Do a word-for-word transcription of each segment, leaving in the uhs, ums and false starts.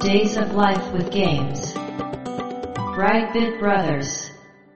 Days of Life with Games. Brightbit Brothers.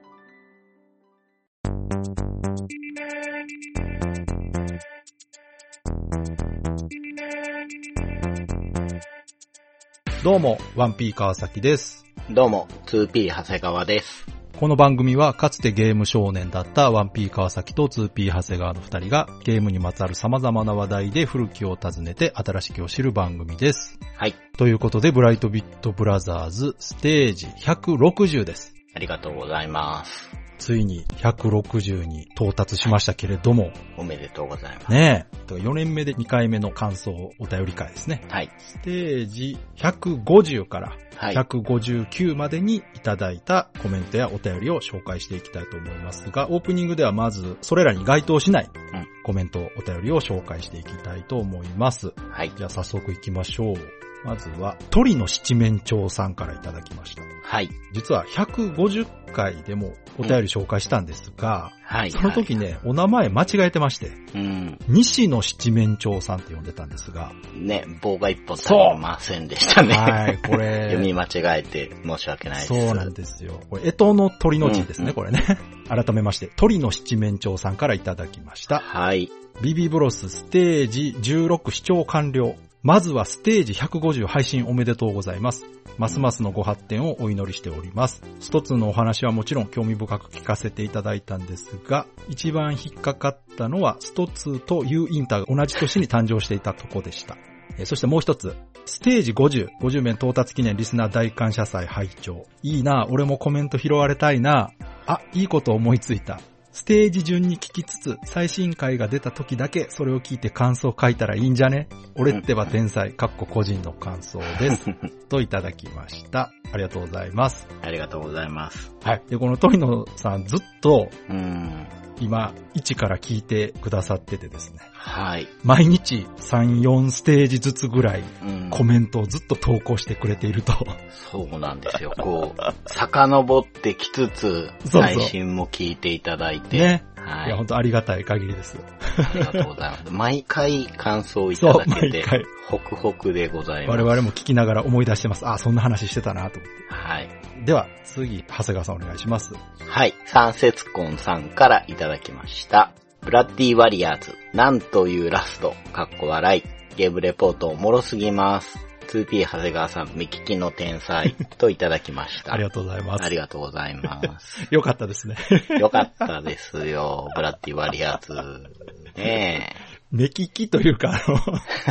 どうも、ワンピー川崎です。 どうも、ツーピー長谷川です。 この番組はかつてゲーム少年だった ワンピー川崎と ツーピー長谷川の二人がゲームにまつわる様々な話題で古きを訪ねて新しきを知る番組です。 はい。 ということで、ブライトビットブラザーズステージひゃくろくじゅうです。 ありがとうございます。 ついにひゃくろくじゅうに到達しましたけれども。 おめでとうございます。 ねえ。よねんめでにかいめの感想お便り会ですね。 はい。 ステージひゃくごじゅうからひゃくごじゅうきゅうまでにいただいたコメントやお便りを紹介していきたいと思いますが、オープニングではまずそれらに該当しないコメント、お便りを紹介していきたいと思います。 はい。 じゃあ早速行きましょう。まずは、鳥の七面鳥さんからいただきました。 はい。 実はひゃくごじゅっかいでもお便り紹介したんですが、 うん、はい。 その時ね、はい、お名前間違えてまして、 うん。 西の七面鳥さんって呼んでたんですが、 ね、棒が一本足りませんでしたね。 はい、これ。 読み間違えて申し訳ないです。 そうなんですよ。これ、干支の鳥の字ですね、うん、これね。改めまして、鳥の七面鳥さんからいただきました。 はい。 ビビブロスステージじゅうろく視聴完了。まずはステージひゃくごじゅう配信おめでとうございます。ますますのご発展をお祈りしております。一つのお話はもちろん興味深く聞かせていただいたんですが、一番引っかかったのはストツーと U インターが同じ年に誕生していたとこでした。えそしてもう一つ、ステージごじゅう、ごじゅうめん到達記念リスナー大感謝祭拝聴。いいな、俺もコメント拾われたいな。あ、いいこと思いついた。ステージ順に聞きつつ、最新回が出た時だけそれを聞いて感想書いたらいいんじゃね？俺ってば天才、かっこ個人の感想です。といただきました。ありがとうございます。 ありがとうございます。 はい。で、この鳥野さんずっと、 うーん今、一から聞いてくださっててですね。 はい。 毎日さん、よんステージずつぐらいコメントをずっと投稿してくれていると。 そうなんですよ。こう、遡ってきつつ、配信も聞いていただいて。 ね。 はい。 いや、本当ありがたい限りです。 ありがとうございます。毎回感想をいただけて、ホクホクでございます。 我々も聞きながら思い出してます。あ、そんな話してたなと思って。 はい。 では、次、長谷川さんお願いします。 はい。三節婚さんからいただきました。ブラッディワリアーズ、なんというラスト、かっこ笑い。ゲームレポートおもろすぎます。ツーピー 長谷川さん、目利きの天才といただきました。 ありがとうございます。 ありがとうございます。 よかったですね。 よかったですよ、ブラッディワリアーズ。ねえ。 目利きというか、あの、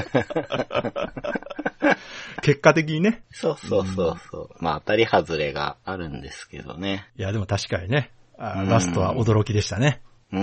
結果的にね。 そうそうそうそう。うん、まあ当たり外れがあるんですけどね。 いやでも確かにね、あラストは驚きでしたね。 うん。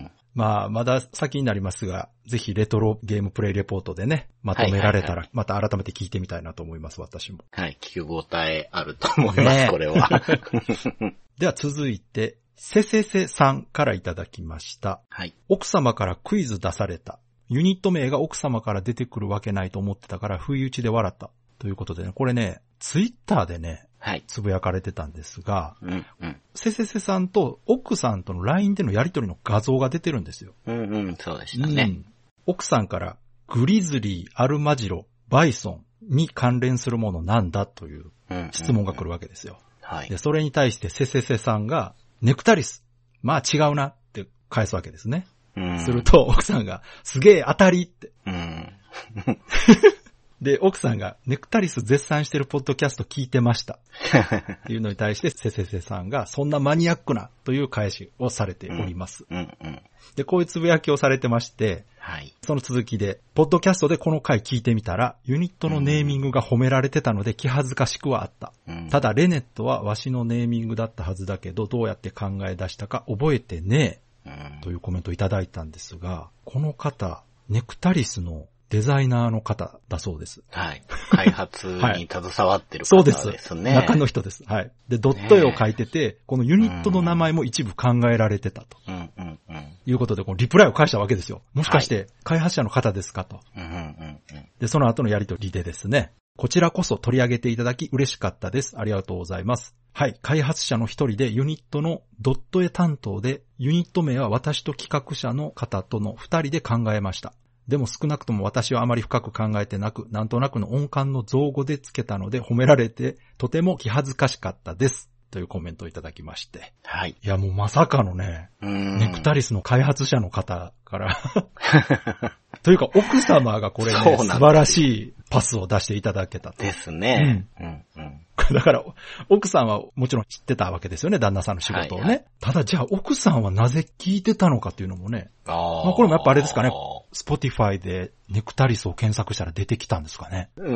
まあまだ先になりますが、ぜひレトロゲームプレイレポートでね、まとめられたら、また改めて聞いてみたいなと思います、私も。 はい、聞き応えあると思います、ね、これは。 では続いて、せせせさんからいただきました。 はい。 奥様からクイズ出された。ユニット名が奥様から出てくるわけないと思ってたから、不意打ちで笑った。ということでね、これね、ツイッターでね、 はい。 つぶやかれてたんですが、 うんうん。 せせせさんと奥さんとの ライン でのやりとりの画像が出てるんですよ。 うんうん、そうでしたね。うん、 奥さんからグリズリー、アルマジロ、バイソンに関連するものなんだという質問が来るわけですよ。 うんうんうん、はい。 で、それに対してせせせさんがネクタリス。まあ違うなって返すわけですね。 うん、 すると奥さんがすげえ当たりって。 うんで、奥さんがネクタリス絶賛してるポッドキャスト聞いてました。っていうのに対して、せせせさんがそんなマニアックなという返しをされております。 うんうんうん、 で、こういうつぶやきをされてまして、 はい、 その続きで、ポッドキャストでこの回聞いてみたら、ユニットのネーミングが褒められてたので気恥ずかしくはあった。うん、ただ、レネットはわしのネーミングだったはずだけど、どうやって考え出したか覚えてねえ、うん、というコメントをいただいたんですが、この方、ネクタリスのデザイナーの方だそうです。 はい。開発に携わってる方ですね。はい、そうです。 中の人です。はい。で、ドット絵を描いてて、このユニットの名前も一部考えられてたと。 うんうんうん。 いうことで、このリプライを返したわけですよ。もしかして開発者の方ですかと。 うんうんうん。 で、その後のやりとりでですね、こちらこそ取り上げていただき嬉しかったです。ありがとうございます。はい。開発者の一人でユニットのドット絵担当で、ユニット名は私と企画者の方との二人で考えました。 でも少なくとも私はあまり深く考えてなく、なんとなくの音感の造語でつけたので褒められてとても気恥ずかしかったです。というコメントをいただきまして。 はい。 いやもうまさかのね、 うんネクタリスの開発者の方からというか奥様がこれね、素晴らしいパスを出していただけたと。 ですね。うん。うんうんだから奥さんはもちろん知ってたわけですよね、旦那さんの仕事をね。はいはい、ただじゃあ奥さんはなぜ聞いてたのかっていうのもね。あまあ、これもやっぱあれですかね、Spotify でネクタリスを検索したら出てきたんですかね。 うん。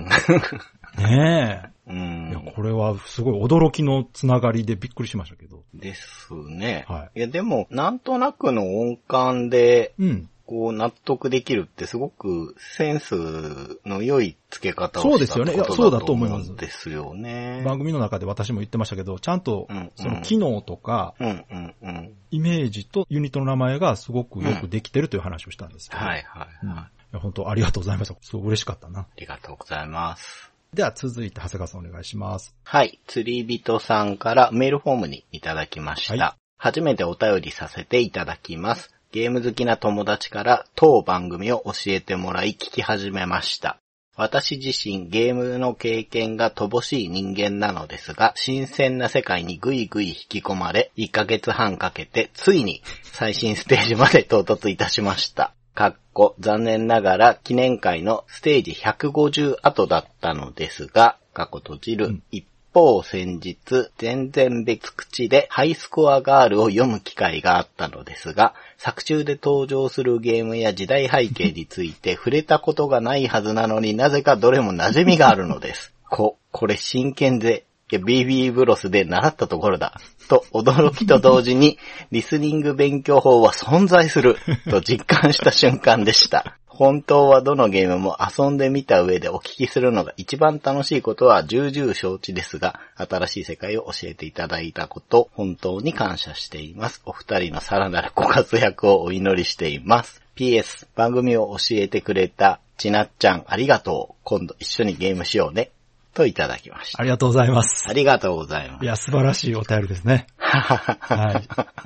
ねえ。 うん、 いやこれはすごい驚きのつながりでびっくりしましたけど。 ですね。 はい。 いやでもなんとなくの音感で、 うん。 こう納得できるってすごくセンスの良い付け方をしたそうですよね。いやそうだと思います。 ですよね。 番組の中で私も言ってましたけど、ちゃんとその機能とか、 うんうんうん、 イメージとユニットの名前がすごくよくできてるという話をしたんですけど。 うん、はいはいはい。うん、いや本当ありがとうございました。すごい嬉しかったな。 ありがとうございます。 では続いて長谷川さんお願いします。 はい。釣り人さんからメールフォームにいただきました。はい、初めてお便りさせていただきます。ゲーム好きな友達から当番組を教えてもらい聞き始めました。私自身ゲームの経験が乏しい人間なのですが、新鮮な世界にぐいぐい引き込まれ、いっかげつはんかけてついに最新ステージまで到達いたしました。かっこ残念ながら記念会のステージひゃくごじゅう後だったのですが、かっこ閉じる、うん一方先日、全然別口でハイスコアガールを読む機会があったのですが、作中で登場するゲームや時代背景について触れたことがないはずなのになぜかどれも馴染みがあるのです。こ、これ真剣で、いや ビービー ブロスで習ったところだ。と驚きと同時に、リスニング勉強法は存在する。と実感した瞬間でした。本当はどのゲームも遊んでみた上でお聞きするのが一番楽しいことは重々承知ですが、新しい世界を教えていただいたこと、本当に感謝しています。お二人のさらなるご活躍をお祈りしています。ピーエス、番組を教えてくれたちなっちゃんありがとう。今度一緒にゲームしようね。といただきました。 ありがとうございます。 ありがとうございます。 いや、素晴らしいお便りですね。はい。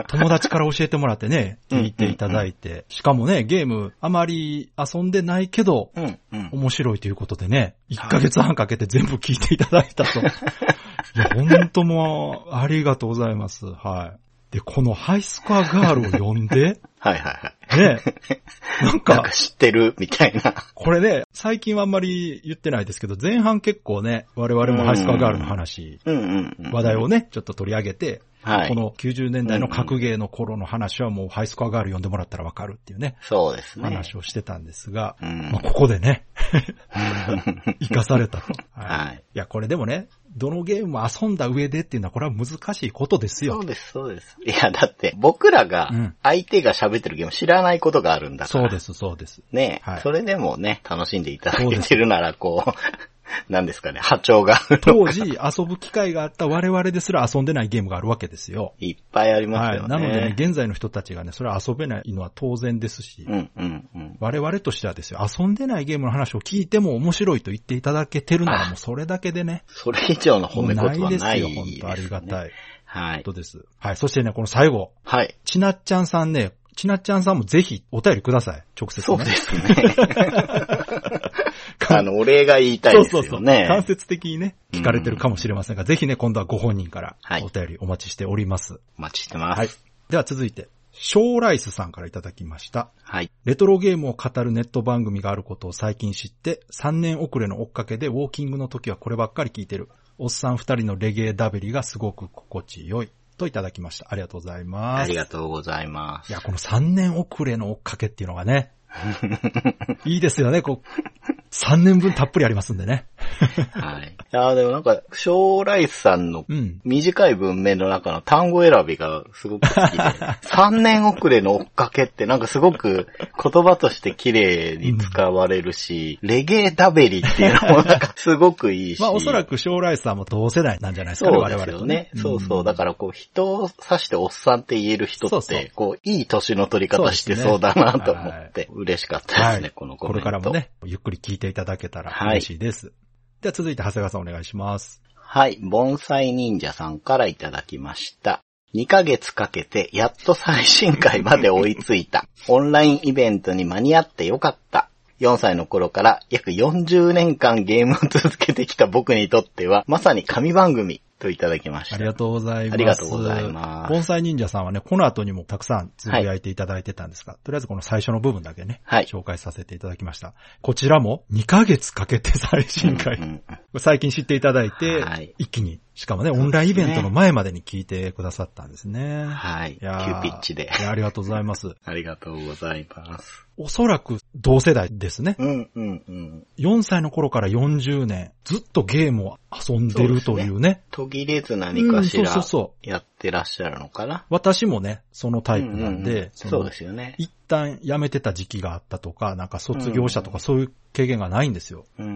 友達から教えてもらってね、聞いていただいて、うんうんうん、しかもね、ゲームあまり遊んでないけど、うんうん、面白いということでね、いっかげつはんかけて全部聞いていただいたと。いや、本当もう、ありがとうございます。はい。で、このハイスコアガールを読んで、 はいはいはい。 ねなんか、 なんか知ってるみたいな。 これね、最近はあんまり言ってないですけど、前半結構ね、我々もハイスコアガールの話、 うんうんうん、 話題をね、ちょっと取り上げて、 はい、 このきゅうじゅうねんだいの格ゲーの頃の話はもうハイスコアガール読んでもらったらわかるっていうね。 そうですね。 話をしてたんですが、 うんまあ、ここでね、生かされたと。 はい。 いや、これでもね、どのゲームも遊んだ上でっていうのはこれは難しいことですよ。 そうです、そうです。いや、だって僕らが相手が喋ってるゲーム知らないことがあるんだから。 そうです、そうです。 ねえ、 はい、 それでもね、楽しんでいただけてるなら、こう、なんですかね、波長が。 当時遊ぶ機会があった我々ですら遊んでないゲームがあるわけですよ。 いっぱいありますよね。 はい、なのでね、現在の人たちがね、それは遊べないのは当然ですし、 うんうんうん、 我々としてはですよ、遊んでないゲームの話を聞いても面白いと言っていただけてるならもうそれだけでね。 それ以上の褒め言葉はないですよ。 ないですよ、本当ありがたい。 はい。 とです。はい。そしてね、この最後。 はい。 ちなっちゃんさんね、ちなっちゃんさんもぜひお便りください。直接ね。 そうですね。あの、お礼が言いたいですよね。そうそうそう。 間接的にね、聞かれてるかもしれませんが、うん、ぜひね、今度はご本人からお便りお待ちしております。はい、 お待ちしてます。 はい。では続いて、ショーライスさんからいただきました。 はい。 レトロゲームを語るネット番組があることを最近知って、さんねん遅れの追っかけでウォーキングの時はこればっかり聞いてる。おっさん二人のレゲエダベリがすごく心地よい。といただきました。ありがとうございます。 ありがとうございます。 いや、このさんねん遅れの追っかけっていうのがね、いいですよね。こうさんねんぶんたっぷりありますんでね。 はい。いや、でもなんか、ショーライスさんの短い文面の中の単語選びがすごく好きで、さんねん遅れの追っかけってなんかすごく言葉として綺麗に使われるし、うん、レゲエダベリっていうのもなんかすごくいいし。 まあおそらくショーライスさんも同世代なんじゃないですかね、 我々とね。そうそう。だからこう、人を指しておっさんって言える人って、そうそうこう、いい年の取り方してそうだなと思って、嬉しかったですね、はい、このコメント。 これからもね、ゆっくり聞いていただけたら嬉しいです。はい、では続いて長谷川さんお願いします。 はい、盆栽忍者さんからいただきました。 にかげつかけてやっと最新回まで追いついた。オンラインイベントに間に合ってよかった。よんさいの頃から約よんじゅうねんかんゲームを続けてきた僕にとっては、まさに神番組といただきました。 ありがとうございます。 ありがとうございます。 盆栽忍者さんはね、この後にもたくさんつぶやいていただいてたんですが、はい、とりあえずこの最初の部分だけね、はい、紹介させていただきました。こちらもにかげつかけて最新回、うんうんうん、最近知っていただいて、はい、一気に、しかもね、オンラインイベントの前までに聞いてくださったんですね。 はい。いや急ピッチで。 いや、ありがとうございます。 ありがとうございます。 おそらく同世代ですね。 うんうんうん。 よんさいの頃からよんじゅうねん、ずっとゲームを遊んでるというね。 途切れず何かしらやってらっしゃるのかな。 私もね、そのタイプなんで、うんうんうん、 そ, そうですよね。 一旦辞めてた時期があったとか、なんか卒業したとか、そういう経験がないんですよ。 うん、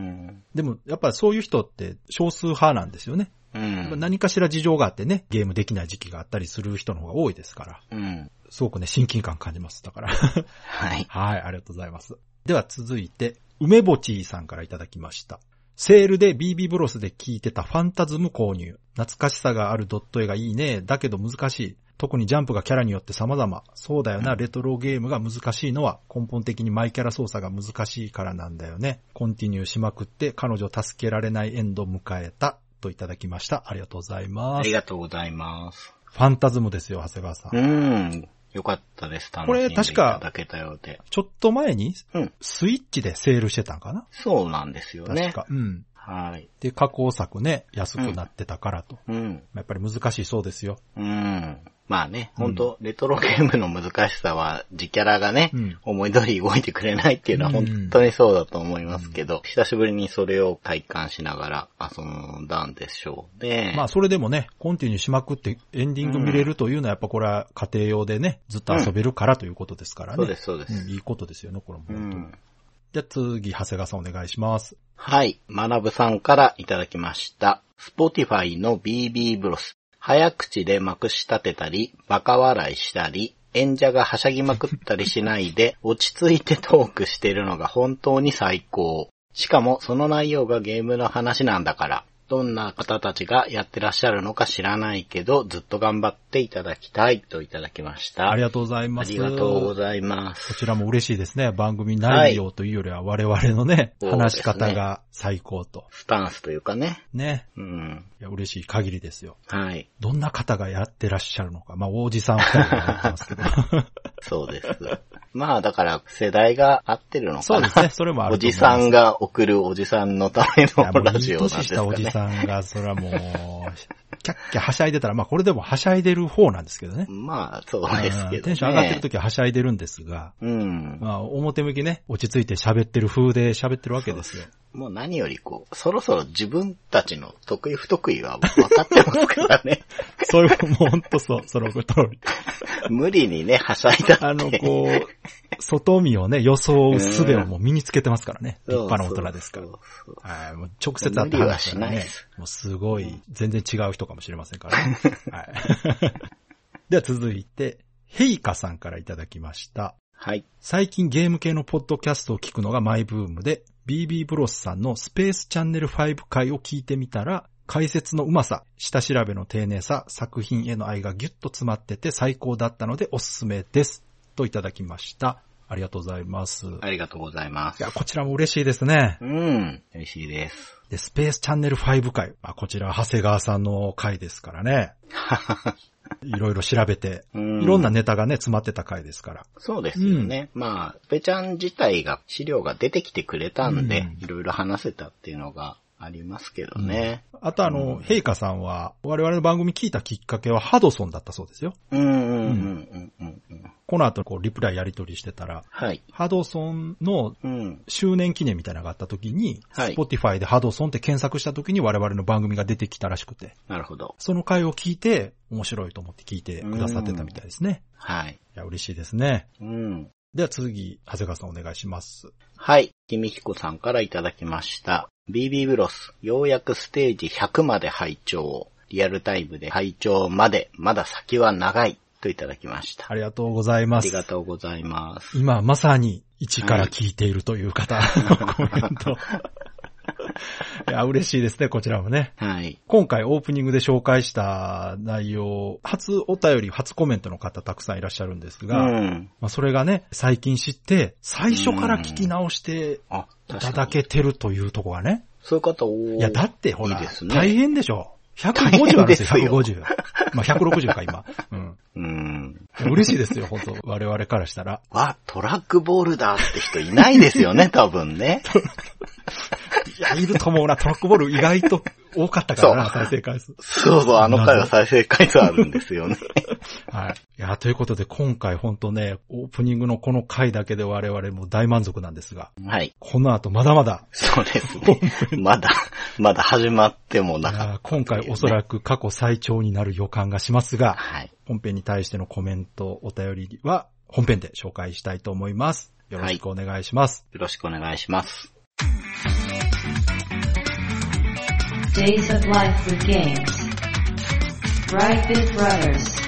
でも、やっぱりそういう人って少数派なんですよね。 うん、 何かしら事情があってね、ゲームできない時期があったりする人の方が多いですから。 うん、 すごくね、親近感感じます。だから。 はい。 はい、ありがとうございます。では続いて、梅ぼちさんからいただきました。セールで ビービー ブロスで聞いてたファンタズム購入。懐かしさがあるドット絵がいいね。だけど難しい。特にジャンプがキャラによって様々。そうだよな、レトロゲームが難しいのは根本的にマイキャラ操作が難しいからなんだよね。コンティニューしまくって彼女助けられないエンドを迎えた。といただきました。ありがとうございます。 ありがとうございます。 ファンタズムですよ、長谷川さん。 うーん。よかったです。楽しんでいただけたようで。 ちょっと前に、うん、スイッチでセールしてたんかな？ そうなんですよね。 確か。うん。 はい。 で、加工作ね、安くなってたからと。 うん。 やっぱり難しいそうですよ。 うん。まあね、ほんと、レトロゲームの難しさは、自キャラがね、うん、思い通り動いてくれないっていうのは本当にそうだと思いますけど、うん、久しぶりにそれを体感しながら遊んだんでしょうね。 まあそれでもね、コンティニューしまくってエンディング見れるというのはやっぱこれは家庭用でね、ずっと遊べるからということですからね。 そうです、そうです、 うん。いいことですよね、これも本当に。うん、じゃあ次、長谷川さんお願いします。 はい、まなぶさんからいただきました。Spotify の ビービー ブロス。早口でまくし立てたり、バカ笑いしたり、演者がはしゃぎまくったりしないで、落ち着いてトークしてるのが本当に最高。しかもその内容がゲームの話なんだから、どんな方たちがやってらっしゃるのか知らないけど、ずっと頑張っていただきたいといただきました。 ありがとうございます。 ありがとうございます。 こちらも嬉しいですね。番組内容というよりは我々のね、はい、話し方が最高と。 スタンスというかね。 ね。 うん。 いや、嬉しい限りですよ。 はい。 どんな方がやってらっしゃるのか。まあ、おじさん二人がやってますけど。 そうです。まあ、だから世代が合ってるのかな。 そうですね。それもあると思います。 おじさんが送るおじさんのためのラジオなんですかね。 年したおじさんが、それはもう、キャッキャはしゃいでたら、まあこれでもはしゃいでる方なんですけどね。 まあ、そうですけどね。 テンション上がってる時ははしゃいでるんですが、 うん。 まあ表向きね、落ち着いて喋ってる風で喋ってるわけですよ。 もう何よりこう、そろそろ自分たちの得意不得意は分かってますからね。 そういう、もうほんとそう、その通り。 無理にね、はしゃいだって。 あの、こう、外見をね、装う術をもう身につけてますからね。立派な大人ですから。はい、もう直接会って話したらね、もうすごい、全然違う人かもしれませんからね。はい。では続いて、ヘイカさんからいただきました。 はい。 最近ゲーム系のポッドキャストを聞くのがマイブームで、ビービー ブロスさんのスペースチャンネルファイブ回を聞いてみたら、解説のうまさ、下調べの丁寧さ、作品への愛がギュッと詰まってて最高だったのでおすすめです。といただきました。ありがとうございます。 ありがとうございます。 いや、こちらも嬉しいですね。 うん、嬉しいです。 で、スペースチャンネルファイブ回。まあ、こちらは長谷川さんの回ですからね。いろいろ調べて、いろんなネタがね、詰まってた回ですから。 そうですよね。うん、まあ、スペちゃん自体が資料が出てきてくれたんで、いろいろ話せたっていうのがありますけどね。 うん、あとあの、うん、ヘイカさんは、我々の番組聞いたきっかけはハドソンだったそうですよ。 うんうんうんうんうんうん。 この後こうリプライやり取りしてたら、 はい、 ハドソンの周年記念みたいなのがあった時に、 はい、 Spotify でハドソンって検索した時に我々の番組が出てきたらしくて。 なるほど。 その回を聞いて面白いと思って聞いてくださってたみたいですね。 はい。 いや、嬉しいですね。 うん。 では次、長谷川さんお願いします。 はい。きみひこさんからいただきました。ビービー ブロス、ようやくステージひゃくまで拝聴。リアルタイムで拝聴まで、まだ先は長い。といただきました。 ありがとうございます。 ありがとうございます。 今まさに一から聞いているという方のコメント。 いや、嬉しいですね、こちらもね。 はい。 今回オープニングで紹介した内容、初お便り、初コメントの方たくさんいらっしゃるんですが、 うん、 まあ、それがね、最近知って、最初から聞き直していただけてるというところがね。 そういう方多い。 いや、だってほら、 いいですね、 大変でしょ。ひゃくごじゅうあるんですよ、ひゃくごじゅう。まあ、ひゃくろくじゅうか、今。うん。 うん。 嬉しいですよ、本当我々からしたら。 わ、トラックボールだって人いないですよね、多分ね。 いや、いると思うな、トラックボール意外と多かったからな、再生回数。 そうそう、あの回は再生回数あるんですよね。 はい。いや、ということで今回本当ね、オープニングのこの回だけで我々も大満足なんですが。 はい。 この後まだまだ。 そうですね。まだ、まだ始まってもなかった、ね。 今回おそらく過去最長になる予感がしますが、 はい。 本編に対してのコメント、お便りは本編で紹介したいと思います。よろしくお願いします。 はい、よろしくお願いします。 Days of Life with Games Brightbit Brothers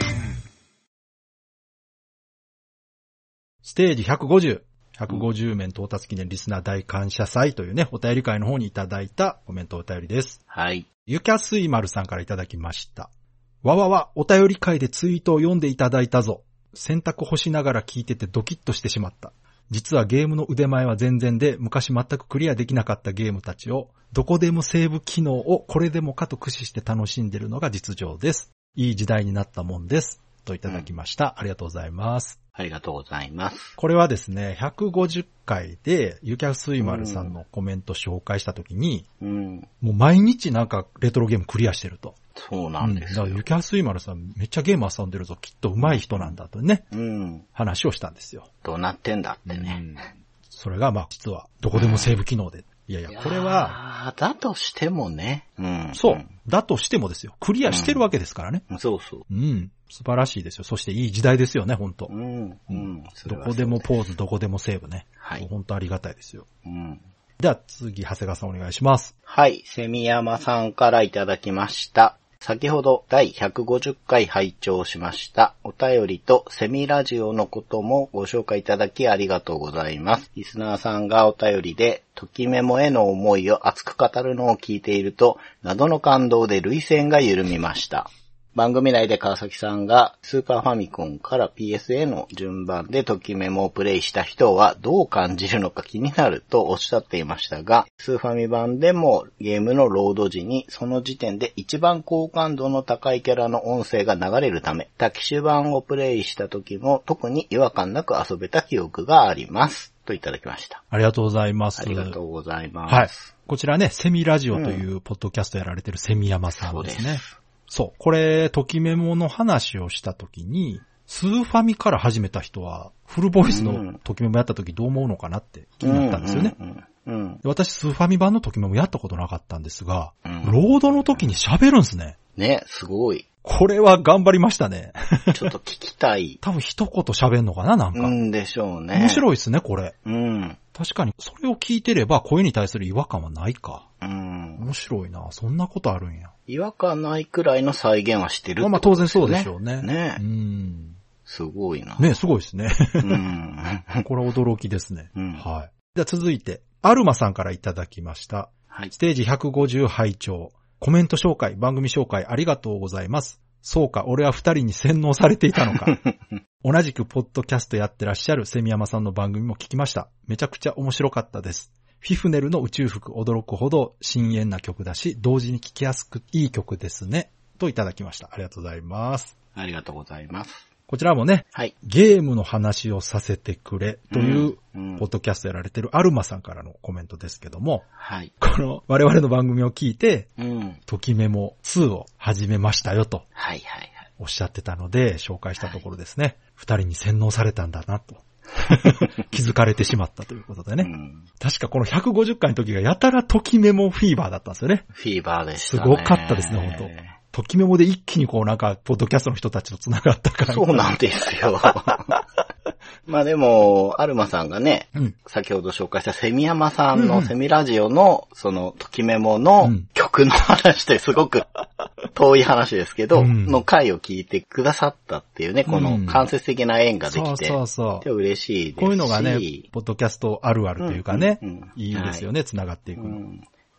ステージひゃくごじゅう、ひゃくごじゅう面到達記念リスナー大感謝祭というね、お便り会の方にいただいたコメントお便りです。 はい。 ゆきゃすいまるさんからいただきました。わわわ、お便り会でツイートを読んでいただいたぞ。洗濯干しながら聞いててドキッとしてしまった。実はゲームの腕前は全然で、昔全くクリアできなかったゲームたちを、どこでもセーブ機能をこれでもかと駆使して楽しんでいるのが実情です。いい時代になったもんです。といただきました。うん、ありがとうございます。 ありがとうございます。 これはですね、ひゃくごじゅっかいで、ゆきゃすいまるさんのコメント紹介したときに、うん、もう毎日なんかレトロゲームクリアしてると。 そうなんですよ。 うん、だからゆきゃすいまるさんめっちゃゲーム遊んでるぞ、きっと上手い人なんだとね、うん、話をしたんですよ。 どうなってんだってね。うん、 それがまあ実はどこでもセーブ機能で。うん、いやいや、これは。 だとしてもね。 うん。そう。だとしてもですよ。クリアしてるわけですからね。 うん、そうそう。 うん。素晴らしいですよ。そしていい時代ですよね、本当。 うん。うん。 どこでもポーズ、どこでもセーブね。はい。本当ありがたいですよ。うん。では次、長谷川さんお願いします。 はい。セミヤマさんからいただきました。先ほどだいひゃくごじゅっかい拝聴しました。お便りとセミラジオのこともご紹介いただきありがとうございます。リスナーさんがお便りで、ときメモへの思いを熱く語るのを聞いていると、謎の感動で涙腺が緩みました。番組内で川崎さんがスーパーファミコンから ピーエス への順番でときメモをプレイした人はどう感じるのか気になるとおっしゃっていましたが、スーファミ版でもゲームのロード時にその時点で一番好感度の高いキャラの音声が流れるため、タキシュ版をプレイした時も特に違和感なく遊べた記憶があります。といただきました。 ありがとうございます。 ありがとうございます。 はい。こちらね、セミラジオというポッドキャストやられてるセミヤマさんですね。そうです。そう。これ、ときメモの話をしたときに、スーファミから始めた人は、フルボイスのときメモやったときどう思うのかなって気になったんですよね。うんうんうんうん、私、スーファミ版のときメモやったことなかったんですが、うん、ロードの時に喋るんですね。 ね、すごい。 これは頑張りましたね。 ちょっと聞きたい。 多分一言喋んのかな、なんか。 うんでしょうね。 面白いですね、これ。 うん。 確かに、それを聞いてれば声に対する違和感はないか。 うん。 面白いな。そんなことあるんや。 違和感ないくらいの再現はしてるってことですね。 まあ当然そうでしょうね。 ね。 うん。 すごいな。 ね、すごいですね。 うん。 これは驚きですね。 うん。 はい。では続いて、アルマさんからいただきました。はい。ステージひゃくごじゅう拝聴。コメント紹介、番組紹介ありがとうございます。そうか、俺は二人に洗脳されていたのか。同じくポッドキャストやってらっしゃるセミヤマさんの番組も聞きました。めちゃくちゃ面白かったです。フィフネルの宇宙服驚くほど深遠な曲だし、同時に聴きやすくいい曲ですね。といただきました。ありがとうございます。 ありがとうございます。 こちらもね、はい、ゲームの話をさせてくれという、うんうん、ポッドキャストやられてるアルマさんからのコメントですけども、はい、この我々の番組を聞いて、うん、ときメモツーを始めましたよと、はいはいはい、おっしゃってたので紹介したところですね、二、はい、人に洗脳されたんだなと気づかれてしまったということでね、うん、確かこのひゃくごじゅっかいの時がやたらときメモフィーバーだったんですよね。 フィーバーでしたね。 すごかったですね、本当。ときメモで一気にこうなんか、ポッドキャストの人たちと繋がったから。 そうなんですよ。まあでも、アルマさんがね、うん、先ほど紹介したセミヤマさんのセミラジオの、その、ときメモの曲の話ってすごく遠い話ですけど、うん、の回を聞いてくださったっていうね、この間接的な縁ができて、うん、そうそうそう。嬉しいですし。 こういうのがね、ポッドキャストあるあるというかね、うんうんうん、いいですよね、はい、繋がっていくの。うん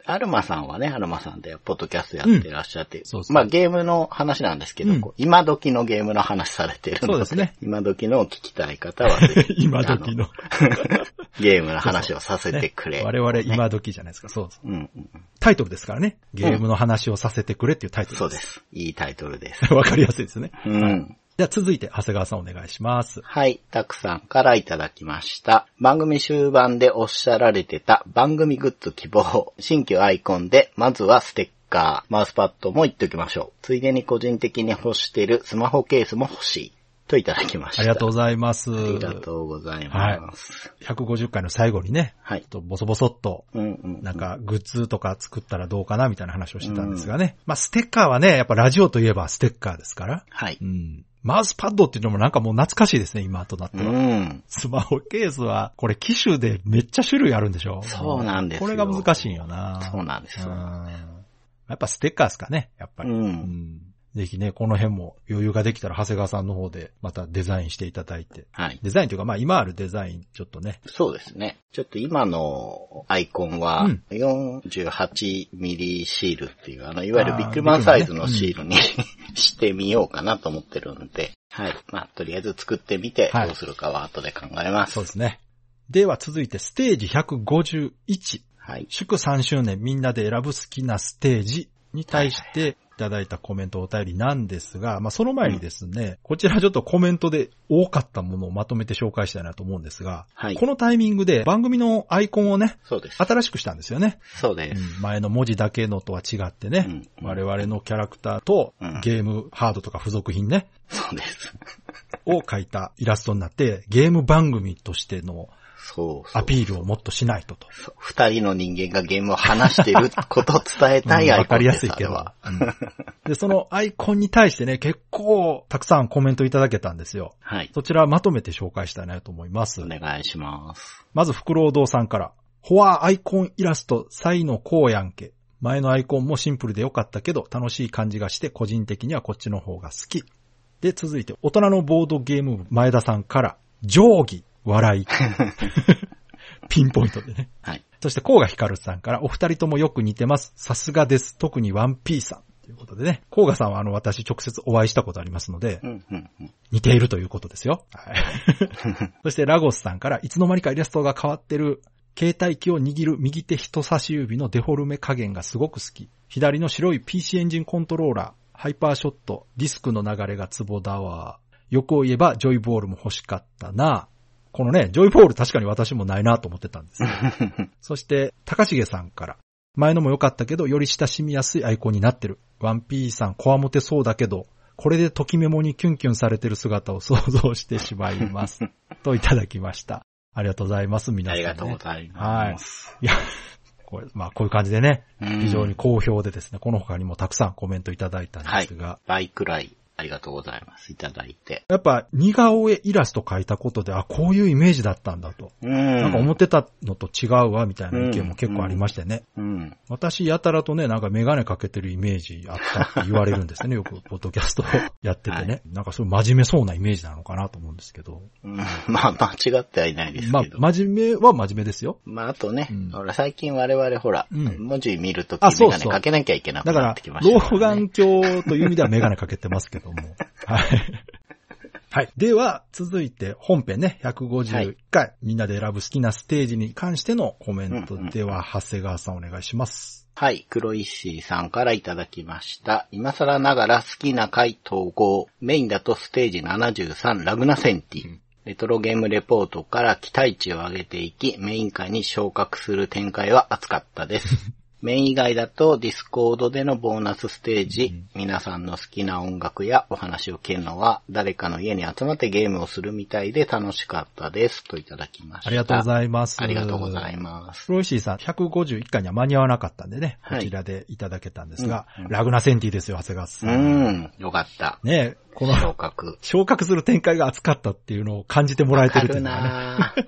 アルマさんはね、アルマさんでポッドキャストやってらっしゃって、うん、 そうそうまあゲームの話なんですけど、うん、今時のゲームの話されてるので、 そうですね。 今時のを聞きたい方はぜひ、 今時のゲームの話をさせてくれ。 そうそうね、我々今時じゃないですか。そうそう、 うんうん。 タイトルですからね。ゲームの話をさせてくれっていうタイトルです。 そうです。いいタイトルです。 わかりやすいですね。 うん。はい、 じゃあ続いて、長谷川さんお願いします。 はい。たくさんからいただきました。番組終盤でおっしゃられてた番組グッズ希望。新旧アイコンで、まずはステッカー、マウスパッドも言っておきましょう。ついでに個人的に欲してるスマホケースも欲しい。といただきました。 ありがとうございます。 ありがとうございます。 はい、ひゃくごじゅっかいの最後にね、はい、とボソボソっと、 うんうんうん、 なんかグッズとか作ったらどうかなみたいな話をしてたんですがね。うん、まあステッカーはね、やっぱラジオといえばステッカーですから。 はい。 うん、マウスパッドっていうのもなんかもう懐かしいですね、今となっては。 うん、 スマホケースは、これ機種でめっちゃ種類あるんでしょ？ そうなんですよ。 これが難しいよな。 そうなんですよ。 やっぱステッカーですかね、やっぱり。 うんうんぜひね、この辺も余裕ができたら長谷川さんの方でまたデザインしていただいて。 はい。 デザインというかまあ今あるデザインちょっとね。 そうですね。ちょっと今のアイコンはよんじゅうはちミリシールっていうあのいわゆるビッグマンサイズのシールに、ねうん、してみようかなと思ってるんで。はい。まあとりあえず作ってみてどうするかは後で考えます。 はい、そうですね。では続いてステージひゃくごじゅういち。 はい。 祝さんしゅうねんみんなで選ぶ好きなステージに対して、はいはいいただいたコメントお便りなんですが、まあその前にですね、うん、こちらちょっとコメントで多かったものをまとめて紹介したいなと思うんですが、 はい、 このタイミングで番組のアイコンをね、 そうです新しくしたんですよね。 そうです、 うん。前の文字だけのとは違ってね、うんうん、我々のキャラクターとゲームハードとか付属品ね、 そうです。 を描いたイラストになって、ゲーム番組としてのそうそうアピールをもっとしないとと。 二人の人間がゲームを話してることを伝えたいアイコンです。わ、うん、かりやすいけど。 うん、で、そのアイコンに対してね、結構たくさんコメントいただけたんですよ。 はい。 そちらまとめて紹介したいなと思います。 お願いします。 まず、フクロウドウさんから。フォアアイコンイラスト、サイのこうやんけ。前のアイコンもシンプルでよかったけど、楽しい感じがして、個人的にはこっちの方が好き。で、続いて、大人のボードゲーム前田さんから、定規、笑い。ピンポイントでね。 はい。 そして、甲賀ひかるさんから、お二人ともよく似てます。さすがです。特にワンピーさん。ということでね。甲賀さんは、あの、私、直接お会いしたことありますので、 うんうんうん、 似ているということですよ。はい。そして、ラゴスさんから、いつの間にかイラストが変わってる。携帯機を握る右手人差し指のデフォルメ加減がすごく好き。左の白い ピーシー エンジンコントローラー、ハイパーショット、ディスクの流れがツボだわ。欲を言えば、ジョイボールも欲しかったな。このね、ジョイボール確かに私もないなと思ってたんですよ。そして、高重さんから。前のも良かったけど、より親しみやすいアイコンになってる。ワンピーさん、こわもてそうだけど、これでときメモにキュンキュンされてる姿を想像してしまいます。といただきました。ありがとうございます、皆さん、ね。 ありがとうございます。 はい。いや、これ、まあこういう感じでね、非常に好評でですね、この他にもたくさんコメントいただいたんですが。 はい。倍くらい。ありがとうございます。いただいて。 やっぱ、似顔絵イラスト描いたことで、あ、こういうイメージだったんだと。 うん。 なんか思ってたのと違うわ、みたいな意見も結構ありましてね。 うん。うん、 私、やたらとね、なんかメガネかけてるイメージあったって言われるんですね。よく、ポッドキャストをやっててね。はい、なんかそういう真面目そうなイメージなのかなと思うんですけど。 うん。まあ、間違ってはいないですけど。 まあ、真面目は真面目ですよ。 まあ、あとね、 うん、 ほら、最近我々ほら、うん、文字見るときメガネかけなきゃいけなくなってきました、ね。 だから、老眼鏡という意味ではメガネかけてますけども。はい。はい。では、続いて本編ね、ひゃくごじゅういっかい、はい、みんなで選ぶ好きなステージに関してのコメントでは、うんうん、長谷川さんお願いします。 はい。黒石さんからいただきました。今更ながら好きな回統合。メインだとステージななじゅうさんラグナセンティ。うん、レトロゲームレポートから期待値を上げていき、メイン回に昇格する展開は熱かったです。メイン以外だとディスコードでのボーナスステージ、うん、皆さんの好きな音楽やお話を聞けるのは誰かの家に集まってゲームをするみたいで楽しかったですといただきました。 ありがとうございます。 ありがとうございます。 フロイシーさん、ひゃくごじゅういっかいには間に合わなかったんでね、こちらでいただけたんですが、はいうんうん、ラグナセンティですよ、長谷川さん。 うん、よかった。 ねこの昇格。 昇格する展開が熱かったっていうのを感じてもらえてるっていうのはね。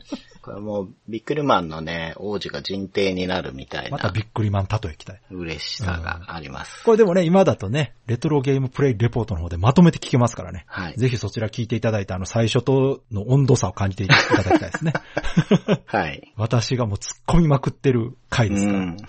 これもビックリマンのね、王子が人帝になるみたいな。 またビックリマン例えきたい。 嬉しさがあります、 うん。これでもね、今だとね、レトロゲームプレイレポートの方でまとめて聞けますからね。 はい。 ぜひそちら聞いていただいて、あの最初との温度差を感じていただきたいですね。 はい。 私がもう突っ込みまくってる回ですから。うん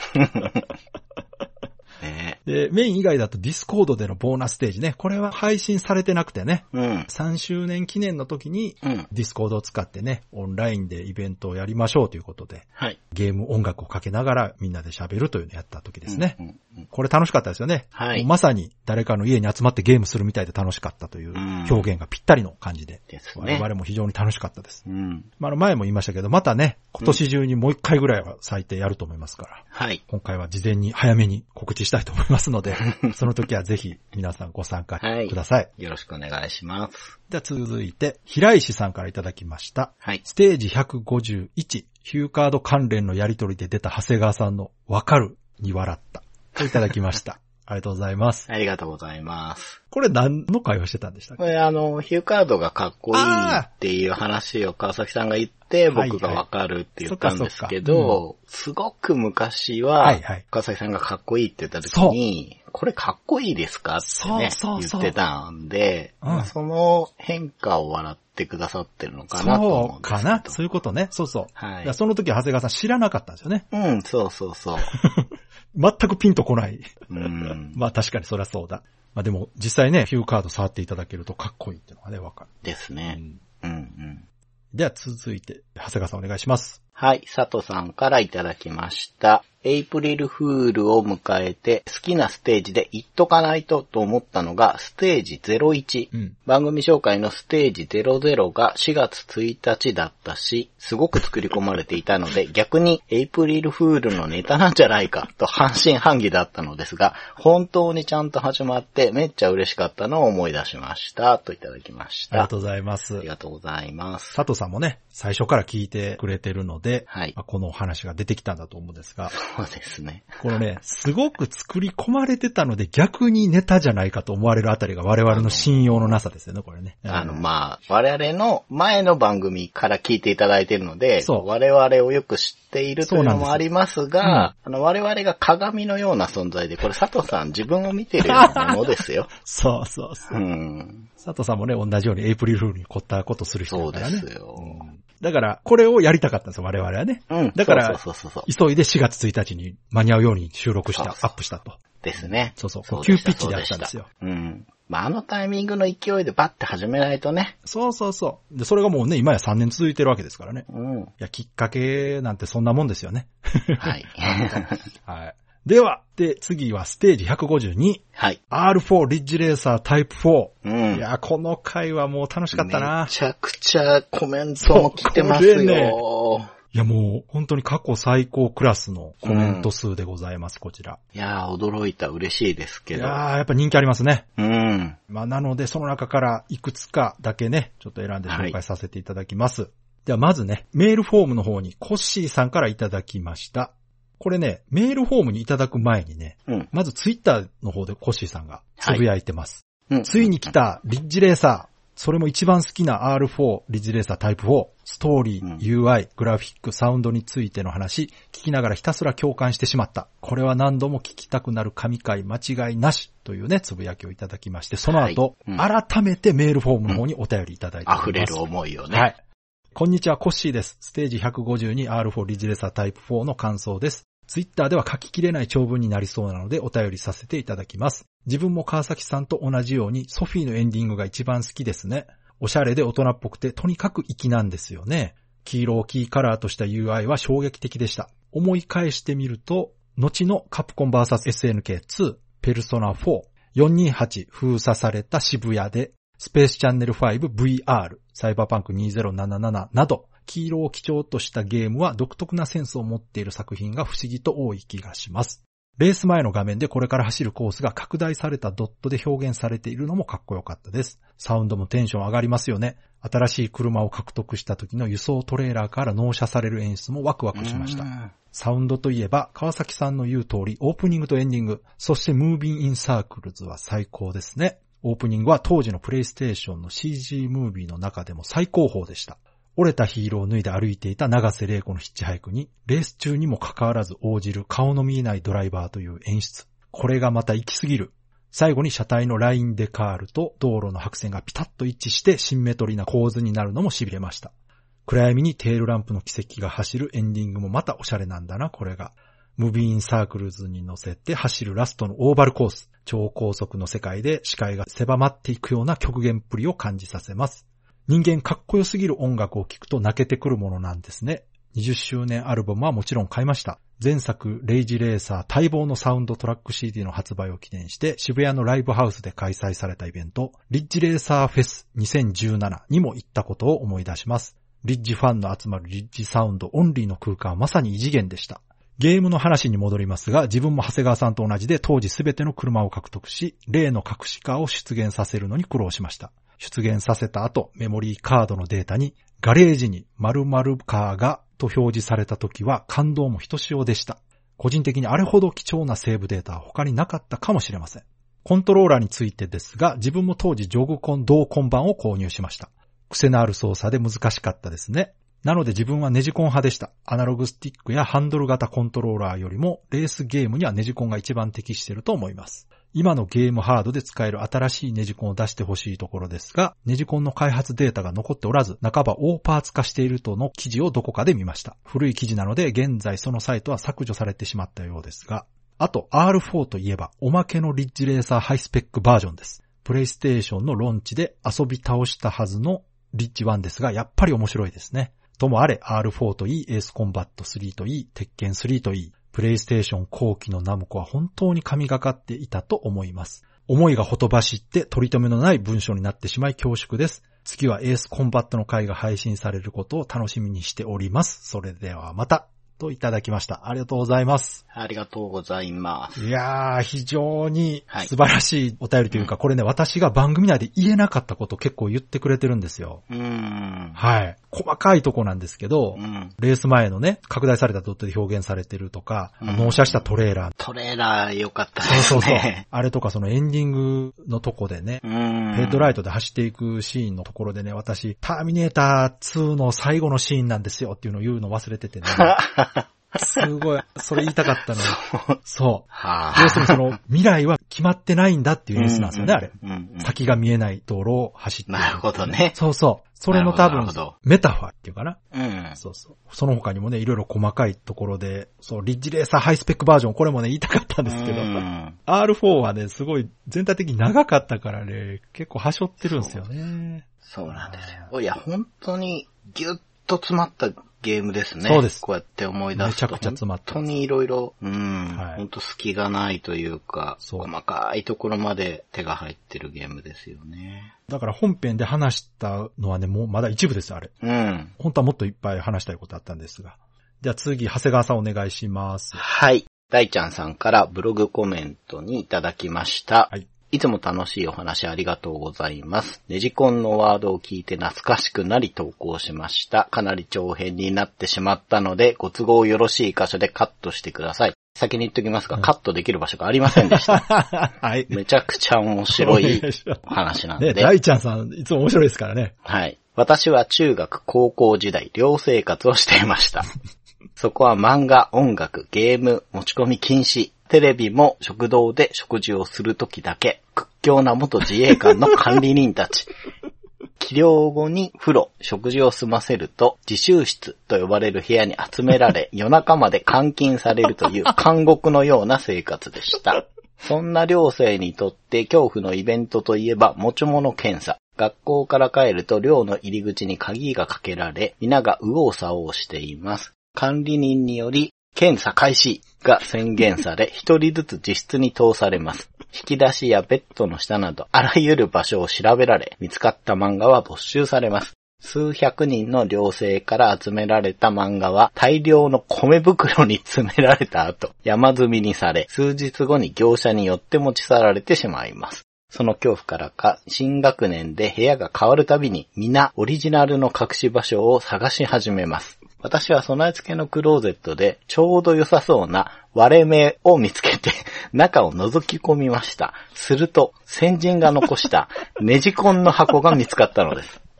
ね、 で、メイン以外だとディスコードでのボーナスステージね。これは配信されてなくてね。 うん、 さんしゅうねん記念の時に、ディスコードを使ってね、オンラインでイベントをやりましょうということで、 はい、 ゲーム音楽をかけながらみんなで喋るというのをやった時ですね。 うんうんうん、 これ楽しかったですよね。 はい、 まさに誰かの家に集まってゲームするみたいで楽しかったという表現がぴったりの感じで、 ですね、 我々も非常に楽しかったです。 うん、 まあ、前も言いましたけど、またね、今年中にもう一回ぐらいは最低やると思いますから、 はい、 今回は事前に早めに告知したいと思いますので、その時はぜひ皆さんご参加ください。はい、 よろしくお願いします。 では続いて、平石さんからいただきました。 はい、 ステージひゃくごじゅういち、ヒューカード関連のやりとりで出た長谷川さんのわかるに笑ったといただきました。ありがとうございます。 ありがとうございます。 これ何の会話してたんでしたっけ？ これあの、ヒューカードがかっこいいっていう話を川崎さんが言って、僕がわかるって言ったんですけど、はいはいうん、すごく昔は、はいはい、川崎さんがかっこいいって言った時に、これかっこいいですかってね、そうそうそう言ってたんで、うん、その変化を笑ってくださってるのかなと思うんですけど。 そうかなそういうことね。そうそう。はい、その時長谷川さん知らなかったんですよね。 うん、そうそうそう。 全くピンとこない。 うん、 まあ確かにそりゃそうだ。まあでも実際ね、ヒューカード触っていただけるとかっこいいっていうのがね、わかる。 ですね。うん、うん、うん。 では続いて、長谷川さんお願いします。 はい、佐藤さんからいただきました。エイプリルフールを迎えて好きなステージで言っとかないとと思ったのがステージゼロいち、うん、番組紹介のステージゼロゼロがしがつついたちだったし、すごく作り込まれていたので逆にエイプリルフールのネタなんじゃないかと半信半疑だったのですが、本当にちゃんと始まってめっちゃ嬉しかったのを思い出しましたといただきました。 ありがとうございます。 ありがとうございます。 佐藤さんもね、最初から聞いてくれてるので、 はい、 まあ、このお話が出てきたんだと思うんですが、 そうですね。 このね、すごく作り込まれてたので逆にネタじゃないかと思われるあたりが我々の信用のなさですよね、これね。 あの、まあ、我々の前の番組から聞いていただいているので、そう我々をよく知っているというのもありますが、うん、あの我々が鏡のような存在で、これ佐藤さん自分を見てるようなものですよ。 そうそうそう。 うん、 佐藤さんもね、同じようにエイプリルフールに凝ったことする人だからね。 そうですよ。うんだから、これをやりたかったんですよ、我々はね。 うん。 だから、 そうそうそうそう急いでしがつついたちに間に合うように収録してアップしたと。 ですね。 そうそう。そう急ピッチであったんですよ。 うん。まあ、あのタイミングの勢いでバッて始めないとね。 そうそうそう。で、それがもうね、今やさんねん続いてるわけですからね。 うん。いや、きっかけなんてそんなもんですよね。 はい。 はい。では、で、次はステージひゃくごじゅうに。 はい。 アールフォー リッジレーサータイプフォー。うん。 いや、この回はもう楽しかったな。 めちゃくちゃコメントも来てますよ。ね、 いや、もう本当に過去最高クラスのコメント数でございます、うん、こちら。 いやー、驚いた、嬉しいですけど。 いやー、やっぱ人気ありますね。 うん。 まあ、なので、その中からいくつかだけね、ちょっと選んで紹介させていただきます。はい、では、まずね、メールフォームの方にコッシーさんからいただきました。これね、メールフォームにいただく前にね、うん、まずツイッターの方でコッシーさんがつぶやいてます。はい、ついに来たリッジレーサー。それも一番好きな アールフォー リッジレーサータイプフォー。ストーリー、うん、ユーアイ、グラフィック、サウンドについての話、聞きながらひたすら共感してしまった。これは何度も聞きたくなる神回間違いなしというね、つぶやきをいただきまして、その後、はいうん、改めてメールフォームの方にお便りいただいております。 溢れる思いをね。 はい。こんにちは、コッシーです。ステージひゃくごじゅうに アールフォー リッジレーサータイプフォーの感想です。ツイッターでは書ききれない長文になりそうなのでお便りさせていただきます。自分も川崎さんと同じようにソフィーのエンディングが一番好きですね。おしゃれで大人っぽくてとにかく粋なんですよね。黄色をキーカラーとした ユーアイ は衝撃的でした。思い返してみると、後のカプコン ブイエスエスエヌケーツー、ペルソナフォー、よんにーはち封鎖された渋谷で、スペースチャンネルファイブ ブイアール、サイバーパンクにせんななじゅうなななど、黄色を基調としたゲームは独特なセンスを持っている作品が不思議と多い気がします。レース前の画面でこれから走るコースが拡大されたドットで表現されているのもかっこよかったです。サウンドもテンション上がりますよね。新しい車を獲得した時の輸送トレーラーから納車される演出もワクワクしました。サウンドといえば川崎さんの言う通りオープニングとエンディング、そしてムービンインサークルズは最高ですね。オープニングは当時のプレイステーションの シージー ムービーの中でも最高峰でした。 折れたヒールを脱いで歩いていた長瀬玲子のヒッチハイクに、レース中にもかかわらず応じる顔の見えないドライバーという演出。これがまた行き過ぎる。最後に車体のラインデカールと道路の白線がピタッと一致してシンメトリーな構図になるのも痺れました。暗闇にテールランプの軌跡が走るエンディングもまたおしゃれなんだな、これが。ムビーンサークルズに乗せて走るラストのオーバルコース。超高速の世界で視界が狭まっていくような極限っぷりを感じさせます。人間かっこよすぎる音楽を聴くと泣けてくるものなんですね。にじゅっしゅうねんアルバムはもちろん買いました。前作レイジレーサー待望のサウンドトラック シーディー の発売を記念して渋谷のライブハウスで開催されたイベント、リッジレーサーフェスにせんじゅうななにも行ったことを思い出します。リッジファンの集まるリッジサウンドオンリーの空間はまさに異次元でした。ゲームの話に戻りますが、自分も長谷川さんと同じで当時すべての車を獲得し、例の隠しカーを出現させるのに苦労しました。出現させた後、メモリーカードのデータに、ガレージに〇〇カーがと表示された時は感動もひとしおでした。個人的にあれほど貴重なセーブデータは他になかったかもしれません。コントローラーについてですが、自分も当時ジョグコン同梱版を購入しました。癖のある操作で難しかったですね。なので自分はネジコン派でした。アナログスティックやハンドル型コントローラーよりもレースゲームにはネジコンが一番適していると思います。今のゲームハードで使える新しいネジコンを出してほしいところですが、ネジコンの開発データが残っておらず、半ば大パーツ化しているとの記事をどこかで見ました。古い記事なので現在そのサイトは削除されてしまったようですが、あと アールフォー といえばおまけのリッジレーサーハイスペックバージョンです。プレイステーションのローンチで遊び倒したはずのリッジワンですが、やっぱり面白いですね。ともあれ アールフォー といい、エースコンバットスリーといい、鉄拳スリーといい、プレイステーション後期のナムコは本当に神がかっていたと思います。思いがほとばしって取り留めのない文章になってしまい恐縮です。次はエースコンバットの回が配信されることを楽しみにしております。それではまた。といただきました。ありがとうございます。 ありがとうございます。 いやー、非常に素晴らしいお便りというか、はい、これね、私が番組内で言えなかったことを結構言ってくれてるんですよ。 うーん。 はい。細かいとこなんですけど、うん、レース前のね、拡大されたドットで表現されてるとか、うん、納車したトレーラー。 トレーラー良かったですね。 そうそうそう。あれとかそのエンディングのとこでね、うん、ヘッドライトで走っていくシーンのところでね、私、ターミネーターツーの最後のシーンなんですよっていうのを言うの忘れててね。すごい、それ言いたかったのに。そう。はあ、要するにその、未来は決まってないんだっていう演出なんですよね、あれ、うんうん。先が見えない道路を走ってる。 なるほどね。 そうそう。それの多分、メタファーっていうかな。 うん。 そうそう。その他にもね、いろいろ細かいところで、そう、リッジレーサーハイスペックバージョン、これもね、言いたかったんですけど、うん、アールフォー はね、すごい全体的に長かったからね、結構端折ってるんですよね。 そう、そうなんですよ。いや、本当にギュッと詰まったゲームですね。 そうです。 こうやって思い出すと。 めちゃくちゃ詰まった。 本当にいろいろ、うん、はい、本当隙がないというか、細かいところまで手が入ってるゲームですよね。 だから本編で話したのはね、もうまだ一部です、あれ。 うん。 本当はもっといっぱい話したいことあったんですが。じゃあ次、長谷川さんお願いします。 はい。大ちゃんさんからブログコメントにいただきました。はい。いつも楽しいお話ありがとうございます。ネジコンのワードを聞いて懐かしくなり投稿しました。かなり長編になってしまったので、ご都合よろしい箇所でカットしてください。先に言っときますが、うん、カットできる場所がありませんでした。はい。めちゃくちゃ面白い話なんで。 ね、大ちゃんさん、いつも面白いですからね。 はい。私は中学、高校時代、寮生活をしていました。そこは漫画、音楽、ゲーム、持ち込み禁止。テレビも食堂で食事をするときだけ、屈強な元自衛官の管理人たち。起業後に風呂、食事を済ませると、自習室と呼ばれる部屋に集められ、夜中まで監禁されるという監獄のような生活でした。そんな寮生にとって恐怖のイベントといえば持ち物検査。学校から帰ると寮の入り口に鍵がかけられ、皆が右往左往しています。管理人により、検査開始が宣言され、一人ずつ自室に通されます。引き出しやベッドの下など、あらゆる場所を調べられ、見つかった漫画は没収されます。数百人の寮生から集められた漫画は、大量の米袋に詰められた後、山積みにされ、数日後に業者によって持ち去られてしまいます。その恐怖からか、新学年で部屋が変わるたびに、皆オリジナルの隠し場所を探し始めます。私は備え付けのクローゼットでちょうど良さそうな割れ目を見つけて中を覗き込みました。すると先人が残したネジコンの箱が見つかったのです。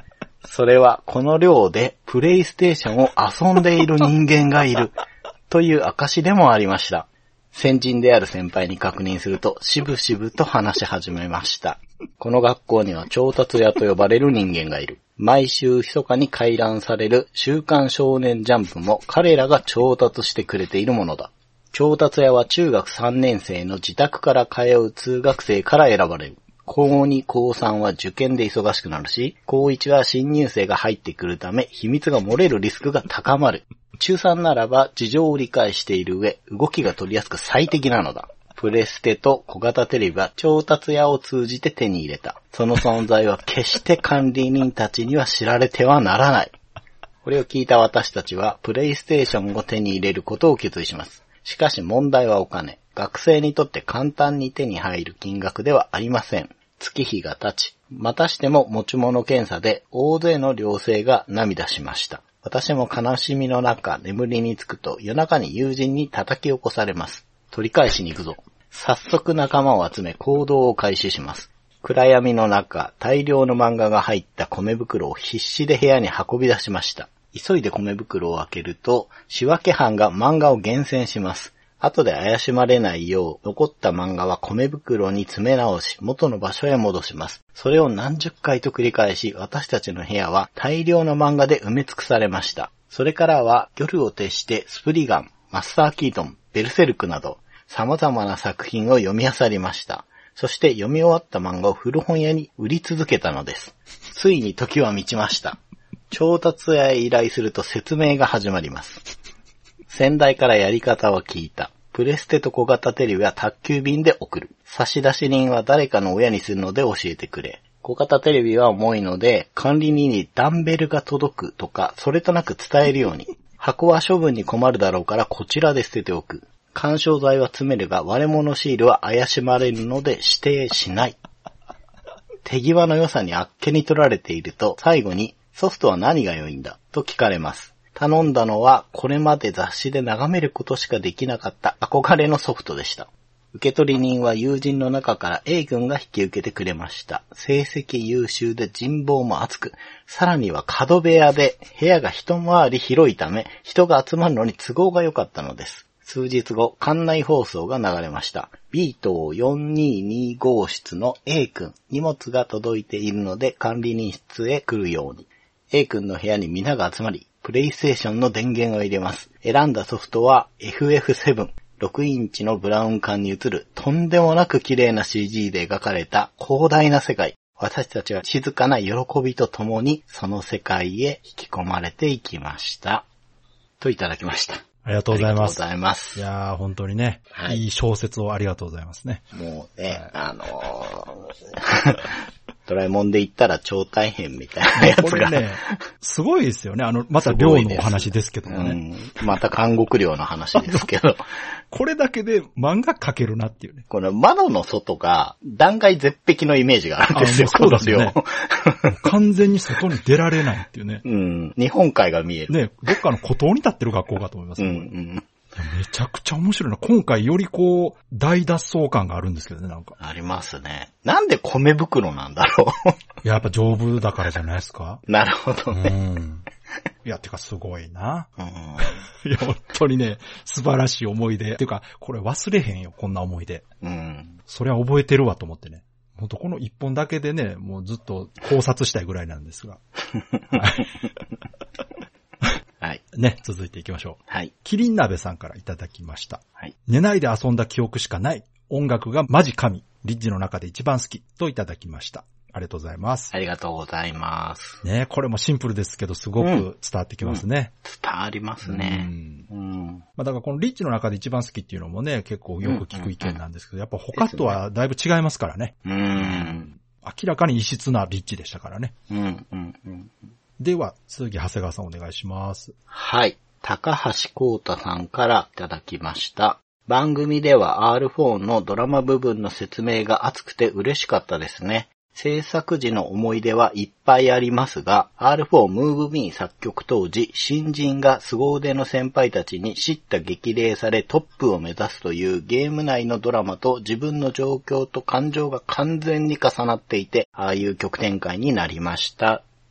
それはこの寮でプレイステーションを遊んでいる人間がいるという証でもありました。先人である先輩に確認すると、しぶしぶと話し始めました。この学校には調達屋と呼ばれる人間がいる。毎週密かに回覧される週刊少年ジャンプも彼らが調達してくれているものだ。調達屋は中学さんねん生の自宅から通う通学生から選ばれる。高に、高さんは受験で忙しくなるし、高いちは新入生が入ってくるため秘密が漏れるリスクが高まる。中さんならば事情を理解している上、動きが取りやすく最適なのだ。プレステと小型テレビは調達屋を通じて手に入れた。その存在は決して管理人たちには知られてはならない。これを聞いた私たちはプレイステーションを手に入れることを決意します。しかし問題はお金。学生にとって簡単に手に入る金額ではありません。月日が経ち、またしても持ち物検査で大勢の寮生が涙しました。私も悲しみの中、眠りにつくと夜中に友人に叩き起こされます。取り返しに行くぞ。早速仲間を集め行動を開始します。暗闇の中、大量の漫画が入った米袋を必死で部屋に運び出しました。急いで米袋を開けると、仕分け班が漫画を厳選します。後で怪しまれないよう、残った漫画は米袋に詰め直し、元の場所へ戻します。それを何十回と繰り返し、私たちの部屋は大量の漫画で埋め尽くされました。それからは夜を徹してスプリガン、マスターキートン、ベルセルクなど、様々な作品を読み漁りました。そして読み終わった漫画を古本屋に売り続けたのです。ついに時は満ちました。調達屋へ依頼すると説明が始まります。先代からやり方は聞いた。プレステと小型テレビは宅急便で送る。差出人は誰かの親にするので教えてくれ。小型テレビは重いので、管理人にダンベルが届くとか、それとなく伝えるように。箱は処分に困るだろうからこちらで捨てておく。干渉剤は詰めるが割れ物シールは怪しまれるので指定しない。手際の良さにあっけに取られていると、最後にソフトは何が良いんだと聞かれます。頼んだのはこれまで雑誌で眺めることしかできなかった憧れのソフトでした。受取人は友人の中から A 君が引き受けてくれました。成績優秀で人望も厚く、さらには角部屋で部屋が一回り広いため人が集まるのに都合が良かったのです。数日後、館内放送が流れました。B 棟よんにーにー号室の A 君、荷物が届いているので管理人室へ来るように。A 君の部屋に皆が集まり、プレイステーションの電源を入れます。選んだソフトは エフエフセブン。ろくインチのブラウン管に映るとんでもなく綺麗な シージー で描かれた広大な世界。私たちは静かな喜びとともにその世界へ引き込まれていきました。といただきました。 ありがとうございます。 ありがとうございます。 いやー、本当にね、はい、いい小説をありがとうございますね。 もうね、はい、あのー、ドラえもんで言ったら超大変みたいなやつが。これね、 すごいですよね。あの、また寮のお話ですけどもね。 うん、また監獄寮の話ですけど。 これだけで漫画描けるなっていうね。 この窓の外が断崖絶壁のイメージがあるんですよ、 そうですよね。完全に外に出られないっていうね。 うん。日本海が見える。 ね、どっかの孤島に立ってる学校かと思います。うんうん。めちゃくちゃ面白いな。今回よりこう、大脱走感があるんですけどね、なんか。 ありますね。なんで米袋なんだろう。やっぱ丈夫だからじゃないですか。 なるほどね。 うん。いや、てかすごいな。うん、いや、本当にね、素晴らしい思い出。てか、これ忘れへんよ、こんな思い出。うん。それは覚えてるわと思ってね。ほんとこの一本だけでね、もうずっと考察したいぐらいなんですが。はいはい。ね、続いていきましょう。はい。キリン鍋さんからいただきました。はい。寝ないで遊んだ記憶しかない。音楽がマジ神。リッジの中で一番好き。といただきました。ありがとうございます。 ありがとうございます。 ね、これもシンプルですけど、すごく伝わってきますね。 うんうん、伝わりますね。うん。 うん、まあだからこのリッジの中で一番好きっていうのもね、結構よく聞く意見なんですけど、やっぱ他とはだいぶ違いますからね。うん。明らかに異質なリッジでしたからね。うん、うん、うん。では、次、長谷川さんお願いします。 はい。高橋光太さんからいただきました。番組では アールフォー のドラマ部分の説明が熱くて嬉しかったですね。制作時の思い出はいっぱいありますが、アールフォー Move Me 作曲当時、新人が凄腕の先輩たちに叱咤激励されトップを目指すというゲーム内のドラマと自分の状況と感情が完全に重なっていて、ああいう曲展開になりました。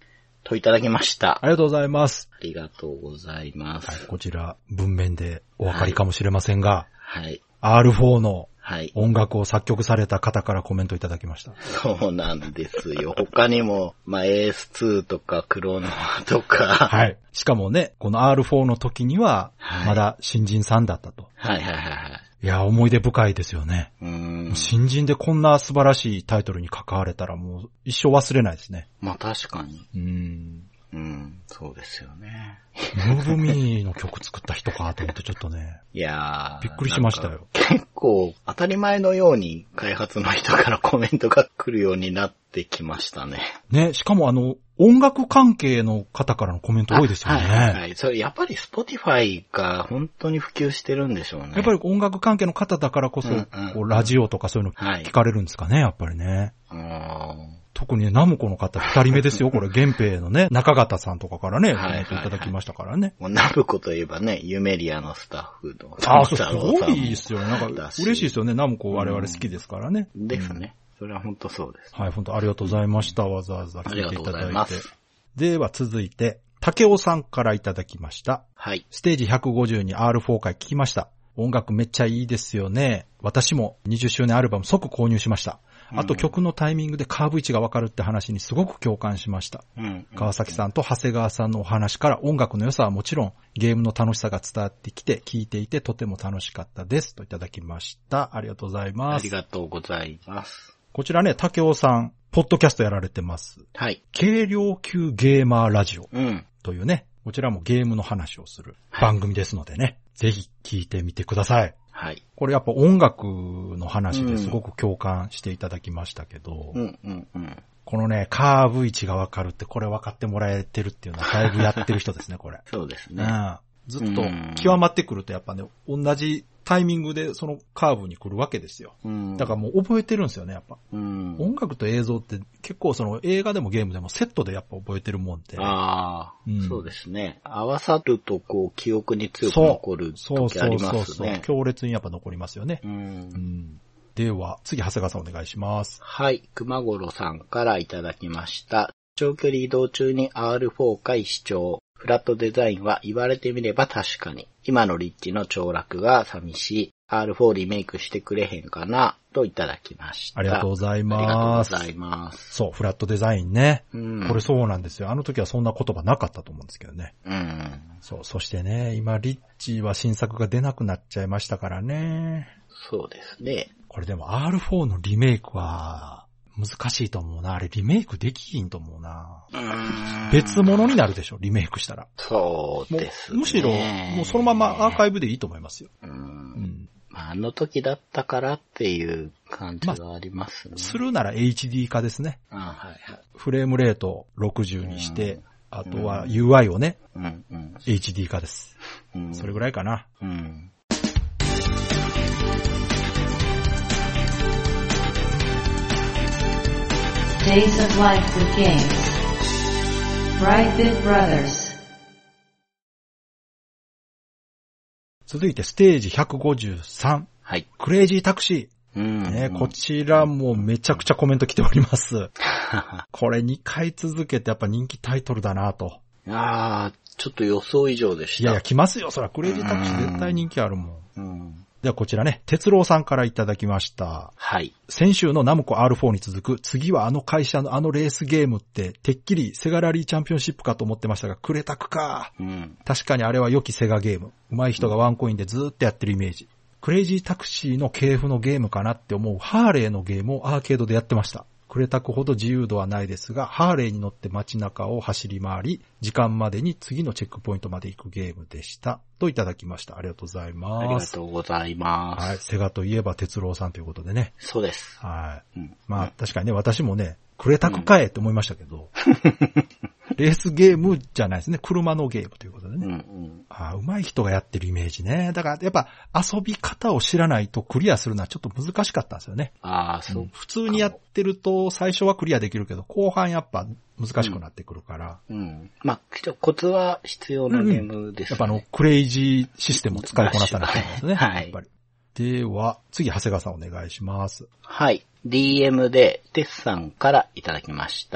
といただきました。 ありがとうございます。 ありがとうございます。 はい、こちら、文面でお分かりかもしれませんが、 はい。 アールフォー のはい。 音楽を作曲された方からコメントいただきました。 そうなんですよ。他にも、まあ、エーエスツー とかクロノとか。 はい。しかもね、この アールフォー の時には、まだ新人さんだったと。 はいはいはいはい。 いや、思い出深いですよね。 うーん。 新人でこんな素晴らしいタイトルに関われたらもう一生忘れないですね。 まあ確かに。 うーん。 うん、そうですよね。 ムーブミーの曲作った人かと思ってちょっとね。 いやー。 びっくりしましたよ。 結構当たり前のように開発の人からコメントが来るようになってきましたね。 ね、しかもあの、音楽関係の方からのコメント多いですよね。 はいはい。それやっぱり Spotify が本当に普及してるんでしょうね。 やっぱり音楽関係の方だからこそ、うんうん、こうラジオとかそういうの聞かれるんですかね、はい、やっぱりね。 あ特にね、ナムコの方二人目ですよ。これ、源平のね、中方さんとかからね、コメントいただきましたからね。 もうナムコといえばね、ユメリアのスタッフの。 ああ、そう、すごいですよね。なんか、嬉しいですよね。ナムコ我々好きですからね。 うん、ですね。それは本当そうです。 はい、本当ありがとうございました。わざわざ聞いていただいて。ありがとうございます。では続いて、竹尾さんからいただきました。 はい。 ステージひゃくごじゅうに アールフォー 回聞きました。音楽めっちゃいいですよね。私もにじゅっしゅうねんアルバム即購入しました。あと曲のタイミングでカーブ位置がわかるって話にすごく共感しました。うんうん、川崎さんと長谷川さんのお話から音楽の良さはもちろんゲームの楽しさが伝わってきて聴いていてとても楽しかったですといただきました。ありがとうございます。 ありがとうございます。 こちらね、竹尾さん、ポッドキャストやられてます。 はい。 軽量級ゲーマーラジオというね、うん、こちらもゲームの話をする番組ですのでね、はい、ぜひ聞いてみてください。 はい。 これやっぱ音楽の話ですごく共感していただきましたけど、 うんうんうん、 このね、カーブ位置がわかるって、これ分かってもらえてるっていうのはだいぶやってる人ですね、これ。 そうですね。 うん。ずっと極まってくるとやっぱね、同じタイミングでそのカーブに来るわけですよ。 うん、 だからもう覚えてるんですよね、やっぱ。 うん、 音楽と映像って結構その映画でもゲームでもセットでやっぱ覚えてるもんで。 ああ、うん、そうですね。合わさるとこう記憶に強く残る時ありますね。そうそうそうそう。 強烈にやっぱ残りますよね。 うんうん、 では、次、長谷川さんお願いします。 はい、熊五郎さんからいただきました。長距離移動中に アールフォー 回視聴。フラットデザインは言われてみれば確かに。今のリッチの凋落が寂しい。アールフォー リメイクしてくれへんかなといただきました。 ありがとうございます。 ありがとうございます。 そう、フラットデザインね。 うん、 これそうなんですよ。あの時はそんな言葉なかったと思うんですけどね。 うん、 そう、そしてね、今リッチは新作が出なくなっちゃいましたからね。 そうですね。 これでも アールフォー のリメイクは難しいと思うな。あれリメイクできひんと思うな。 うーん別物になるでしょ、リメイクしたら。 そうですね。 むしろ、もうそのままアーカイブでいいと思いますよ。 うーん、うんまあ、あの時だったからっていう感じはありますね。まあ、 するなら エイチディー 化ですね。 あはいはい、 フレームレートをろくじゅうにして、あとは ユーアイ をね、 うんうん、 エイチディー 化です、 うん。 それぐらいかな。 うん、 Days of Life with Games Brightbit Brothers 続いてステージひゃくごじゅうさん、 はい、 クレイジータクシー、 うんね、こちらもめちゃくちゃコメント来ておりますこれにかい続けてやっぱ人気タイトルだなと。 ああ、ちょっと予想以上でした。 いやいや来ますよ、そらクレイジータクシー絶対人気あるもん。 うん、 ではこちらね、哲郎さんからいただきました。 はい。 先週のナムコ アールフォー に続く、次はあの会社のあのレースゲームって、てっきりセガラリーチャンピオンシップかと思ってましたが、クレタクか。 うん、 確かにあれは良きセガゲーム。上手い人がワンコインでずーっとやってるイメージ。クレイジータクシーの系譜のゲームかなって思うハーレーのゲームをアーケードでやってました。クレタクほど自由度はないですが、ハーレーに乗って街中を走り回り、時間までに次のチェックポイントまで行くゲームでした。といただきました。ありがとうございます。 ありがとうございます。 はい。セガといえば哲郎さんということでね。 そうです。 はい。 うん、 まあ、 うん、 確かにね、私もね、クレタクかえって思いましたけど、うん、レースゲームじゃないですね。車のゲームということでね。 うんうん、 あ、上手い人がやってるイメージね。だからやっぱ遊び方を知らないとクリアするのはちょっと難しかったんですよね。 ああ、そう、うん。 普通にやってると最初はクリアできるけど、後半やっぱ難しくなってくるから。 うん。うん、まあ、コツは必要なゲームですね。 やっぱあの、クレイジーシステムを使いこなさなきゃいけないですね。 はい。 やっぱり。では、次、長谷川さんお願いします。 はい。ディーエム で、テスさんからいただきました。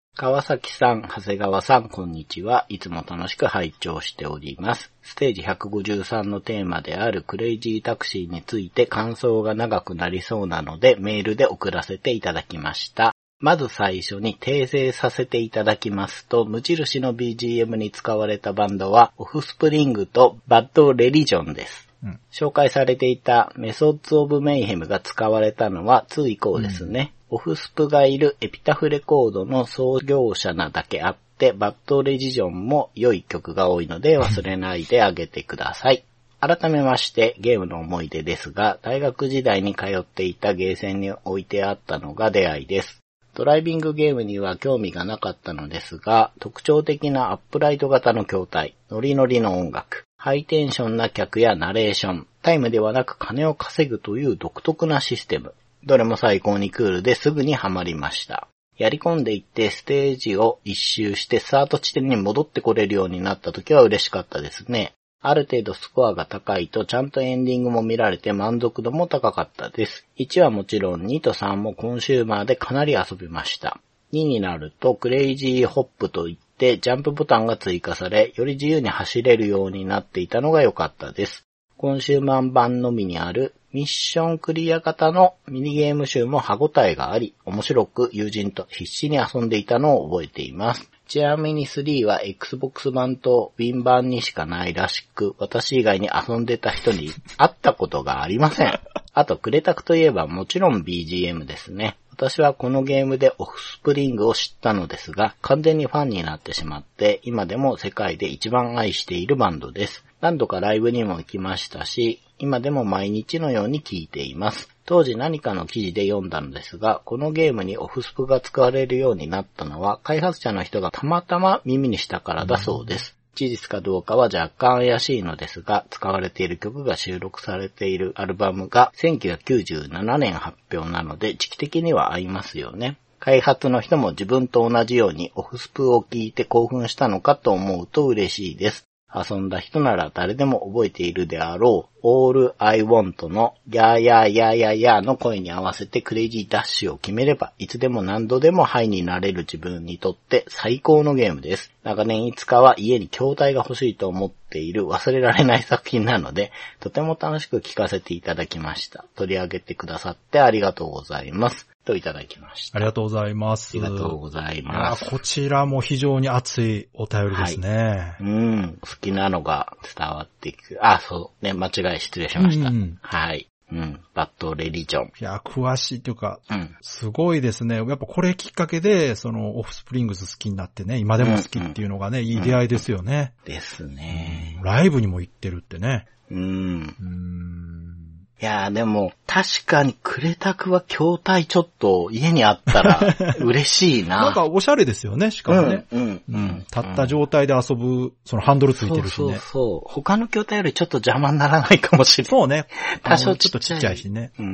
川崎さん、長谷川さん、こんにちは。いつも楽しく拝聴しております。ステージひゃくごじゅうさんのテーマであるクレイジータクシーについて感想が長くなりそうなのでメールで送らせていただきました。まず最初に訂正させていただきますと、無印の ビージーエム に使われたバンドはオフスプリングとバッドレリジョンです。うん、紹介されていたメソッドオブメイヘムが使われたのはに以降ですね。うん、オフスプがいるエピタフレコードの創業者なだけあって、バッドレジジョンも良い曲が多いので忘れないであげてください。改めましてゲームの思い出ですが、大学時代に通っていたゲーセンに置いてあったのが出会いです。ドライビングゲームには興味がなかったのですが、特徴的なアップライト型の筐体、ノリノリの音楽、ハイテンションな客やナレーション、タイムではなく金を稼ぐという独特なシステム。どれも最高にクールですぐにハマりました。やり込んでいってステージを一周してスタート地点に戻ってこれるようになった時は嬉しかったですね。ある程度スコアが高いとちゃんとエンディングも見られて満足度も高かったです。いちはもちろんにとさんもコンシューマーでかなり遊びました。にになるとクレイジーホップといってジャンプボタンが追加され、より自由に走れるようになっていたのが良かったです。コンシューマー版のみにあるミッションクリア型のミニゲーム集も歯応えがあり、面白く友人と必死に遊んでいたのを覚えています。ちなみにスリーは Xbox 版と Win 版にしかないらしく、私以外に遊んでた人に会ったことがありません。あと、クレタクといえばもちろん ビージーエム ですね。私はこのゲームでオフスプリングを知ったのですが、完全にファンになってしまって、今でも世界で一番愛しているバンドです。何度かライブにも行きましたし、今でも毎日のように聴いています。当時何かの記事で読んだのですが、このゲームにオフスプが使われるようになったのは、開発者の人がたまたま耳にしたからだそうです。事実かどうかは若干怪しいのですが、使われている曲が収録されているアルバムがせんきゅうひゃくきゅうじゅうななねん発表なので、時期的には合いますよね。開発の人も自分と同じようにオフスプを聞いて興奮したのかと思うと嬉しいです。遊んだ人なら誰でも覚えているであろう All I Want のやーやーやーやーやーの声に合わせてクレイジーダッシュを決めればいつでも何度でもハイになれる自分にとって最高のゲームです。長年いつかは家に筐体が欲しいと思っている忘れられない作品なのでとても楽しく聞かせていただきました。取り上げてくださってありがとうございます。といただきました。 ありがとうございます。 ありがとうございます。 こちらも非常に熱いお便りですね。 はい、うん。好きなのが伝わっていく。あ、そう。ね、間違い失礼しました。うんうん、はい。うん。バッドレリジョン。 いや、詳しいっていうか、うん、すごいですね。やっぱこれきっかけで、その、オフスプリングス好きになってね、今でも好きっていうのがね、うんうん、いい出会いですよね。 ですね。 ライブにも行ってるってね。 うん。うんいやーでも、確かにクレタクは筐体ちょっと家にあったら嬉しいな。 なんかおしゃれですよね、しかもね。 うん、うん、うん。 立った状態で遊ぶ、そのハンドルついてるしね。 そうそうそう。他の筐体よりちょっと邪魔にならないかもしれない。 そうね。 多少ちょっとちっちゃいしね。 うん。うん、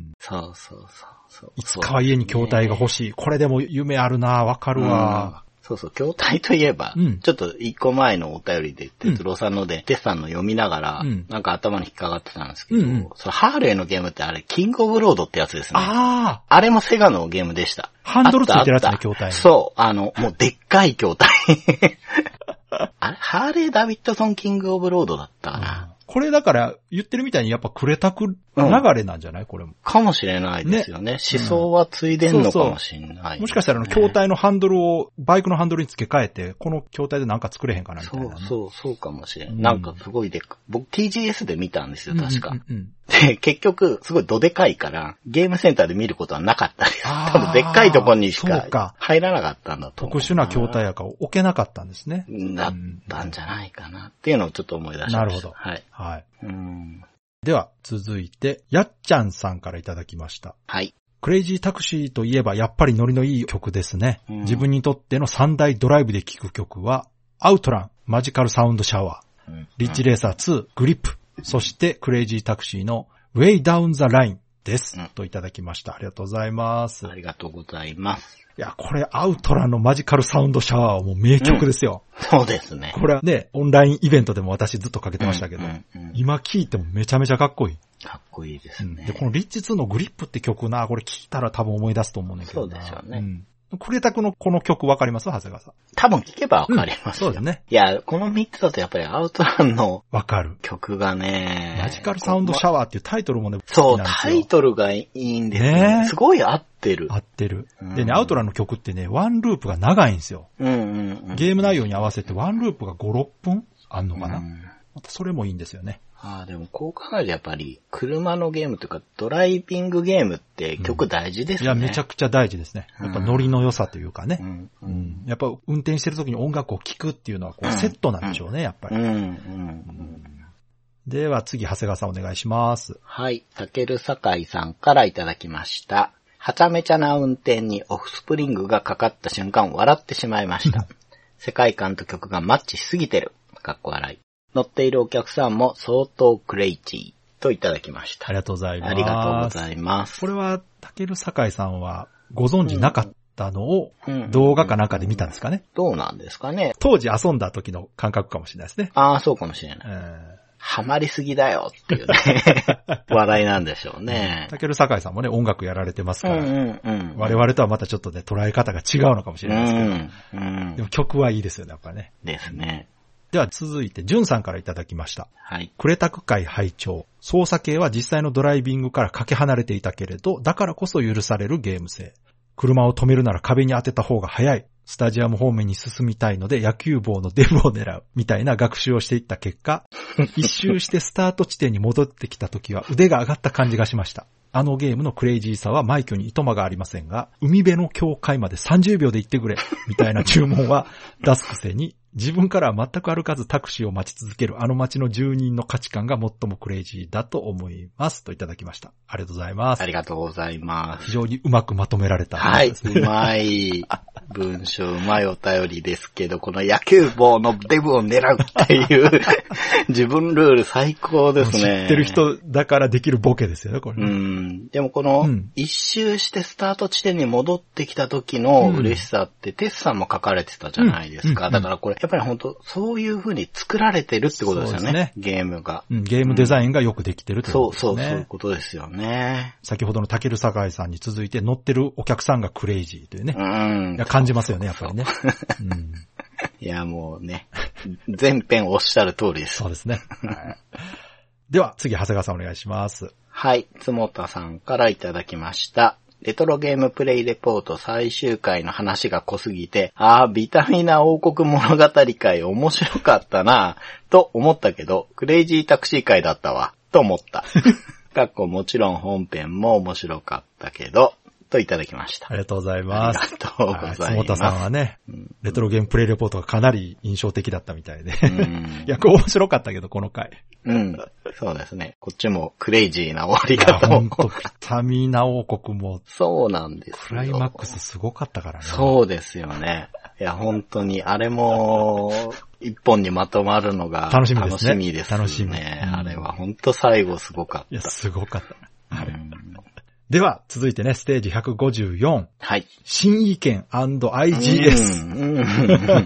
そうそうそうそう。 いつかは家に筐体が欲しい。これでも夢あるな、わかるわ。 うんそうそう、筐体といえば、うん、ちょっと一個前のお便りで、哲郎さんので、テスさんの読みながら、うん、なんか頭に引っかかってたんですけど、うんうん、そのハーレーのゲームってあれ、キングオブロードってやつですね。 ああ。 あれもセガのゲームでした。 ハンドルついてるやつね、筐体。 そう、あの、もうでっかい筐体。あれ、ハーレー・ダビッドソン・キングオブロードだったかな。 うんこれだから言ってるみたいにやっぱクレタク流れなんじゃない、うん、これも。 かもしれないですよね。ね思想はついでんのかもしれない、ねそうそう。 もしかしたらあの筐体のハンドルをバイクのハンドルに付け替えて、この筐体でなんか作れへんかなみたいな、ね。 そうそう、そうかもしれない。うん、なんかすごいでか僕 ティージーエス で見たんですよ、確か。うんうんうんで、結局、すごいどでかいから、ゲームセンターで見ることはなかったです。多分でっかいところにしか入らなかったんだと思う。 特殊な筐体やから置けなかったんですね。 だったんじゃないかなっていうのをちょっと思い出しました。 なるほど。 はい。 はい。うんでは、続いて、やっちゃんさんからいただきました。 はい。 クレイジータクシーといえばやっぱりノリのいい曲ですね。うん、自分にとっての三大ドライブで聴く曲は、アウトラン、マジカルサウンドシャワー、うん、リッチレーサーツー、グリップ、そしてクレイジータクシーの Way Down the Line です、うん。といただきました。ありがとうございます。 ありがとうございます。 いや、これアウトラのマジカルサウンドシャワーはもう名曲ですよ、 うん。そうですね。 これはね、オンラインイベントでも私ずっとかけてましたけど、うんうんうん、今聴いてもめちゃめちゃかっこいい。 かっこいいですね。 うん、で、このリッチツーのグリップって曲な、これ聴いたら多分思い出すと思うんだけどな。 そうですよね。うんクレタクのこの曲わかります長谷川さん。 多分聞けばわかりますよ、 うん、そうですね。 いや、このみっつだとやっぱりアウトランのわかる曲がね、 マジカルサウンドシャワーっていうタイトルもね、 そう、タイトルがいいんですよね。ねすごい合ってる。 合ってる。でね、アウトランの曲ってね、ワンループが長いんですよ。 うんうんうん、 ゲーム内容に合わせてワンループがご、ろっぷんあんのかな、うん、またそれもいいんですよね。 ああ、でもこう考えるとやっぱり車のゲームというかドライビングゲームって曲大事ですね。 うん、いや、めちゃくちゃ大事ですね。やっぱノリの良さというかね。 うんうん、やっぱ運転してる時に音楽を聴くっていうのはこうセットなんでしょうね、やっぱり。うんうんうん、では次、長谷川さんお願いします。 はい。たけるさかいさんからいただきました。はちゃめちゃな運転にオフスプリングがかかった瞬間笑ってしまいました。世界観と曲がマッチしすぎてる。かっこ笑い。乗っているお客さんも相当クレイジーといただきました。 ありがとうございます。 ありがとうございます。 これは、たけるさかいさんはご存知なかったのを動画かなんかで見たんですかね。 どうなんですかね。 当時遊んだ時の感覚かもしれないですね。 ああ、そうかもしれない。 えーハマりすぎだよっていうね話題なんでしょうね。 たけるさかいさんもね、音楽やられてますから、 うんうんうん、 我々とはまたちょっとね、捉え方が違うのかもしれないですけど、 うんうん、 でも曲はいいですよね、やっぱね。 ですね。 では続いて、じゅんさんからいただきました。 はい。 クレタク会拝聴。操作系は実際のドライビングからかけ離れていたけれど、だからこそ許されるゲーム性。車を止めるなら壁に当てた方が早い。スタジアム方面に進みたいので野球棒のデブを狙う。みたいな学習をしていった結果、一周してスタート地点に戻ってきた時は腕が上がった感じがしました。あのゲームのクレイジーさは枚挙にいとまがありませんが、海辺の境界までさんじゅうびょうで行ってくれ。みたいな注文は出すくせに、自分からは全く歩かずタクシーを待ち続けるあの街の住人の価値観が最もクレイジーだと思います。といただきました。ありがとうございます。 ありがとうございます。 非常にうまくまとめられた、 はい、うまい文章、うまいお便りですけど、この野球棒のデブを狙うっていう自分ルール最高ですね。 知ってる人だからできるボケですよね、これ、ね。 うん。でもこの、うん、一周してスタート地点に戻ってきた時の嬉しさって、うん、テスさんも書かれてたじゃないですか。うんうんうん、だからこれ、やっぱり本当そういう風に作られてるってことですよね。ねゲームが、 うん。ゲームデザインがよくできてるってことですね。 そうそう、そういうことですよね。 先ほどのたけるさかいさんに続いて乗ってるお客さんがクレイジーというね。 うん。 いや感じますよね、やっぱりね。うん、 いや、もうね、全編おっしゃる通りです。 そうですね。はい、では、次、長谷川さんお願いします。 はい、つもたさんからいただきました。レトロゲームプレイレポート最終回の話が濃すぎて、ああ、ビタミナ王国物語会面白かったなぁ、と思ったけど、クレイジータクシー会だったわ、と思った。かっこもちろん本編も面白かったけど、といただきました。 ありがとうございます。 ありがとうございます。つもたさんはね、うん、レトロゲームプレイレポートがかなり印象的だったみたいで。うん、いや、面白かったけど、この回。 うん。そうですね。こっちもクレイジーな終わり方も。 ほんと、ビタミナ王国も。 そうなんですよ。 クライマックスすごかったからね。 そうですよね。いや、本当に、あれも、一本にまとまるのが楽しみですね。楽しみですね。 楽しみ。うん、 あれは本当最後すごかった。 いや、すごかった。はい。では、続いてね、ステージひゃくごじゅうよん。 はい。 新意見 アイジーエス。うんうん、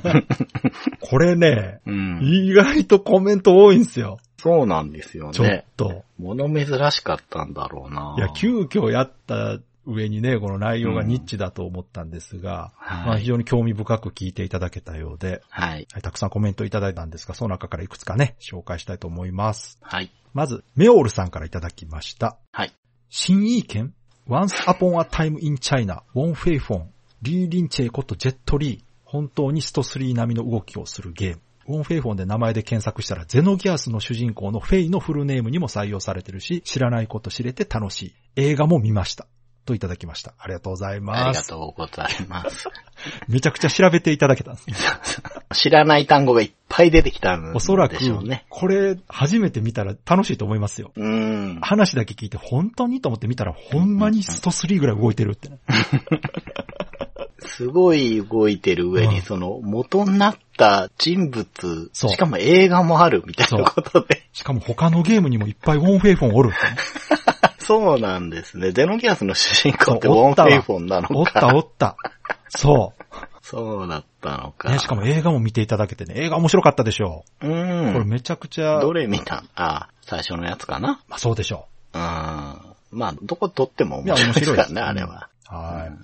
これね、うん、意外とコメント多いんですよ。 そうなんですよね。 ちょっと。 物珍しかったんだろうな。 いや、急遽やった上にね、この内容がニッチだと思ったんですが、うんまあ、非常に興味深く聞いていただけたようで、 はい、 はい、たくさんコメントいただいたんですが、その中からいくつかね、紹介したいと思います。 はい。 まず、メオールさんからいただきました。 はい。 新意見 Once upon a time in China, ウォン・フェイフォン、リー・リンチェイことジェット・リー、本当にストスリー並みの動きをするゲーム。ウォン・フェイフォンで名前で検索したらゼノギアスの主人公のフェイのフルネームにも採用されてるし、知らないこと知れて楽しい。映画も見ました。といただきました。ありがとうございます。 ありがとうございます。 めちゃくちゃ調べていただけたんです。 知らない単語がいっぱい出てきたんでしょうね。 おそらく、これ初めて見たら楽しいと思いますよ。 うん。 話だけ聞いて本当にと思って見たらほんまにストスリーぐらい動いてるって、ね。 すごい動いてる上に、うん、その元になった人物、しかも映画もあるみたいなことで。 しかも他のゲームにもいっぱいウォン・フェイフォンおるって、ね。 そうなんですね。ゼノギアスの主人公ってウォン・フェイフォンなのか。 おったおった。そう。 そうだったのか、 ね。しかも映画も見ていただけてね。映画面白かったでしょう。うん。 これめちゃくちゃ。 どれ見たあ、最初のやつかな。 まあそうでしょう。うん。まあ、どこ撮っても面白いですからね、あれは。 はい、 うん。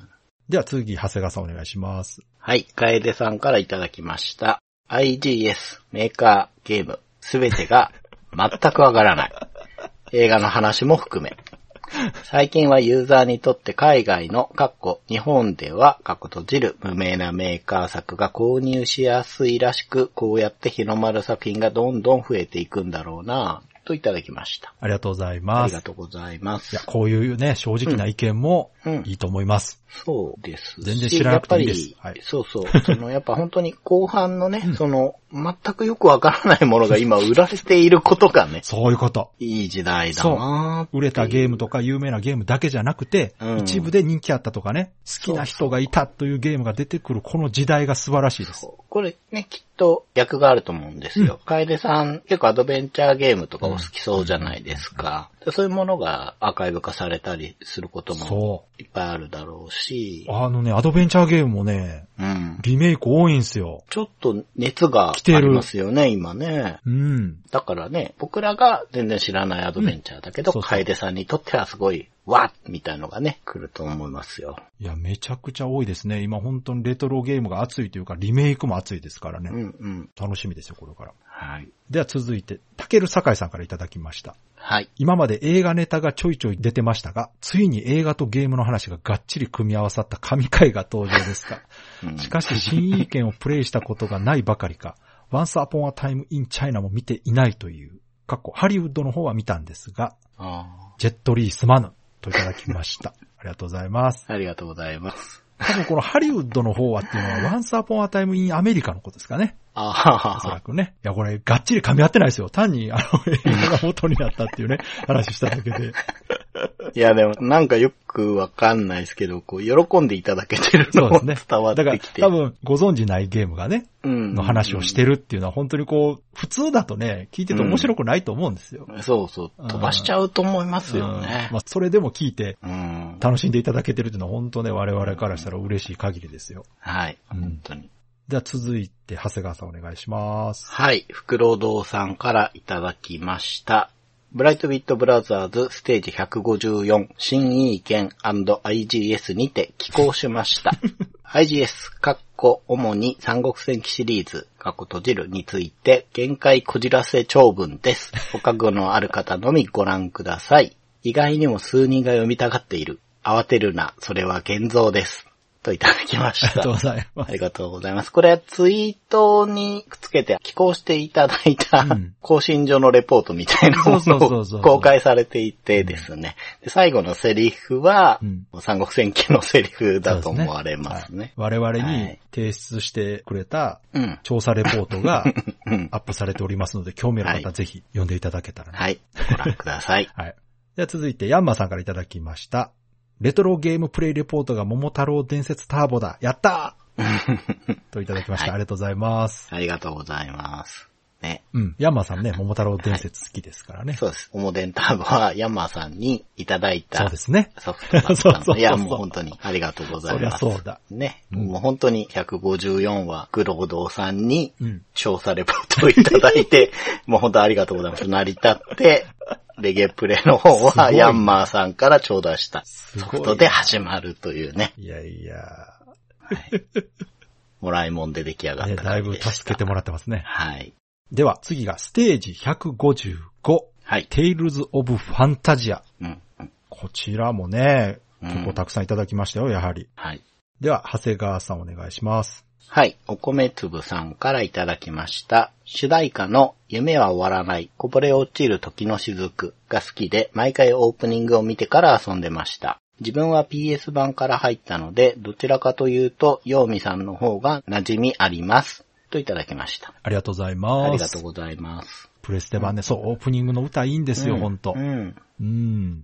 では次、長谷川さんお願いします。 はい、楓さんからいただきました。アイジーエス メーカーゲームすべてが全くわからない。映画の話も含め。最近はユーザーにとって海外の、かっこ日本では、かっこ閉じる無名なメーカー作が購入しやすいらしく、こうやって日の丸作品がどんどん増えていくんだろうなといただきました。 ありがとうございます。 ありがとうございます。 いや、こういうね、正直な意見もいいと思います。 うんうん、そうです。 全然知らなくていいです。 やっぱり、はい、そうそう。そのやっぱ本当に後半のね、うん、その全くよくわからないものが今売られていることがね。 そういうこと。 いい時代だな。 売れたゲームとか有名なゲームだけじゃなくて、うん、一部で人気あったとかね、好きな人がいたというゲームが出てくるこの時代が素晴らしいです。 そうこれね、きっと逆があると思うんですよ。うん、楓さん結構アドベンチャーゲームとかお好きそうじゃないですか。うん、そういうものがアーカイブ化されたりすることもいっぱいあるだろうし。 あのね、アドベンチャーゲームもね、うん、リメイク多いんすよ。 ちょっと熱がありますよね、今ね。 うん。 だからね、僕らが全然知らないアドベンチャーだけど、うん、楓さんにとってはすごい、わっみたいのがね、来ると思いますよ。 いや、めちゃくちゃ多いですね。今本当にレトロゲームが熱いというか、リメイクも熱いですからね。 うんうん。 楽しみですよ、これから。 はい。 では続いて、たけるさかいさんからいただきました。 はい。 今まで映画ネタがちょいちょい出てましたが、ついに映画とゲームの話ががっちり組み合わさった神回が登場ですか。うん、しかし、新意見をプレイしたことがないばかりか、Once Upon a Time in China も見ていないという、過去ハリウッドの方は見たんですが、 あジェットリーすまぬといただきました。ありがとうございます。 ありがとうございます。 多分このハリウッドの方はっていうのは Once Upon a Time in America のことですかね。 ああ。 おそらくね。いや、これ、がっちり噛み合ってないですよ。単に、あの、映画が元になったっていうね、話しただけで。 いや、でも、なんかよくわかんないですけど、こう、喜んでいただけてるのも伝わってきて。 だから、多分、ご存知ないゲームがね、うん、の話をしてるっていうのは、本当にこう、普通だとね、聞いてて面白くないと思うんですよ。 うん、そうそう。飛ばしちゃうと思いますよね。 まあ、それでも聞いて、楽しんでいただけてるっていうのは、本当ね、我々からしたら嬉しい限りですよ。 はい。本当に。 では続いて、長谷川さんお願いします。 はい。福労堂さんからいただきました。ブライトビットブラザーズステージひゃくごじゅうよん新意見 アイジーエス にて寄稿しました。アイジーエス、かっこ主に三国戦記シリーズ、かっこ閉じるについて、限界こじらせ長文です。ご覚悟のある方のみご覧ください。意外にも数人が読みたがっている。慌てるな、それは現像です。といただきました。 ありがとうございます。 ありがとうございます。これはツイートにくっつけて寄稿していただいた、うん、更新所のレポートみたいなものを公開されていてですね。で最後のセリフは、うん、三国戦記のセリフだと思われますね。 はい、我々に提出してくれた調査レポートがアップされておりますので、興味ある方はぜひ読んでいただけたらね。 はい。ご覧ください。 はい。では続いてヤンマさんからいただきました。レトロゲームプレイレポートが桃太郎伝説ターボだ。やったーといただきました、はい。ありがとうございます。 ありがとうございます。ね。 うん。ヤンマーさんね、桃太郎伝説好きですからね。はい、 そうです。オモデンターボはヤンマーさんにいただいた。 そうですね。 ソフトだったので。そうそうそう。いや、もう本当にありがとうございます。 そりゃそうだ。 ね。うん、もう本当にひゃくごじゅうよんわ、グロードさんに調査レポートをいただいて、うん、もう本当ありがとうございます。成り立って、レゲプレの方はヤンマーさんから頂戴したソフトで始まるというね。 いやいや、 はい。もらいもんで出来上がった感じでした。 だいぶ助けてもらってますね。 はい。 では次がステージひゃくごじゅうご。はい。Tales of Fantasia。うんうん、こちらもね、結構たくさんいただきましたよ、やはり。 はい。 では、長谷川さんお願いします。 はい。お米粒さんからいただきました。主題歌の夢は終わらない、こぼれ落ちる時の雫が好きで、毎回オープニングを見てから遊んでました。自分は ピーエス 版から入ったので、どちらかというと、ヨウミさんの方が馴染みあります。といただきました。 ありがとうございます。 ありがとうございます。 プレステ版ね、うん、そう、オープニングの歌いいんですよ、うん、ほんと。 うん。うん。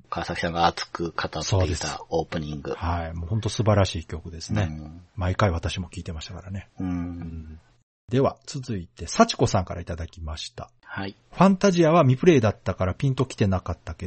川崎さんが熱く語っていたオープニング。 はい。もうほんと素晴らしい曲ですね。うん、毎回私も聴いてましたからね。 うん。うん、 では、続いて、幸子さんからいただきました。 はい。 ファンタジアは未プレイだったからピンと来てなかったけど、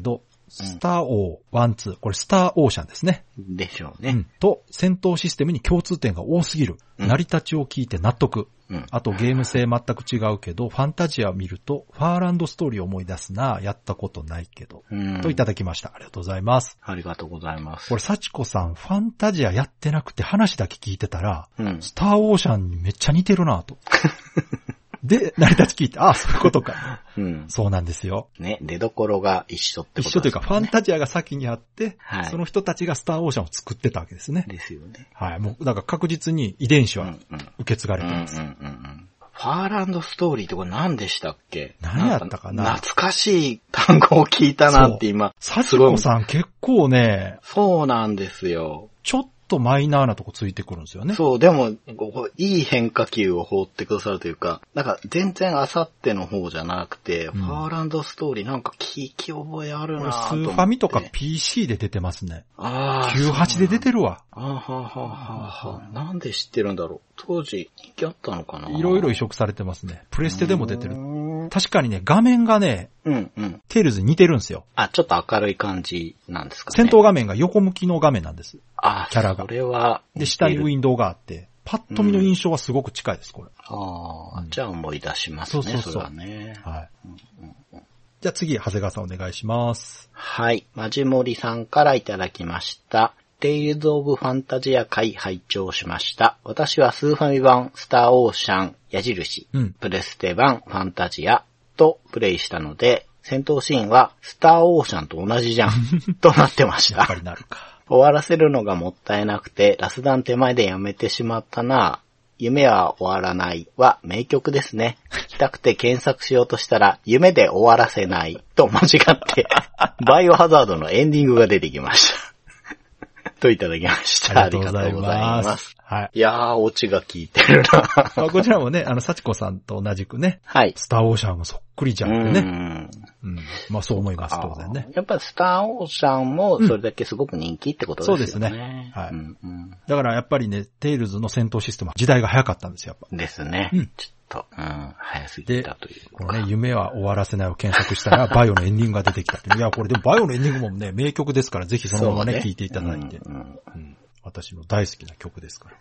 スターオーワン、ツー。これスターオーシャンですね。 でしょうね。 うん。と、戦闘システムに共通点が多すぎる。 うん、 成り立ちを聞いて納得。 うん、 あとゲーム性全く違うけど、ファンタジアを見ると、ファーランドストーリーを思い出すな。やったことないけど。 うん、 といただきました。ありがとうございます。 ありがとうございます。 これ、幸子さん、ファンタジアやってなくて話だけ聞いてたら、 うん、 スターオーシャンにめっちゃ似てるなと。で、成り立ち聞いて、ああ、そういうことか。 うん。 そうなんですよ。 ね、出所が一緒ってことですね。 一緒というか、ファンタジアが先にあって、 はい、 その人たちがスターオーシャンを作ってたわけですね。 ですよね。 はい。もう、だから確実に遺伝子は受け継がれてます。 うんうんうんうん、ファーランドストーリーってこれ何でしたっけ？ 何やったかな？ 懐かしい単語を聞いたなって今。 幸子さん結構ね、 そうなんですよ。 ちょっとマイナーなとこついてくるんですよね。 そう、でも、いい変化球を放ってくださるというか、なんか全然あさっての方じゃなくて、うん、ファーランドストーリーなんか聞き覚えあるなぁと思って。 スーファミとか ピーシー で出てますね。 ああ。 きゅうじゅうはちで出てるわ。 あはははは。なんで知ってるんだろう。当時人気あったのかな。 いろいろ移植されてますね。プレステでも出てる。確かにね、画面がね、 うんうん。 テイルズに似てるんですよ。 あ、ちょっと明るい感じなんですかね。 戦闘画面が横向きの画面なんです。 あ、 キャラが。 それは。 で、下にウィンドウがあって、パッと見の印象はすごく近いです、これ。 ああ、うん、じゃあ思い出しますね、そうそうそうそれはね。 はい。うんうんうん、じゃあ次、長谷川さんお願いします。 はい。マジモリさんからいただきました。テイルズ・オブ・ファンタジア会拝聴しました。私はスーファミ版スターオーシャン矢印、うん、プレステ版ファンタジアとプレイしたので、戦闘シーンはスターオーシャンと同じじゃんとなってました。 やっぱりなるか。 終わらせるのがもったいなくて、ラスダン手前でやめてしまったな。夢は終わらないは名曲ですね。聞きたくて検索しようとしたら、夢で終わらせないと間違って、バイオハザードのエンディングが出てきました。といただきました。ありがとうございます。はい。いやー、オチが効いてるな。 まあ、こちらもね、あの、幸子さんと同じくね。はい。スターオーシャンもそっくりじゃんってね。うん。うん。まあ、そう思います、当然ね。 やっぱりスターオーシャンもそれだけすごく人気ってことですよね。うん、そうですね。 はい。うんうん、だからやっぱりね、テイルズの戦闘システムは時代が早かったんですよ、やっぱ。 ですね。うん。ちょっと、うん、早すぎたというか。 このね、夢は終わらせないを検索したら、バイオのエンディングが出てきたって。いや、これでもバイオのエンディングもね、名曲ですから、ぜひそのままね、聴、ね、いていただいて。うんうんうん私の大好きな曲ですから。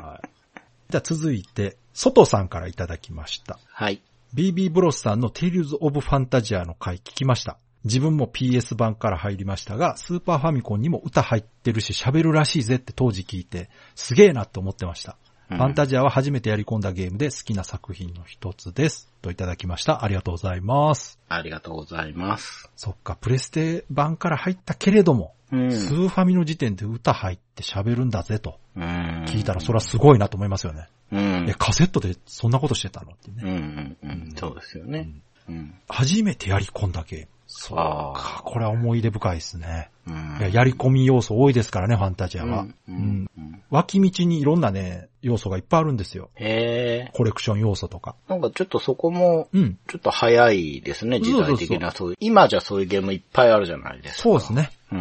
はい。じゃあ続いて、ソトさんからいただきました。 はい。 ビービー ブロスさんの Tales of Fantasia の回聞きました。自分も ピーエス 版から入りましたが、スーパーファミコンにも歌入ってるし喋るらしいぜって当時聞いて、すげえなって思ってました。うん、ファンタジアは初めてやり込んだゲームで好きな作品の一つです。といただきました。ありがとうございます。 ありがとうございます。 そっか、プレステ版から入ったけれども、うん、スーファミの時点で歌入って喋るんだぜと聞いたらそれはすごいなと思いますよね。うん、え、カセットでそんなことしてたのってね。 うんうんうん、そうですよね、うんうん。 初めてやり込んだゲーム。そうか、これは思い出深いですね。うん、いや、やり込み要素多いですからね、ファンタジアは。うんうんうん、脇道にいろんなね、要素がいっぱいあるんですよ。 へー。 コレクション要素とか。 なんかちょっとそこも、ちょっと早いですね、うん、時代的な。そうそうそう。今じゃそういうゲームいっぱいあるじゃないですか。 そうですね。 うん、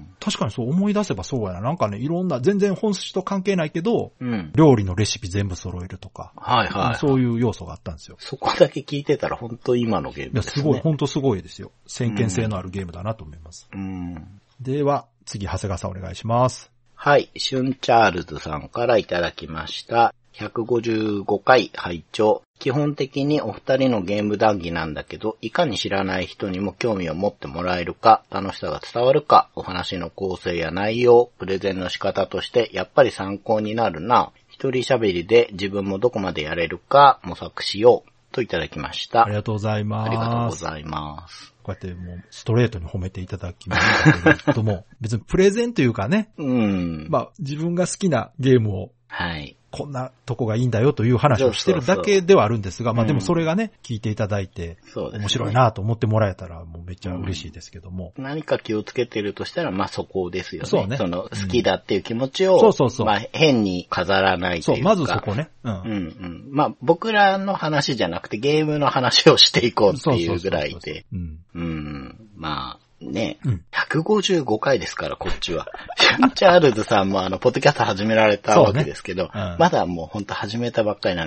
確かにそう思い出せばそうやな。なんかね、いろんな、全然本質と関係ないけど、うん、料理のレシピ全部揃えるとか、 はいはい、はい。 そういう要素があったんですよ。 そこだけ聞いてたら本当今のゲームですね。 いや、すごい、本当すごいですよ。先見性のあるゲームだなと思います。うん、では、次、長谷川さんお願いします。 はい、シュンチャールズさんからいただきました。ひゃくごじゅうごかい拝聴。基本的にお二人のゲーム談義なんだけど、いかに知らない人にも興味を持ってもらえるか、楽しさが伝わるか、お話の構成や内容、プレゼンの仕方としてやっぱり参考になるな。一人喋りで自分もどこまでやれるか模索しようといただきました。 ありがとうございます。 ありがとうございます。 こうやってもうストレートに褒めていただきましたけれども、別にプレゼンというかね、うん、まあ自分が好きなゲームを、はい。こんなとこがいいんだよという話をしてるだけではあるんですが、そうそうそうまあでもそれがね、うん、聞いていただいて、面白いなと思ってもらえたらもうめっちゃ嬉しいですけども。 うん、何か気をつけてるとしたら、まあそこですよね。そうね。その好きだっていう気持ちを、うん、そうそうそう。まあ変に飾らないというか。 そう、まずそこね。うん。うんうん。まあ僕らの話じゃなくてゲームの話をしていこうっていうぐらいで。うん。うん。まあ。ね、うん、ひゃくごじゅうごかいですから、こっちは。シュンチャールズさんもあの、ポッドキャスト始められたわけですけど、ねうん、まだもうほんと始めたばっかりなので、はい、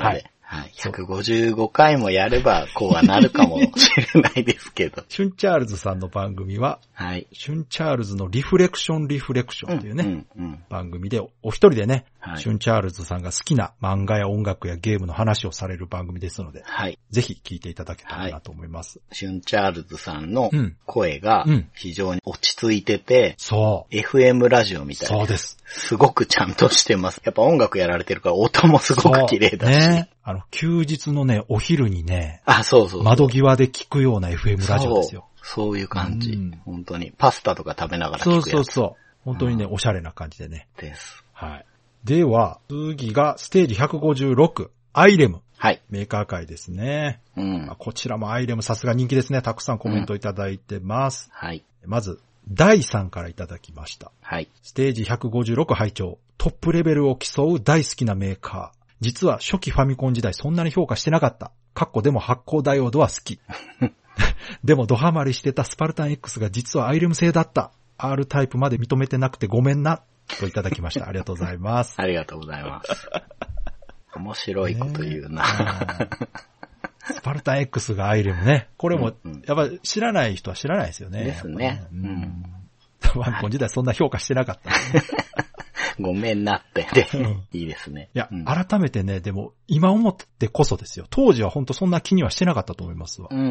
はい。ひゃくごじゅうごかいもやればこうはなるかもしれないですけど。 シュンチャールズさんの番組は、 はい。 シュンチャールズのリフレクションリフレクションというね、 うんうんうん、 番組でお一人でね、 はい、 シュンチャールズさんが好きな漫画や音楽やゲームの話をされる番組ですので、はい、ぜひ聞いていただけたらなと思います。 はい、シュンチャールズさんの声が非常に落ち着いてて、 そう。 エフエム ラジオみたいな。 そうです。 すごくちゃんとしてます。やっぱ音楽やられてるから音もすごく綺麗だし。 ね。あの、休日のね、お昼にね、 あ、そうそうそう。 窓際で聞くような エフエム ラジオですよ。 そう、そういう感じ、うん。本当に。パスタとか食べながら聞くやつ。 そうそうそう。本当にね、うん、おしゃれな感じでね。 です。 はい。では、次がステージひゃくごじゅうろく、アイレム。 はい。 メーカー界ですね。 うん。 こちらもアイレムさすが人気ですね。たくさんコメントいただいてます。 うん、はい。 まず、ダイさんからいただきました。 はい。 ステージひゃくごじゅうろく拝聴。トップレベルを競う大好きなメーカー。実は初期ファミコン時代そんなに評価してなかった。かっこでも発光ダイオードは好き。でもドハマりしてたスパルタン X が実はアイレム製だった。R タイプまで認めてなくてごめんな。といただきました。ありがとうございます。 ありがとうございます。面白いこと言うな。 スパルタン X がアイレムね。これも、やっぱり知らない人は知らないですよね。 ですね。うん。 ファミコン時代そんな評価してなかった、ね。 ごめんなって。で、うん、いいですね。 いや、うん、改めてね、でも、今思ってこそですよ。当時は本当そんな気にはしてなかったと思いますわ。 うん。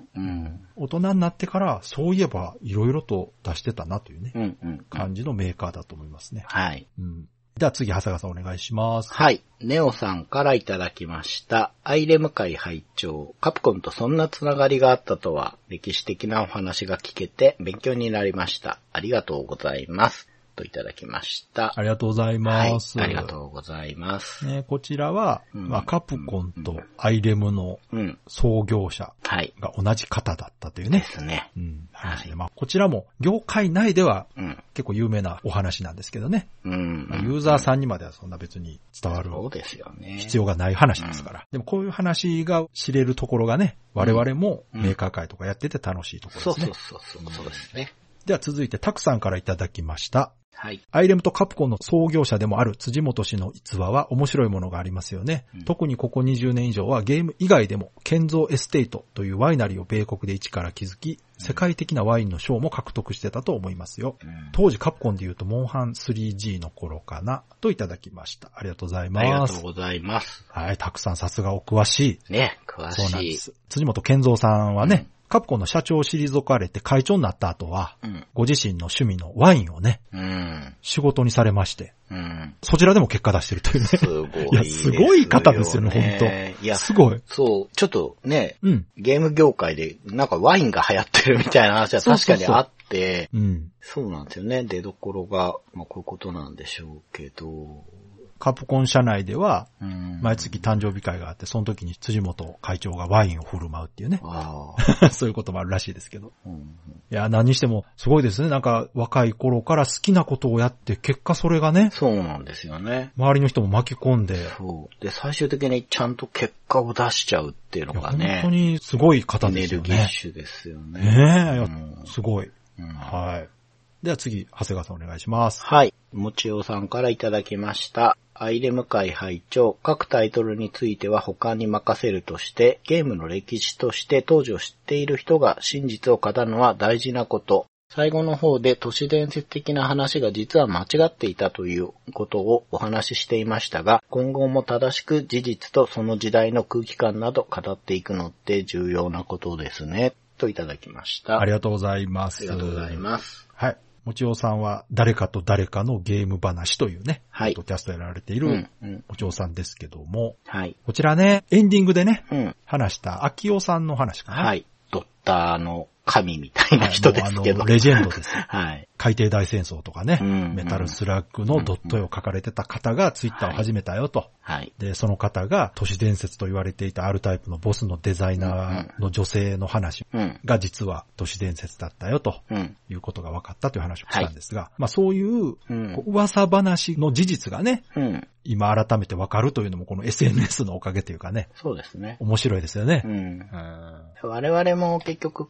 うん。 大人になってから、そういえば、いろいろと出してたなというね、 うんうん、 感じのメーカーだと思いますね。 はい。 うん。では次、長谷川さんお願いします。 はい。ネオさんからいただきました。アイレム会拝聴。カプコンとそんなつながりがあったとは、歴史的なお話が聞けて勉強になりました。ありがとうございます。といただきました。 ありがとうございます。 はい、ありがとうございます。 ね、こちらは、うん、まあ、カプコンとアイレムの創業者が同じ方だったというね。 ですね。 うん、話で、はい、まあ、こちらも業界内では結構有名なお話なんですけどね。 うんまあ、ユーザーさんにまではそんな別に伝わる必要がない話ですから。でもこういう話が知れるところがね、我々もメーカー会とかやってて楽しいところですね。 そうそうそうそう、そうですね。 では続いてタクさんからいただきました。 はい。 アイレムとカプコンの創業者でもある辻本氏の逸話は面白いものがありますよね。うん、特にここにじゅうねん以上はゲーム以外でも建造エステートというワイナリーを米国で一から築き、世界的なワインの賞も獲得してたと思いますよ。うん、当時カプコンで言うとモンハン スリージー の頃かなといただきました。ありがとうございます。 ありがとうございます。 はい、たくさんさすがお詳しい。 ね、詳しい。 そうなんです。辻本健三さんはね、うんカプコンの社長を退かれて会長になった後は、うん、ご自身の趣味のワインをね、 うん、 仕事にされまして、 うん、 そちらでも結果出してるというね。 すごい、ね。いや、 すごい方ですよね、本当。 いや、 すごい。 そう、ちょっとね、 うん、 ゲーム業界でなんかワインが流行ってるみたいな話は確かにあって、 そうそうそう、うん、 そうなんですよね。出所が、まあこういうことなんでしょうけど、 カプコン社内では、毎月誕生日会があって、その時に辻本会長がワインを振る舞うっていうね。そういうこともあるらしいですけど。 うんうん、いや、何にしてもすごいですね。なんか若い頃から好きなことをやって、結果それがね。 そうなんですよね。 周りの人も巻き込んで。 そう。で、最終的にちゃんと結果を出しちゃうっていうのがね。 本当にすごい方ですよね。 エネルギッシュですよね。 ねえ、うん、すごい、 うん。 はい。では次、長谷川さんお願いします。 はい。もちおさんからいただきました。アイレム会拝聴。各タイトルについては他に任せるとして、ゲームの歴史として当時を知っている人が真実を語るのは大事なこと。最後の方で都市伝説的な話が実は間違っていたということをお話ししていましたが、今後も正しく事実とその時代の空気感など語っていくのって重要なことですね。といただきました。 ありがとうございます。 ありがとうございます。 はい。もちおさんは誰かと誰かのゲーム話というね、 はい。 ポッドキャストやられているもちおさんですけども、 はい。 こちらね、エンディングでね、 うん、 話した秋代さんの話かな。 はい。ドッターの神みたいな人ですけど。 はい、あのレジェンドです。 はい。 海底大戦争とかね、 うんうん、 メタルスラッグのドット絵を描かれてた方がツイッターを始めたよと。 はい。 で、その方が都市伝説と言われていた R タイプのボスのデザイナーの女性の話が実は都市伝説だったよということが分かったという話をしたんですが、はい、まあそういう噂話の事実がね、 うん、 今改めて分かるというのもこの エスエヌエス のおかげというかね。 そうですね。 面白いですよね。 うん、我々も結局当時は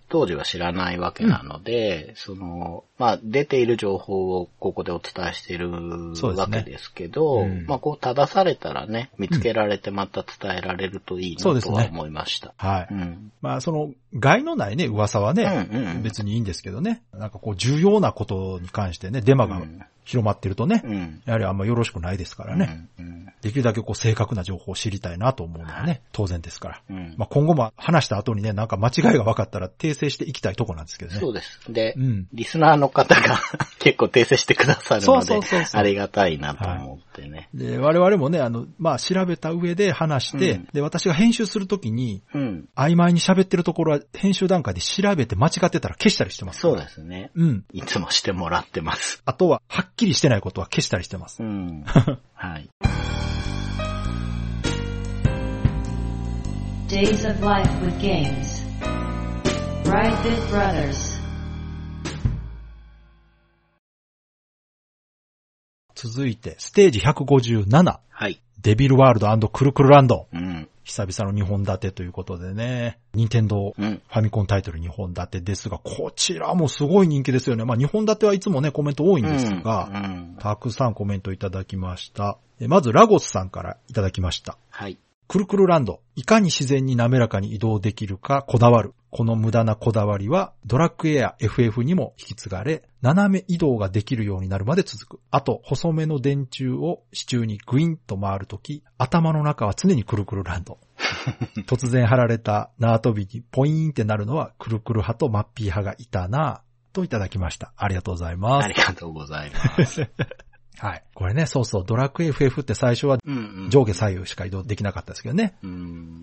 知らないわけなので、うん、その、まあ、出ている情報をここでお伝えしているわけですけど、ねうん、まあ、こう正されたらね、見つけられてまた伝えられるといいなとは思いました。 ね、はい。うん、まあ、その、害のないね、噂はね、うんうんうん、別にいいんですけどね、なんかこう、重要なことに関してね、デマが、うん広まってるとね、うん、やはりあんまよろしくないですからね、うんうん、できるだけこう正確な情報を知りたいなと思うのはね、はい、当然ですから、うんまあ、今後も話した後にね、なんか間違いが分かったら訂正していきたいとこなんですけどね。 そうです。で、うん、リスナーの方が結構訂正してくださるので、そうそうそうそうありがたいなと思ってね。 はい、で我々もね、あの、まあ、調べた上で話して、うん、で、私が編集するときに、うん、曖昧に喋ってるところは編集段階で調べて間違ってたら消したりしてます。 そうですね。うん。いつもしてもらってます。 あとは、はっきりしてないことは消したりしてます。うん。 はい。 Days of Life with Games Brightbit Brothers 続いて、ステージひゃくごじゅうなな。 はい。 デビルワールド&クルクルランド。うん。久々のにほん立てということでね、任天堂ファミコンタイトルにほん立てですが、こちらもすごい人気ですよね。まあにほん立てはいつもね、コメント多いんですが、うんうん、たくさんコメントいただきました。まずラゴスさんからいただきました。 はい。 クルクルランド、いかに自然に滑らかに移動できるかこだわる。この無駄なこだわりはドラクエや エフエフ にも引き継がれ、斜め移動ができるようになるまで続く。あと、細めの電柱を支柱にグインと回るとき、頭の中は常にクルクルランド。突然貼られた縄跳びにポイーンってなるのはクルクル派とマッピー派がいたなぁといただきました。ありがとうございます。 ありがとうございます。 はい。これね、そうそう、ドラクエ エフエフ って最初は上下左右しか移動できなかったですけどね。うん、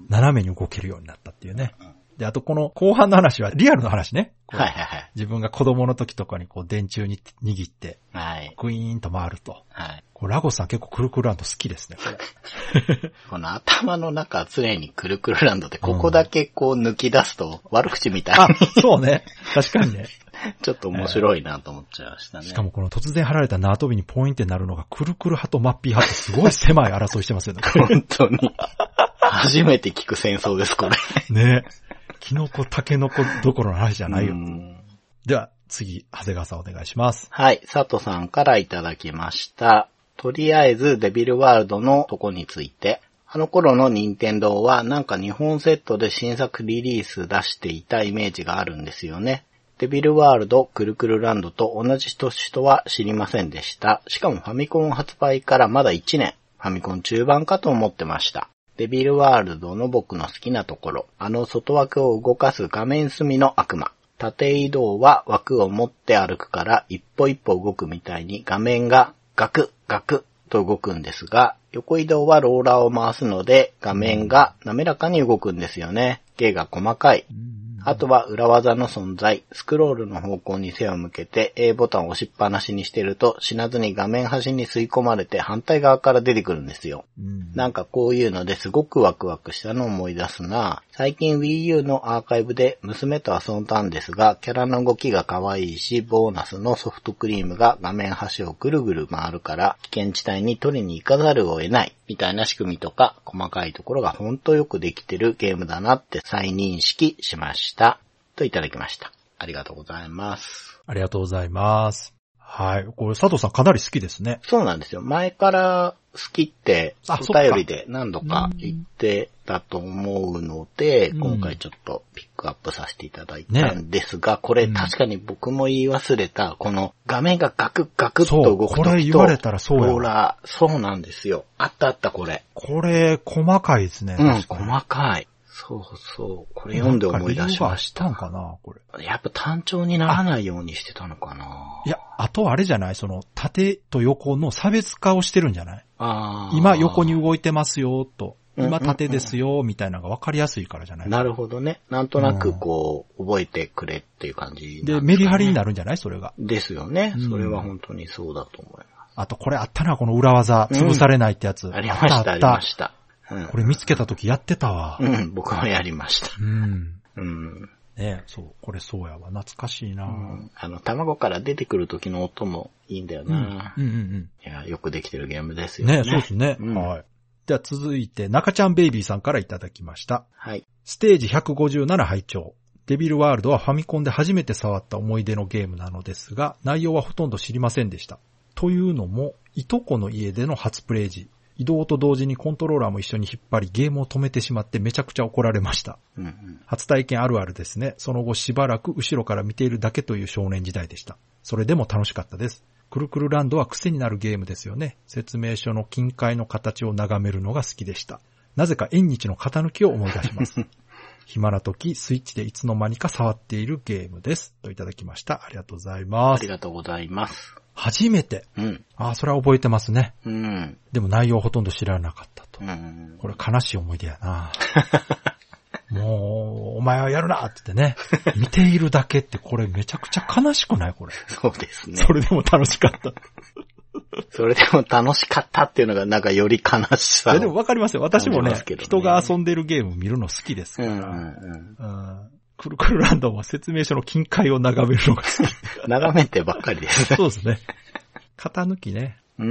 斜めに動けるようになったっていうね。で、あとこの後半の話はリアルの話ね。 はいはいはい。 自分が子供の時とかにこう電柱に握って、はい。グイーンと回ると。はい。これラゴスさん結構クルクルランド好きですね、これ。この頭の中は常にクルクルランドで、ここだけこう抜き出すと悪口みたいに、うん。 あ、そうね。確かにね。 ちょっと面白いなと思っちゃいましたね。 しかもこの突然貼られた縄跳びにポイントになるのがクルクル派とマッピー派ってすごい狭い争いしてますよね。 本当に。初めて聞く戦争です、これ。 ね。キノコ、タケノコどころの話じゃないよ。では、次、長谷川さんお願いします。 はい、佐藤さんからいただきました。とりあえず、デビルワールドのとこについて。あの頃の任天堂はなんかにほんセットで新作リリース出していたイメージがあるんですよね。デビルワールド、クルクルランドと同じ年とは知りませんでした。しかもファミコン発売からまだいちねん。ファミコン中盤かと思ってました。デビルワールドの僕の好きなところ。あの外枠を動かす画面隅の悪魔。縦移動は枠を持って歩くから一歩一歩動くみたいに画面がガクガクと動くんですが、横移動はローラーを回すので画面が滑らかに動くんですよね。芸が細かい。あとは裏技の存在。スクロールの方向に背を向けて A ボタンを押しっぱなしにしてると死なずに画面端に吸い込まれて反対側から出てくるんですよ。うん、なんかこういうのですごくワクワクしたのを思い出すな。最近 Wii U のアーカイブで娘と遊んだんですが、キャラの動きが可愛いし、ボーナスのソフトクリームが画面端をぐるぐる回るから危険地帯に取りに行かざるを得ない。みたいな仕組みとか細かいところがほんとよくできてるゲームだなって再認識しました。といただきました。ありがとうございます。 ありがとうございます。はい。これ佐藤さんかなり好きですね。 そうなんですよ。前から好きってお便りで何度か言ってたと思うので、今回ちょっとピックアップさせていただいたんですが、ね、これ確かに僕も言い忘れた、この画面がガクガクっと動くときと、 これ言われたらそうや。 ほら、そうなんですよ。あったあったこれ。 これ細かいですね。 うん、細かい。そうそう。これ読んで思い出しました。 なんか理由があったんかな、これ。 やっぱ単調にならないようにしてたのかな。 いや、あとあれじゃない、その縦と横の差別化をしてるんじゃない？あ今横に動いてますよと、今縦ですよみたいなのが分かりやすいからじゃない？ なるほどね。なんとなくこう、うん、覚えてくれっていう感じなんですかね。 で、メリハリになるんじゃないそれが。 ですよね。それは本当にそうだと思います。 うん、あとこれあったな、この裏技、潰されないってやつ。 うん、ありました、あったありました。 うん、これ見つけたときやってたわ。 うん、僕もやりました。うん。 うん。ねそう、これそうやわ。懐かしいな、うん、 あの、卵から出てくる時の音もいいんだよな、うん、うんうんうん。いや、よくできてるゲームですよね。 ねそうですね、うん。はい。では続いて、中ちゃんベイビーさんからいただきました。 はい。 ステージひゃくごじゅうなな拝聴。 デビルワールドはファミコンで初めて触った思い出のゲームなのですが、内容はほとんど知りませんでした。というのも、いとこの家での初プレイ時、移動と同時にコントローラーも一緒に引っ張りゲームを止めてしまってめちゃくちゃ怒られました。うんうん、初体験あるあるですね。その後しばらく後ろから見ているだけという少年時代でした。それでも楽しかったです。くるくるランドは癖になるゲームですよね。説明書の近海の形を眺めるのが好きでした。なぜか縁日の型抜きを思い出します。暇な時、スイッチでいつの間にか触っているゲームです。といただきました。ありがとうございます。 ありがとうございます。 初めて。うん。ああ、それは覚えてますね。うん。でも内容ほとんど知らなかったと。うん。これ悲しい思い出やな。もう、お前はやるなって言ってね。見ているだけってこれめちゃくちゃ悲しくないこれ。 そうですね。 それでも楽しかった。 それでも楽しかったっていうのがなんかより悲しさ。 いやでもわかりますよ。私もね、ね人が遊んでるゲーム見るの好きですから。うんうんうんうん、くるくるランドは説明書の近海を眺めるのが好き。 眺めてばっかりです。 そうですね。型抜きね。 うん。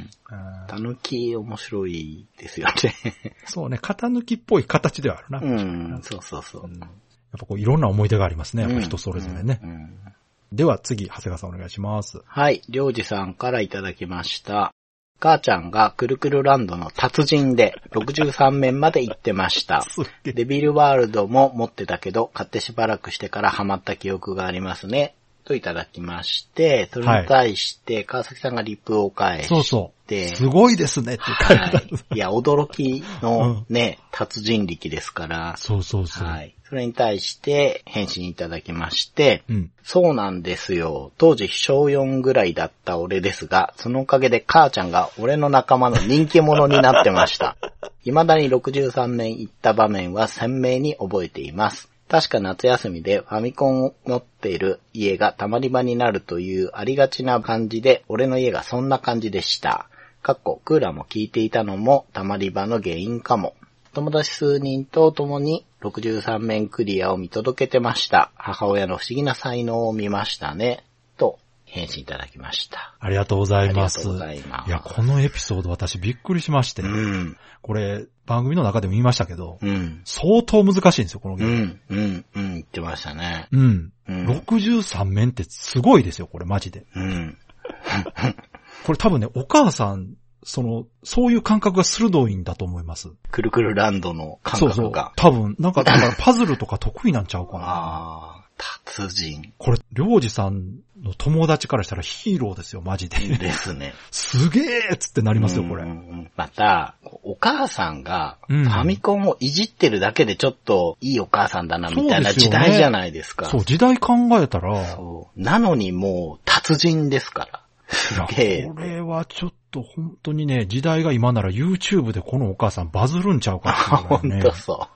型抜き面白いですよね。 そうね。型抜きっぽい形ではあるな。 うん。そうそうそう。うん、やっぱこういろんな思い出がありますね。やっぱ人それぞれね。うんうんうん、では次、長谷川さんお願いします。 はい。りょうじさんからいただきました。母ちゃんがくるくるランドの達人でろくじゅうさんめんまで行ってました。デビルワールドも持ってたけど、買ってしばらくしてからハマった記憶がありますね。といただきまして、それに対して、川崎さんがリプを返して、そうそう。 すごいですねって書いてある、はい。 いや、驚きのね、うん、達人力ですから。 そうそうそう。 はい。それに対して返信いただきまして、うん、そうなんですよ。当時しょうよんぐらいだった俺ですが、そのおかげで母ちゃんが俺の仲間の人気者になってました。未だにろくじゅうさんめん行った場面は鮮明に覚えています。確か夏休みでファミコンを持っている家がたまり場になるというありがちな感じで、俺の家がそんな感じでした。かっこクーラーも効いていたのもたまり場の原因かも。友達数人と共にろくじゅうさんめんクリアを見届けてました。母親の不思議な才能を見ましたね。と返信いただきました。 ありがとうございます。ありがとうございます。いや、このエピソード私びっくりしまして。うん、これ番組の中でも言いましたけど、うん、相当難しいんですよ、このゲーム。 うん、うん、うん、言ってましたね。 うん。うん、ろくじゅうさんめんってすごいですよ、これマジで。うん。これ多分ね、お母さん、その、そういう感覚が鋭いんだと思います。 くるくるランドの感覚が。そうそう。 多分、なんか、だからパズルとか得意なんちゃうかな。 ああ、達人。 これ、りょうじさんの友達からしたらヒーローですよ、マジで。 ですね。 すげーっつってなりますよ、これ。 また、お母さんが、ファミコンをいじってるだけでちょっといいお母さんだな、みたいな時代じゃないですか。 そう、ね、そう、時代考えたら。 そう。なのにもう、達人ですから。すげえ。 これはちょっと本当にね、時代が今なら YouTube でこのお母さんバズるんちゃうかっていうね。 本当そう。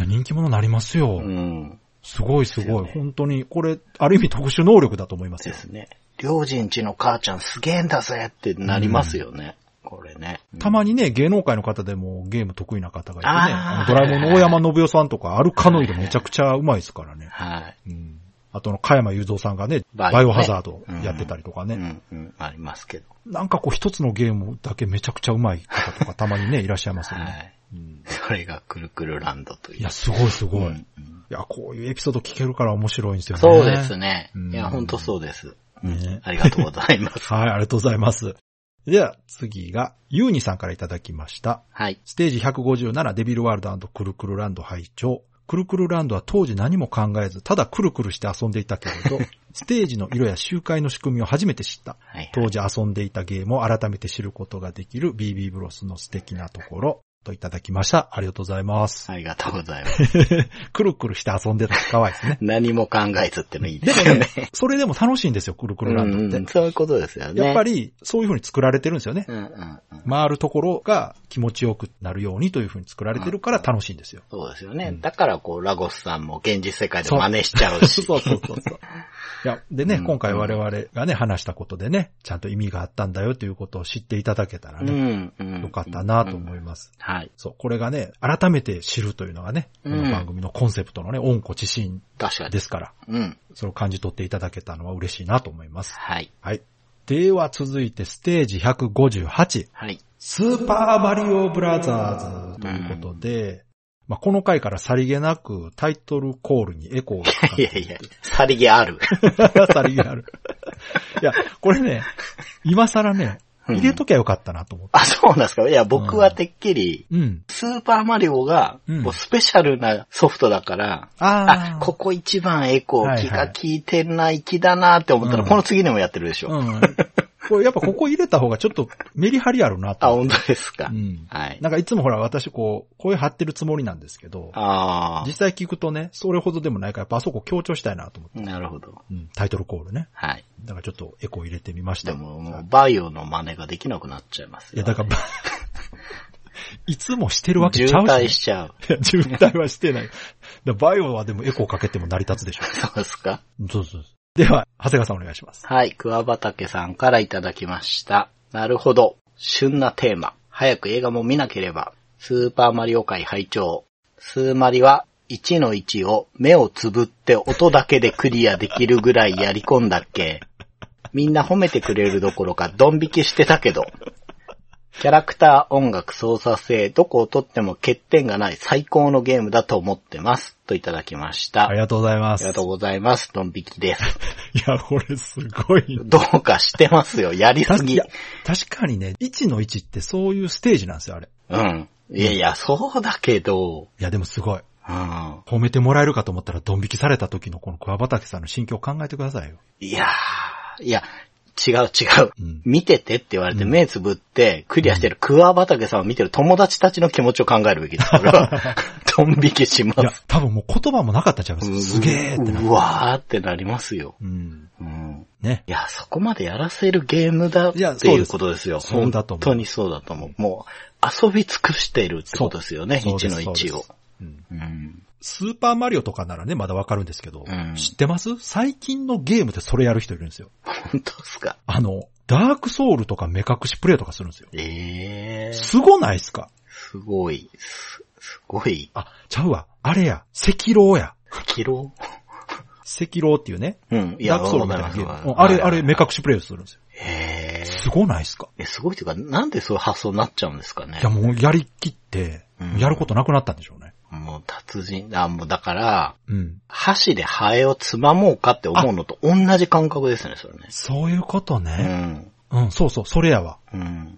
いや、人気者になりますよ。うん。すごいすごい。ね、本当に、これ、ある意味特殊能力だと思いますよ。 ですね。両人ちの母ちゃんすげえんだぜってなりますよね。うん、これね、 うん。たまにね、芸能界の方でもゲーム得意な方がいてね。ああのドラえもんの大山信代さんとか、アルカノイドめちゃくちゃうまいですからね。はい。うんあとの、加山雄三さんがね、バイオハザードやってたりとかね。うんうんうん、ありますけど。 なんかこう一つのゲームだけめちゃくちゃ上手い方とかたまにね、いらっしゃいますよね。はい。 うん、それがくるくるランドという。 いや、すごいすごい。うんうん、いや、こういうエピソード聞けるから面白いんですよね。 そうですね。うん、いや、ほんとそうです、うんね。ありがとうございます。 はい、ありがとうございます。では、次が、ユーニさんからいただきました。はい。ステージひゃくごじゅうななデビルワールド&くるくるランド拝聴くるくるランドは当時何も考えず、ただくるくるして遊んでいたけれど、ステージの色や周回の仕組みを初めて知った。はいはい、当時遊んでいたゲームを改めて知ることができる ビービー ブロスの素敵なところといただきました。ありがとうございます。 ありがとうございます。 くるくるして遊んでたら可愛いですね。 何も考えずってのいいですよね。 でもね、それでも楽しいんですよ、くるくるランドって。うんうん、 そういうことですよね。 やっぱりそういう風に作られてるんですよね。うんうんうん、回るところが気持ちよくなるようにという風に作られてるから楽しいんですよ。 うんうん、そうですよね、うん。だからこう、ラゴスさんも現実世界で真似しちゃうし。 そうそうそうそう。いや、でね、うんうん、今回我々がね、話したことでね、ちゃんと意味があったんだよということを知っていただけたらね、うんうんうん、よかったなと思います。はい。そう、これがね、改めて知るというのがね、この番組のコンセプトのね、温故知新ですから、うん、それを感じ取っていただけたのは嬉しいなと思います。はい。はい。では続いてステージひゃくごじゅうはち。はい。スーパーマリオブラザーズということで、うんまあ、この回からさりげなくタイトルコールにエコーがかかって。 いやいや、さりげある。 さりげある。いや、これね、今更ね、入れときゃよかったなと思って。 あ、そうなんですか。いや、僕はてっきり、 うん。 スーパーマリオが、もうスペシャルなソフトだから、うん、ああ、ここ一番エコー気が利いてるな、粋だなって思ったら、うん、この次にもやってるでしょ。うん。 これやっぱここ入れた方がちょっとメリハリあるなと。 あ、本当ですか。 うん。 はい。 なんかいつもほら私こう、声張ってるつもりなんですけど、 ああ。 実際聞くとね、それほどでもないから、やっぱあそこ強調したいなと思って。 なるほど。 うん。タイトルコールね。 はい。 だからちょっとエコー入れてみました。 でも、もうバイオの真似ができなくなっちゃいますよ、ね。 いや、だから、いつもしてるわけちゃうし、ね。 渋滞しちゃう。 いや、渋滞はしてない。だバイオはでもエコーかけても成り立つでしょ。 そうですか。 そうそう。では、長谷川さんお願いします。 はい、桑畑さんからいただきました。なるほど。旬なテーマ。早く映画も見なければ。スーパーマリオ界拝聴。スーマリはいちのいちを目をつぶって音だけでクリアできるぐらいやり込んだっけ。みんな褒めてくれるどころかドン引きしてたけど。キャラクター、音楽、操作性、どこをとっても欠点がない最高のゲームだと思ってます。といただきました。 ありがとうございます。 ありがとうございます。ドン引きです。 いや、これすごい。 どうかしてますよ。やりすぎ。 確かにね、いちのいちってそういうステージなんですよ、あれ。 うん。いやいや、そうだけど。 いや、でもすごい。 うん。 褒めてもらえるかと思ったらドン引きされた時のこの桑畑さんの心境を考えてくださいよ。 いやー、いや、違う違う、うん。見ててって言われて目つぶってクリアしてる桑畑さんを見てる友達たちの気持ちを考えるべきですから。ドン引きします。いや、 多分もう言葉もなかったんちゃいます。すげーってなる。 うわーってなりますよ。 うん。 うん。 ね。 いや、そこまでやらせるゲームだっていうことですよ。 そうだと思う。 本当にそうだと思う。もう遊び尽くしているってことですよね。いちのいちを。 うんうん、スーパーマリオとかならね、まだわかるんですけど、うん、知ってます？最近のゲームでそれやる人いるんですよ。 本当ですか？ あの、ダークソウルとか目隠しプレイとかするんですよ。 ええー。 すごないっすか？ すごい。す、すごい。 あ、ちゃうわ。あれや。赤狼や。 赤狼赤狼っていうね。 うん。 いや、ダークソウルみたいなゲーム。あれ、あれ目隠しプレイするんですよ。 へえ。 すごないっすか？ え、すごいっていうか、なんでそういう発想になっちゃうんですかね。 いや、もうやりきって、うん、やることなくなったんでしょうね。 もう達人、あ、もうだから、 うん、 箸でハエをつまもうかって思うのと同じ感覚ですね、それね。 そういうことね。うん。うん、そうそう、それやわ。 うん。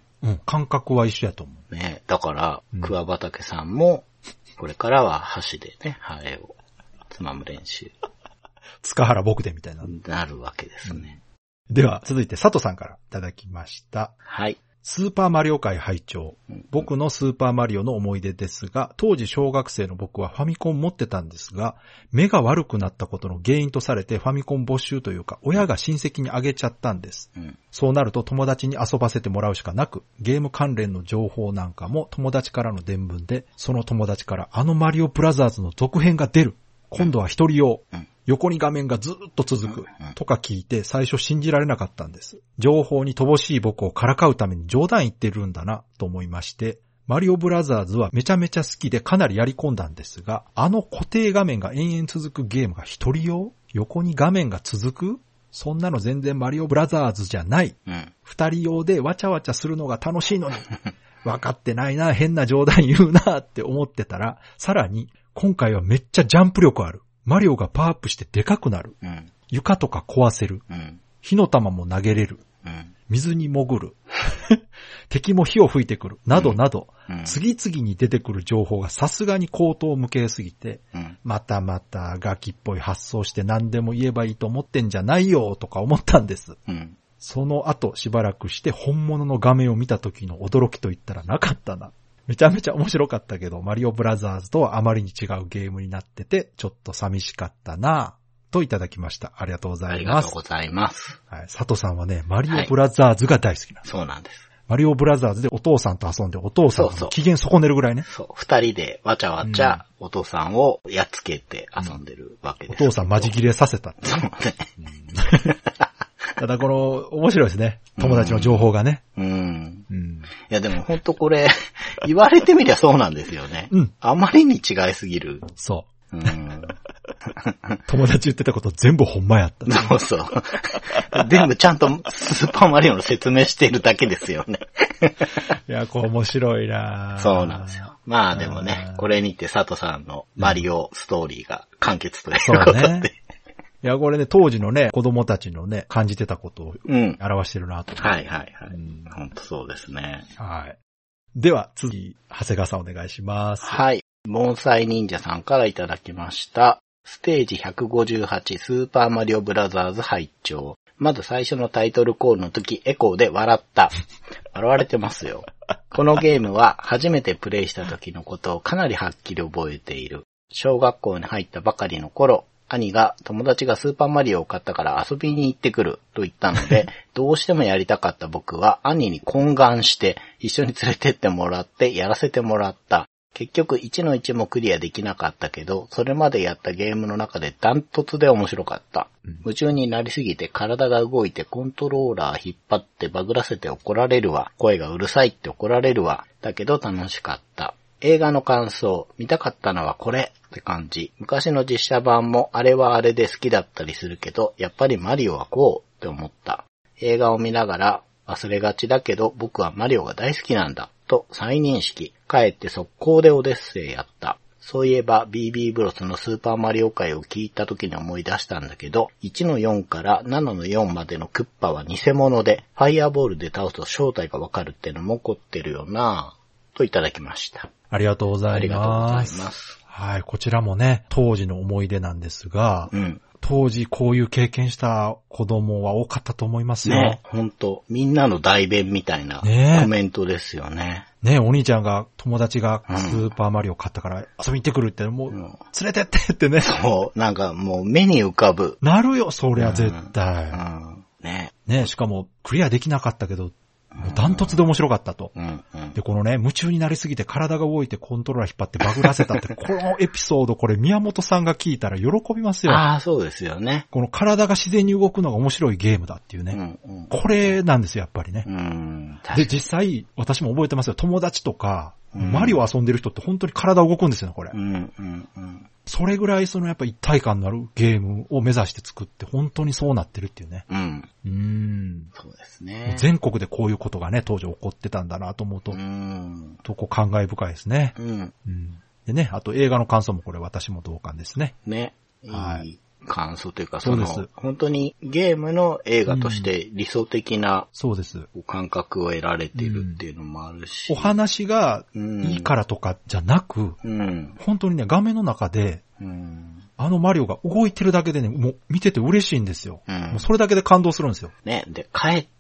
うん、感覚は一緒やと思う。 ね、だから、うん、桑畑さんも、これからは箸でね、ハエをつまむ練習。 塚原僕でみたいな。 なるわけですね。 うん、では、続いて佐藤さんからいただきました。 はい。 スーパーマリオ界拝聴。僕のスーパーマリオの思い出ですが、当時小学生の僕はファミコン持ってたんですが、目が悪くなったことの原因とされてファミコン没収というか、親が親戚にあげちゃったんです。うん、そうなると友達に遊ばせてもらうしかなく、ゲーム関連の情報なんかも友達からの伝聞で、その友達からあのマリオブラザーズの続編が出る。今度は一人用。うん横に画面がずっと続くとか聞いて最初信じられなかったんです。情報に乏しい僕をからかうために冗談言ってるんだなと思いまして、マリオブラザーズはめちゃめちゃ好きでかなりやり込んだんですが、あの固定画面が延々続くゲームが一人用？横に画面が続く？そんなの全然マリオブラザーズじゃない。うん、二人用でわちゃわちゃするのが楽しいのに。分かってないな、変な冗談言うなって思ってたら、さらに今回はめっちゃジャンプ力ある。マリオがパワーアップしてでかくなる。うん、床とか壊せる、うん。火の玉も投げれる。うん、水に潜る。敵も火を吹いてくる。などなど、うん、次々に出てくる情報がさすがに口頭無形すぎて、うん、またまたガキっぽい発想して何でも言えばいいと思ってんじゃないよとか思ったんです。うん、その後しばらくして本物の画面を見た時の驚きと言ったらなかったな。めちゃめちゃ面白かったけど、マリオブラザーズとはあまりに違うゲームになってて、ちょっと寂しかったなぁ、といただきました。ありがとうございます。ありがとうございます。 はい、佐藤さんはね、マリオブラザーズが大好きなんです。 はい、そうなんです。 マリオブラザーズでお父さんと遊んで、お父さんの機嫌損ねるぐらいね。 そうそう、二人でわちゃわちゃ、お父さんをやっつけて遊んでるわけです、うん。お父さんマジ切れさせたって、ね。そうね。うんただこの、面白いですね。友達の情報がね。 うん。うん、いやでもほんとこれ、言われてみりゃそうなんですよね。うん。あまりに違いすぎる。 そう。うん。 友達言ってたこと全部ほんまやった、ね。 そうそう。全部ちゃんとスーパーマリオの説明してるだけですよね。 いや、こう面白いなそうなんですよ。まあでもね、これにて佐藤さんのマリオストーリーが完結ということで。 そうね。いや、これね、当時のね、子供たちのね、感じてたことを表してるなと、 うん。はいはいはい。うん、本当そうですね。 はい。では、次、長谷川さんお願いします。 はい。盆栽忍者さんからいただきました。ステージひゃくごじゅうはちスーパーマリオブラザーズ拝聴。まず最初のタイトルコールの時、エコーで笑った。笑われてますよ。このゲームは初めてプレイした時のことをかなりはっきり覚えている。小学校に入ったばかりの頃、兄が友達がスーパーマリオを買ったから遊びに行ってくると言ったので、どうしてもやりたかった僕は兄に懇願して一緒に連れてってもらってやらせてもらった。結局いちのいちもクリアできなかったけど、それまでやったゲームの中でダントツで面白かった。夢中になりすぎて体が動いてコントローラー引っ張ってバグらせて怒られるわ。声がうるさいって怒られるわ。だけど楽しかった。映画の感想、見たかったのはこれって感じ。昔の実写版もあれはあれで好きだったりするけど、やっぱりマリオはこうって思った。映画を見ながら忘れがちだけど僕はマリオが大好きなんだと再認識。帰って速攻でオデッセイやった。そういえば ビービー ブロスのスーパーマリオ回を聞いた時に思い出したんだけど、いちのよんからななのよんまでのクッパは偽物で、ファイアボールで倒すと正体がわかるってのも起こってるよなぁ、といただきました。 ありがとうございます。 ありがとうございます。 はい、こちらもね、当時の思い出なんですが、うん、当時こういう経験した子供は多かったと思いますよ。 ね、ほんと、みんなの代弁みたいなコメントですよね。 ね、お兄ちゃんが友達がスーパーマリオ買ったから遊びに行ってくるって、もう連れてってってね。 そう、なんかもう目に浮かぶ。 なるよ、そりゃ絶対。うんうん、ね。 ね、しかもクリアできなかったけど、もうダントツで面白かったと、うんうん。で、このね、夢中になりすぎて体が動いてコントローラー引っ張ってバグらせたって、このエピソード、これ宮本さんが聞いたら喜びますよ。 ああ、そうですよね。 この体が自然に動くのが面白いゲームだっていうね。うんうん、これなんですよ、やっぱりね。うん、で、実際、私も覚えてますよ。友達とか、うん、マリオ遊んでる人って本当に体動くんですよ、これ。うんうんうん、それぐらいそのやっぱ一体感のあるゲームを目指して作って本当にそうなってるっていうね。うん。うーん。 そうですね。 全国でこういうことがね、当時起こってたんだなと思うと、うん。とこう感慨深いですね。うん。うん。でね、あと映画の感想もこれ私も同感ですね。 ね。はい。感想というか、その、そうです。本当にゲームの映画として理想的な、 そうです。 感覚を得られているっていうのもあるし。 お話がいいからとかじゃなく、うん、本当にね、画面の中で、うん、あのマリオが動いてるだけでね、もう見てて嬉しいんですよ。うん、もうそれだけで感動するんですよ。 ね、で、帰って、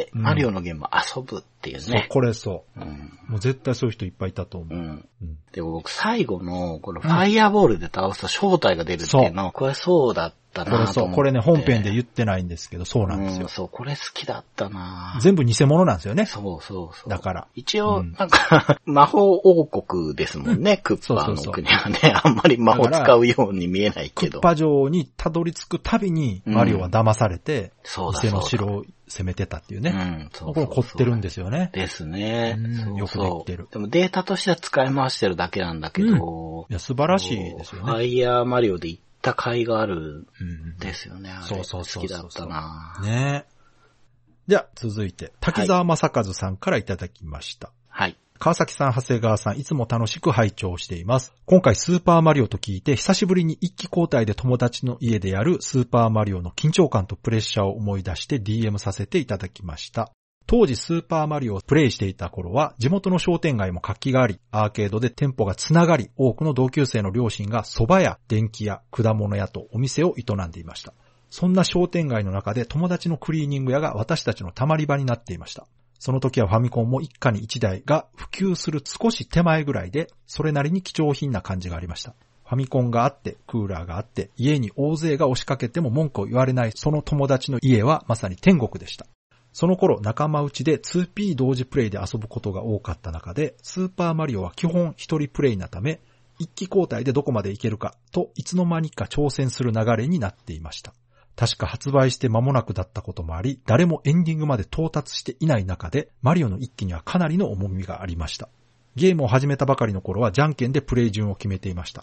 マリオのゲームを遊ぶっていうね。そう、 これそう。うん、もう絶対そういう人いっぱいいたと思う。うんうん、で、僕最後の、このファイアボールで倒すと正体が出るっていうのは、これそうだったなと思って。 これそう、これね、本編で言ってないんですけど、そうなんですよ。うん、 そう、これ好きだったな全部偽物なんですよね。 そうそうそう。 だから。 一応、なんか、うん、魔法王国ですもんね、うん、クッパの国はね。そうそうそう、あんまり魔法使うように見えないけど。 クッパ城にたどり着くたびに、マリオは騙されて、うん、偽の城を攻めてたっていうね。うん、そうそうそう、これ凝ってるんですよね。 ですね。 うん、そうそう、よくできてる。 でもデータとしては使い回してるだけなんだけど、 うん、いや素晴らしいですよね。 ファイヤーマリオで行った甲斐があるんですよね。うん、あれそうそうそうそう。 好きだったな。 ね。では続いて滝沢正和さんからいただきました。 はい。 川崎さん、長谷川さん、いつも楽しく拝聴しています。今回スーパーマリオと聞いて、久しぶりに一気交代で友達の家でやるスーパーマリオの緊張感とプレッシャーを思い出して ディーエム させていただきました。当時スーパーマリオをプレイしていた頃は、地元の商店街も活気があり、アーケードで店舗がつながり、多くの同級生の両親が蕎麦屋、電気屋、果物屋とお店を営んでいました。そんな商店街の中で友達のクリーニング屋が私たちのたまり場になっていました。その時はファミコンも一家に一台が普及する少し手前ぐらいで、それなりに貴重品な感じがありました。ファミコンがあって、クーラーがあって、家に大勢が押しかけても文句を言われないその友達の家はまさに天国でした。その頃仲間内で ツーピー 同時プレイで遊ぶことが多かった中で、スーパーマリオは基本一人プレイなため、一気交代でどこまでいけるかといつの間にか挑戦する流れになっていました。確か発売して間もなくだったこともあり、誰もエンディングまで到達していない中で、マリオの一気にはかなりの重みがありました。ゲームを始めたばかりの頃はじゃんけんでプレイ順を決めていました。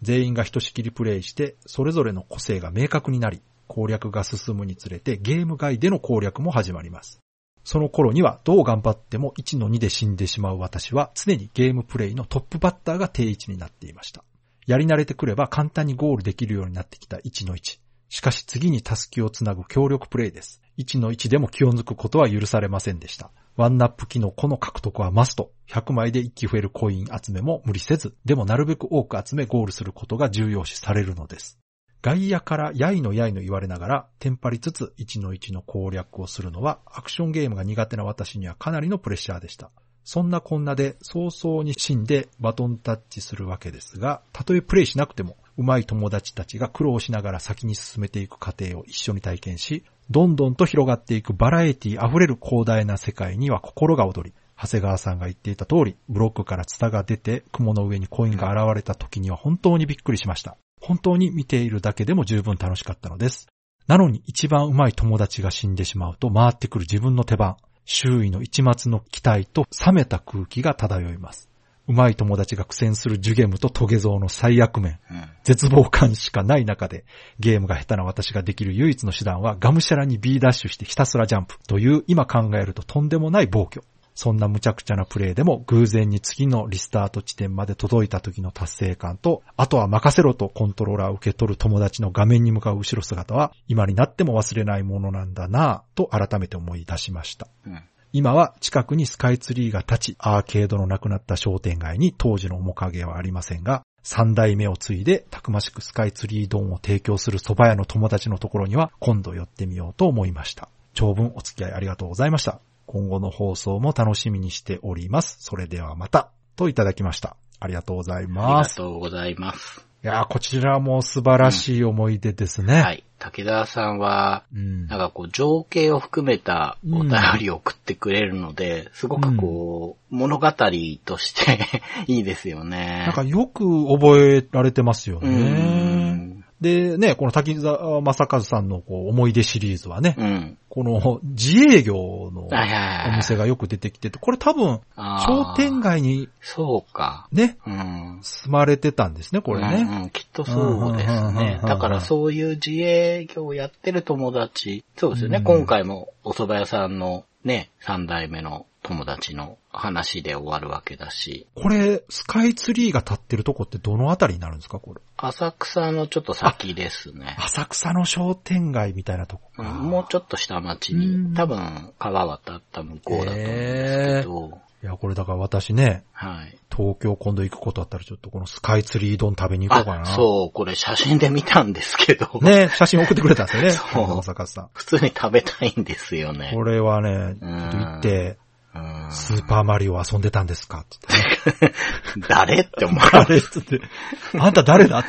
全員がひとしきりプレイして、それぞれの個性が明確になり、攻略が進むにつれてゲーム外での攻略も始まります。その頃にはどう頑張ってもいちのにで死んでしまう私は常にゲームプレイのトップバッターが定位置になっていました。やり慣れてくれば簡単にゴールできるようになってきたいちのいち。しかし次にタスキをつなぐ協力プレイです。いちのいちでも気を抜くことは許されませんでした。ワンナップキノコの獲得はマスト。ひゃくまいでいっき増えるコイン集めも無理せず、でもなるべく多く集めゴールすることが重要視されるのです。外野からやいのやいの言われながら、テンパりつついちのいちの攻略をするのは、アクションゲームが苦手な私にはかなりのプレッシャーでした。そんなこんなで早々に死んでバトンタッチするわけですが、たとえプレイしなくても、上手い友達たちが苦労しながら先に進めていく過程を一緒に体験し、どんどんと広がっていくバラエティ溢れる広大な世界には心が躍り、長谷川さんが言っていた通り、ブロックからツタが出て雲の上にコインが現れた時には本当にびっくりしました。本当に見ているだけでも十分楽しかったのです。なのに一番上手い友達が死んでしまうと回ってくる自分の手番、周囲の一抹の期待と冷めた空気が漂います。上手い友達が苦戦するジュゲムとトゲゾウの最悪面、うん、絶望感しかない中で、ゲームが下手な私ができる唯一の手段はがむしゃらに B ダッシュしてひたすらジャンプという今考えるととんでもない暴挙。そんな無茶苦茶なプレイでも偶然に次のリスタート地点まで届いた時の達成感と、あとは任せろとコントローラーを受け取る友達の画面に向かう後ろ姿は今になっても忘れないものなんだなぁと改めて思い出しました。うん、今は近くにスカイツリーが立ち、アーケードのなくなった商店街に当時の面影はありませんが、三代目を継いでたくましくスカイツリー丼を提供する蕎麦屋の友達のところには今度寄ってみようと思いました。長文お付き合いありがとうございました。今後の放送も楽しみにしております。それではまた、といただきました。ありがとうございます。 ありがとうございます。 いやー、こちらも素晴らしい思い出ですね。 うん、はい。竹澤さんは、うん、なんかこう、情景を含めたお便りを送ってくれるので、うん、すごくこう、うん、物語としていいですよね。 なんかよく覚えられてますよね。うんでね、この滝沢正和さんのこう思い出シリーズはね、うん、この自営業のお店がよく出てきてて、これ多分商店街にそうかね、うん、住まれてたんですね、これね。 うんうん、きっとそうですね。だからそういう自営業をやってる友達、そうですよね。うん、今回もお蕎麦屋さんのね、三代目の友達の話で終わるわけだし。 これ、スカイツリーが立ってるとこってどのあたりになるんですか、これ。 浅草のちょっと先ですね。 浅草の商店街みたいなとこか、 うん。もうちょっと下町に、多分川渡った向こうだと思うんですけど。 いや、これだから私ね、はい。東京今度行くことあったらちょっとこのスカイツリー丼食べに行こうかな。 そう、これ写真で見たんですけど。 ね、写真送ってくれたんですよね。そう。坂さん。 普通に食べたいんですよね。 これはね、ちょっと行って、スーパーマリオ遊んでたんですかって言って、ね。 誰って思う。 誰って言って。あんた誰だって。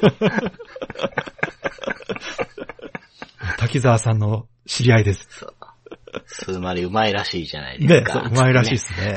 滝沢さんの知り合いです。そう。 スーマリうまいらしいじゃないですか。 ね、うまいらしいですね。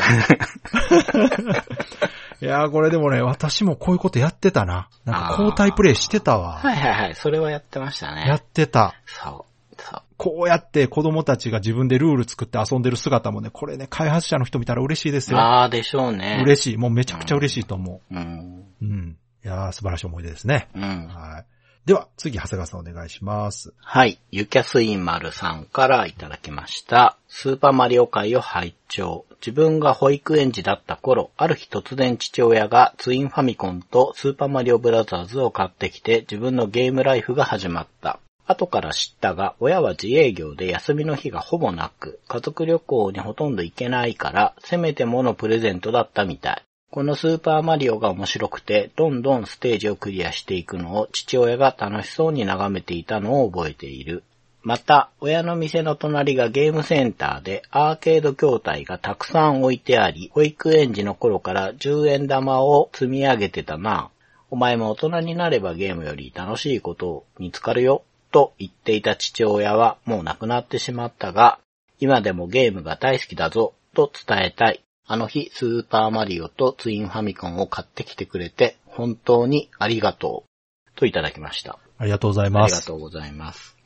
いやーこれでもね、私もこういうことやってたな。なんか交代プレイしてたわ。 はいはいはい。それはやってましたね。 やってた。 そう。そう。 こうやって子供たちが自分でルール作って遊んでる姿もね、これね、開発者の人見たら嬉しいですよ。 ああ、でしょうね。 嬉しい。もうめちゃくちゃ嬉しいと思う。うん。うん。いやー素晴らしい思い出ですね。 うん。 はい。では、次、長谷川さんお願いします。 はい。ゆきゃすいまるさんからいただきました。スーパーマリオ界を拝聴。自分が保育園児だった頃、ある日突然父親がツインファミコンとスーパーマリオブラザーズを買ってきて自分のゲームライフが始まった。後から知ったが、親は自営業で休みの日がほぼなく、家族旅行にほとんど行けないから、せめてものプレゼントだったみたい。このスーパーマリオが面白くて、どんどんステージをクリアしていくのを父親が楽しそうに眺めていたのを覚えている。また、親の店の隣がゲームセンターでアーケード筐体がたくさん置いてあり、保育園児の頃からじゅうえん玉を積み上げてたな。お前も大人になればゲームより楽しいこと見つかるよ、と言っていた父親はもう亡くなってしまったが、今でもゲームが大好きだぞ、と伝えたい。あの日、スーパーマリオとツインファミコンを買ってきてくれて、本当にありがとう。といただきました。 ありがとうございます。 ありがとうございます。 はい。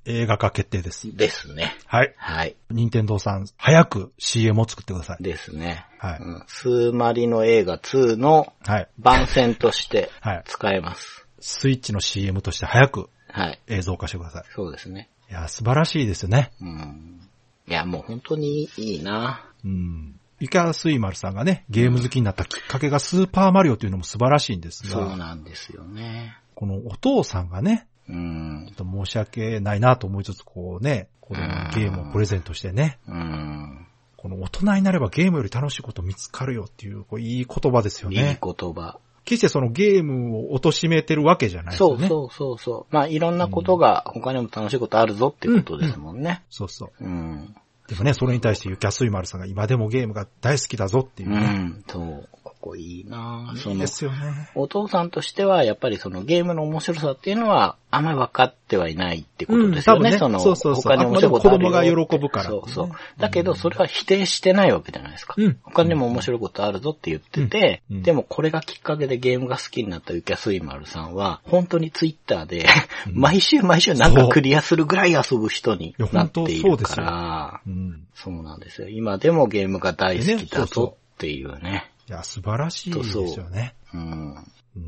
映画化決定です。 ですね。 はい。 はい。 任天堂さん、早く シーエム を作ってください。 ですね。 はい。 うん、スーマリの映画ツーの番宣として使えます。 はい、スイッチの シーエム として早く映像化してください。 はい、そうですね。 いや、素晴らしいですよね。 うん。いや、もう本当にいいな。 うん。イカスイマルさんがね、ゲーム好きになったきっかけがスーパーマリオというのも素晴らしいんですが。 そうなんですよね。 このお父さんがね、 うん、 ちょっと申し訳ないなと思いつつ、こうね、このゲームをプレゼントしてね、 うん、 この大人になればゲームより楽しいこと見つかるよっていう、こういい言葉ですよね。 いい言葉。 決してそのゲームを貶めてるわけじゃないですよね。 そうそうそうそう。まあいろんなことが他にも楽しいことあるぞっていうことですもんね。うんうん、 そうそう。 うん。 でもね、それに対してユキャスイマルさんが今でもゲームが大好きだぞっていうね。 うん、そう。ここいいなぁ。 いいですよね。 お父さんとしては、やっぱりそのゲームの面白さっていうのは、あんまり分かってはいないってことですよね。うん、 ねその、 そうそうそう。 他に面白いことあるよ。 子供が喜ぶから、ね。 そうそう。だけど、それは否定してないわけじゃないですか。うん、他にも面白いことあるぞって言ってて、うんうん、でもこれがきっかけでゲームが好きになったユキャスイマルさんは、本当にツイッターで、毎週毎週なんかクリアするぐらい遊ぶ人になっているから、そう、うん、そうなんですよ。今でもゲームが大好きだぞっていうね。 いや、素晴らしいですよね。 そうそう。うん。 うん。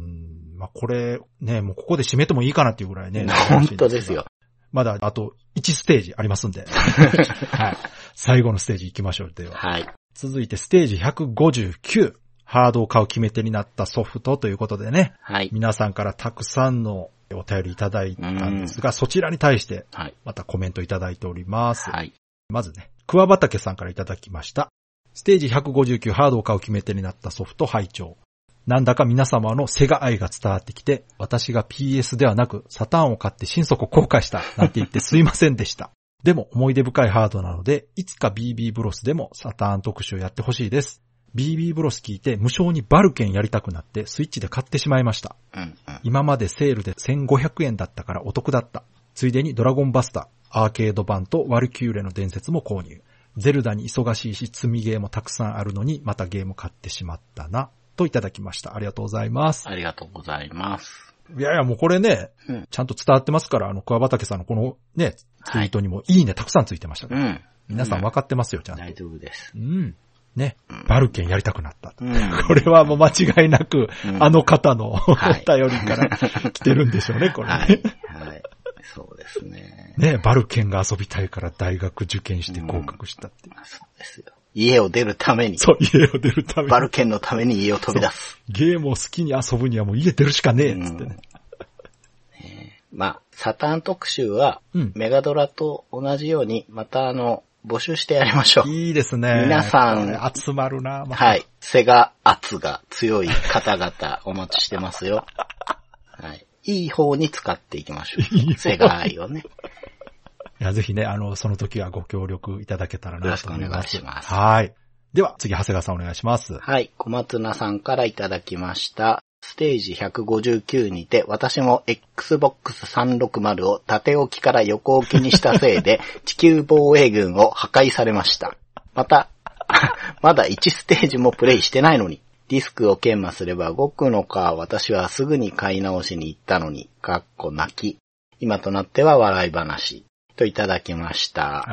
まあ、これ、ね、もうここで締めてもいいかなっていうぐらいね。 本当ですよ。 まだあといちステージありますんで。はい。最後のステージ行きましょう。では。 はい。 続いてステージひゃくごじゅうきゅう。ハードを買う決め手になったソフトということでね。 はい。 皆さんからたくさんのお便りいただいたんですが、そちらに対して、またコメントいただいております。 はい。 まずね、桑畑さんからいただきました。ステージひゃくごじゅうきゅうハードを買う決め手になったソフト拝聴。なんだか皆様のセガ愛が伝わってきて、私が ピーエス ではなくサターンを買って心底後悔したなんて言ってすいませんでした。でも思い出深いハードなので、いつか ビービー ブロスでもサターン特集をやってほしいです。ビービー ブロス聞いて無償にバルケンやりたくなってスイッチで買ってしまいました。 うんうん、 今までセールでせんごひゃくえんだったからお得だった。ついでにドラゴンバスター、アーケード版とワルキューレの伝説も購入。ゼルダに忙しいし積みゲーもたくさんあるのにまたゲーム買ってしまったなといただきました。ありがとうございます。 ありがとうございます。 いやいやもうこれね、うん、ちゃんと伝わってますから、あの桑畑さんのこのねツイートにもいいねたくさんついてましたから、 うん、 皆さん分かってますよ、ちゃんと。 大丈夫です。 うん。ね、うん、バルケンやりたくなった、 うん、 これはもう間違いなく、うん、あの方の、はい、お便りから来てるんでしょうね、これね。 はい。はいそうですね。 ね、バルケンが遊びたいから大学受験して合格したっていう、 うん。そうですよ。家を出るために。 そう、家を出るために。 バルケンのために家を飛び出す。 ゲームを好きに遊ぶにはもう家出るしかねえ、つってね。 うんねまあ、サターン特集は、メガドラと同じように、またあの、募集してやりましょう。 いいですね。 皆さん。 集まるな、 まあ、はい。セガ圧が強い方々お待ちしてますよ。はい。いい方に使っていきましょう。いいセガ愛をね。 いや、ぜひね、あの、その時はご協力いただけたらなと思います。 よろしくお願いします。 はい。では、次、長谷川さんお願いします。 はい。小松菜さんからいただきました。ステージひゃくごじゅうきゅうにて、私も エックスボックスさんびゃくろくじゅう を縦置きから横置きにしたせいで、地球防衛軍を破壊されました。また、まだいちステージもプレイしてないのに、ディスクを研磨すれば動くのか、私はすぐに買い直しに行ったのに、かっこ泣き。今となっては笑い話。といただきました。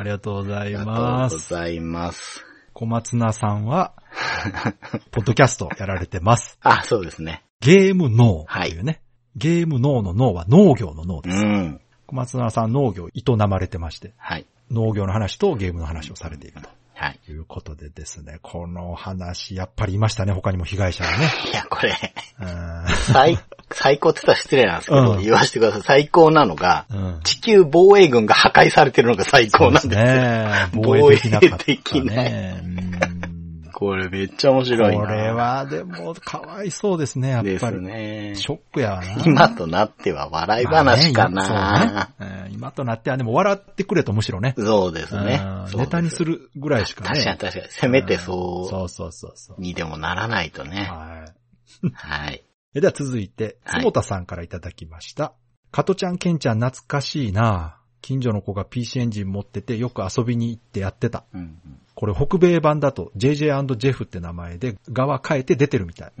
ありがとうございます。 ありがとうございます。 小松菜さんは、ポッドキャストやられてます。 あ、そうですね。 ゲーム脳というね。はい、ゲーム脳の脳は農業の脳です。 うん、 小松菜さん農業営まれてまして、 はい、 農業の話とゲームの話をされていると。 はい。 ということでですね、この話、やっぱりいましたね、他にも被害者がね。 いや、これ、最、最高って言ったら失礼なんですけど、うん、言わせてください。最高なのが、うん、地球防衛軍が破壊されてるのが最高なんですよ。そうですね。 防衛できなかった、ね。 防衛できない。うんこれめっちゃ面白いな。 これはでもかわいそうですね、やっぱり。 ですね。 ショックやわな。 今となっては笑い話かな。 まあねね、今となってはでも笑ってくれとむしろね。 そうですね。 ネタにするぐらいしかね。 確かに確かに。せめてそう。 そうそうそうそう。 にでもならないとね。 はい。 はい。 では続いて、坪田さんからいただきました。はい、加トちゃん、ケンちゃん懐かしいな。近所の子が ピーシー エンジン持っててよく遊びに行ってやってた。 うんうん、 これ北米版だと ジェイジェイアンド ジェフって名前で側変えて出てるみたい。 うん、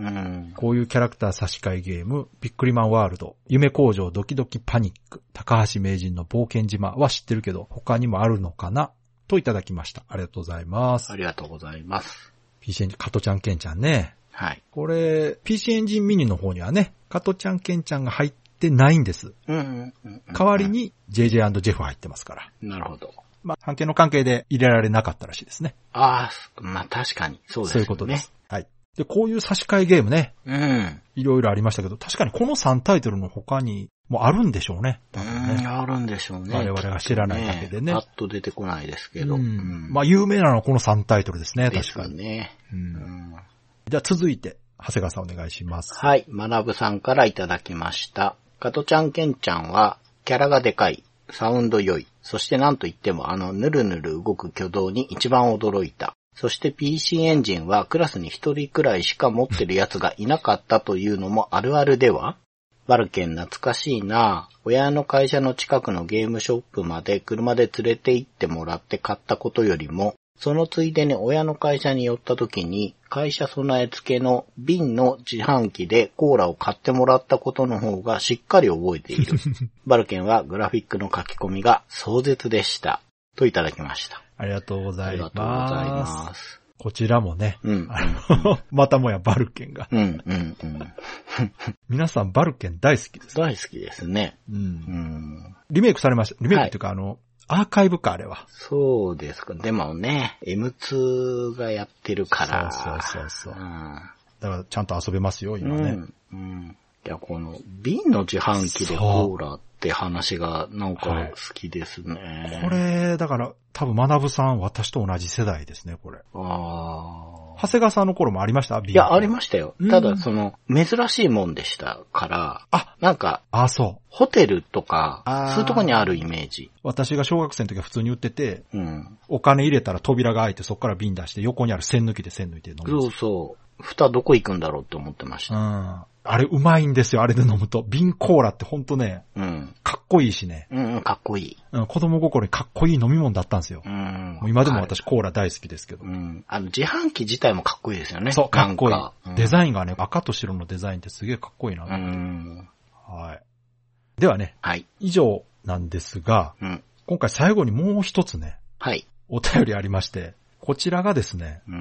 こういうキャラクター差し替えゲーム、ビックリマンワールド、夢工場ドキドキパニック、高橋名人の冒険島は知ってるけど、他にもあるのかなといただきました。ありがとうございます。 ありがとうございます。 ピーシー エンジン、加トちゃんケンちゃんね。 はい。 これ、ピーシー エンジンミニの方にはね、加トちゃんケンちゃんが入ってないんです。 うんうんうん、 代わりに ジェイジェイアンド ジェフ入ってますから。 なるほど。 まあ、半径の関係で入れられなかったらしいですね。 ああ、まあ確かに。そうですね。 そういうことです。はい。で、こういう差し替えゲームね。 うん。 いろいろありましたけど、確かにこのさんタイトルの他にもあるんでしょうね。多分ね。 うん、あるんでしょうね。 我々が知らないだけでね。 パッと出てこないですけど。 うんうん、 まあ、有名なのはこのさんタイトルですね、確かに。 ですね。 うん。 うん、 じゃあ続いて、長谷川さんお願いします。 はい、まなぶさんからいただきました。加トちゃんケンちゃんは、キャラがでかい、サウンド良い、そしてなんといってもあのぬるぬる動く挙動に一番驚いた。そして ピーシー エンジンはクラスに一人くらいしか持ってるやつがいなかったというのもあるあるでは？バルケン懐かしいなぁ。親の会社の近くのゲームショップまで車で連れて行ってもらって買ったことよりも、そのついでに親の会社に寄った時に会社備え付けの瓶の自販機でコーラを買ってもらったことの方がしっかり覚えている。バルケンはグラフィックの書き込みが壮絶でした。といただきました。 ありがとうございます。 ありがとうございます。 こちらもね、 うん、 あのまたもやバルケンが。 うんうんうん、 皆さんバルケン大好きです、 ね。大好きですね、 うんうん。 リメイクされました。リメイクっていうか、はい、あの、アーカイブか、あれは。 そうですか。でもね、エムツー がやってるから。 そうそうそうそう、 うん。 だからちゃんと遊べますよ、今ね。 うん。うん、いや、この瓶の自販機でコーラって話がなんか好きですね。 はい、これ、だから多分学さん、私と同じ世代ですね、これ。 ああ。 長谷川さんの頃もありました？ いや、ありましたよ。ただ、その、珍しいもんでしたから、 あ、 なんか、 あ、そう。 ホテルとか、そういうとこにあるイメージ。 私が小学生の時は普通に売ってて、 うん、 お金入れたら扉が開いて、そこから瓶出して、横にある栓抜きで栓抜いて飲む。 そうそう。蓋どこ行くんだろうって思ってました。 うん。あれうまいんですよ、あれで飲むと。瓶コーラってほんとね、 うん、 かっこいいしね。 うん、かっこいい。 うん、子供心にかっこいい飲み物だったんですよ。 うん、 もう今でも私コーラ大好きですけど。 うん。あの、自販機自体もかっこいいですよね。 そう、かっこいい。 うん、 デザインがね、赤と白のデザインってすげえかっこいいな。 うん。 はい。ではね、 はい。 以上なんですが、 うん、 今回最後にもう一つね、 はい。 お便りありまして、こちらがですね、 うん、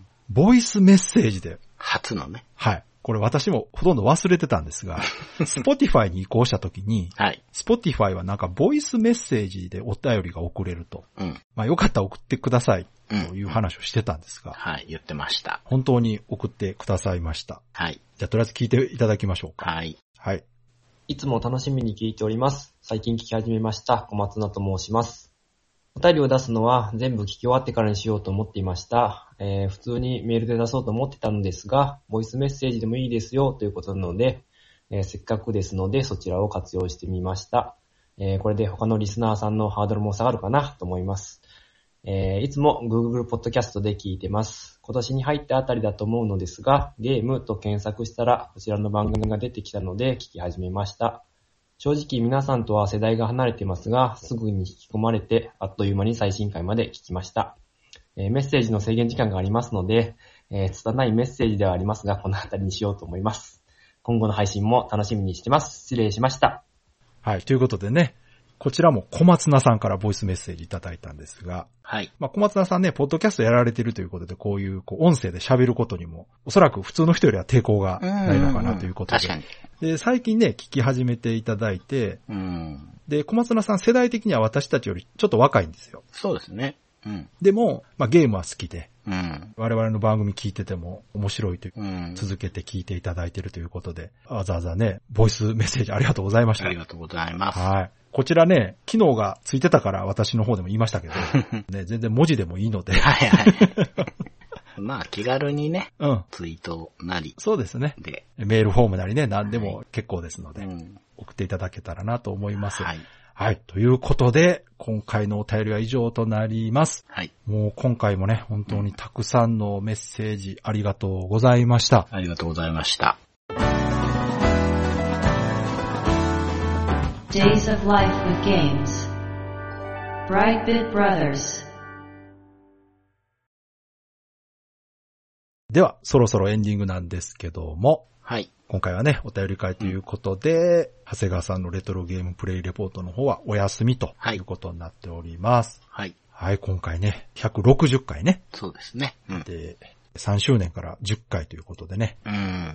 ボイスメッセージで。 初のね。 はい。これ私もほとんど忘れてたんですが、Spotify に移行した時に、 はい。 Spotify はなんかボイスメッセージでお便りが送れると。 うん。 まあよかったら送ってくださいという話をしてたんですが、 うん、はい、言ってました。 本当に送ってくださいました。 はい。 じゃあとりあえず聞いていただきましょうか。 はい。 はい。 いつも楽しみに聞いております。最近聞き始めました小松菜と申します。お便りを出すのは全部聞き終わってからにしようと思っていました。えー、普通にメールで出そうと思ってたのですが、ボイスメッセージでもいいですよということなので、えー、せっかくですのでそちらを活用してみました。えー、これで他のリスナーさんのハードルも下がるかなと思います。えー、いつも Google Podcast で聞いてます。今年に入ったあたりだと思うのですが、ゲームと検索したらこちらの番組が出てきたので聞き始めました。正直皆さんとは世代が離れていますが、すぐに引き込まれてあっという間に最新回まで聞きました。えー、メッセージの制限時間がありますので、えー、拙いメッセージではありますが、このあたりにしようと思います。今後の配信も楽しみにしてます。失礼しました。 はい、ということでね、こちらも小松菜さんからボイスメッセージいただいたんですが、 はい。 まあ小松菜さんね、ポッドキャストやられてるということで、こういうこう音声で喋ることにも、おそらく普通の人よりは抵抗がないのかなということで。 確かに。 で、最近ね、聞き始めていただいて、 うん、 で、小松菜さん世代的には私たちよりちょっと若いんですよ。 そうですね。うん、 でも、まあゲームは好きで、 うん、 我々の番組聞いてても面白いという、 うん、 続けて聞いていただいているということで、わざわざね、ボイスメッセージありがとうございました。 ありがとうございます。 はい。こちらね、機能がついてたから私の方でも言いましたけど、ね、全然文字でもいいので。 はいはい。まあ気軽にね、 うん、 ツイートなり。 そうですね。 で、 メールフォームなりね、何でも結構ですので、 はい、うん、 送っていただけたらなと思います。 はい。 はい。ということで、今回のお便りは以上となります。 はい。 もう今回もね、本当にたくさんのメッセージありがとうございました。 ありがとうございました。 Days of Life with Games Brightbit Brothers では、そろそろエンディングなんですけども、 はい。 今回はね、お便り会ということで、長谷川さんのレトロゲームプレイレポートの方はお休みということになっております。 はい。 はい、今回ね、ひゃくろくじゅっかいね。 そうですね。うん、 で、さんしゅうねんからじゅっかいということでね。 うん。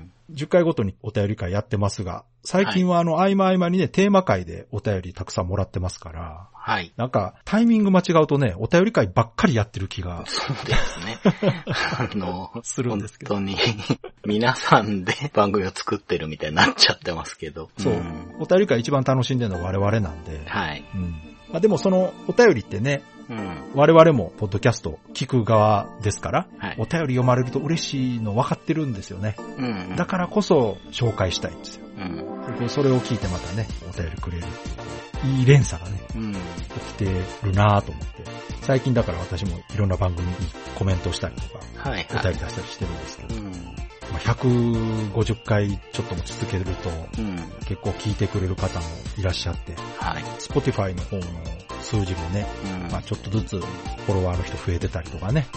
じゅっかいごとにお便り会やってますが、最近はあの、合間合間にね、テーマ会でお便りたくさんもらってますから、 はい。 なんか、タイミング間違うとね、お便り会ばっかりやってる気が。 そうですね。あの、 するんですけど。 本当に、皆さんで番組を作ってるみたいになっちゃってますけど。 そう。うん、お便り会一番楽しんでるのは我々なんで。 はい。 うん。まあ、でもその、お便りってね、 うん、 我々もポッドキャスト聞く側ですから、 はい、 お便り読まれると嬉しいの分かってるんですよね。 うんうん、 だからこそ紹介したいんですよ。 うん、 それを聞いてまたね、お便りくれる。いい連鎖がね、 うん、 起きてるなぁと思って。最近だから私もいろんな番組にコメントしたりとか、 はいはい、 お便り出したりしてるんですけど、 うん、 まあ、ひゃくごじゅっかいちょっとも続けると、 うん、 結構聞いてくれる方もいらっしゃって、 はい、 Spotify の方の数字もね、 うん、 まあちょっとずつフォロワーの人増えてたりとかね、 うん、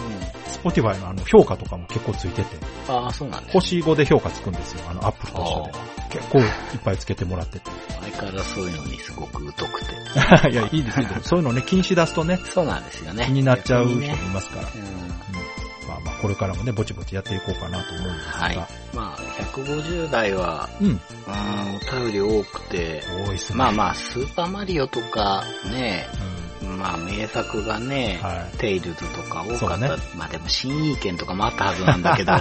Spotify のあの評価とかも結構ついてて、 ああ、そうなんですね。 星ごで評価つくんですよ、あのアップルと一緒で。結構いっぱいつけてもらってて。 相変わらずそういうのにすごく疎くて。 いや、いいですけど、そういうのね、気にし出すとね、 そうなんですよね。 気になっちゃう人もいますから。 ね、うん、 まあまあ、これからもね、ぼちぼちやっていこうかなと思うんですが。 はい。まあ、ひゃくごじゅうだいは、 うん。 うん、お便り多くて、 多いっすね。 まあまあ、スーパーマリオとかね、うん、まあ名作がね、はい、テイルズとか多かった。ね、まあでも、新意見とかもあったはずなんだけど、うーん、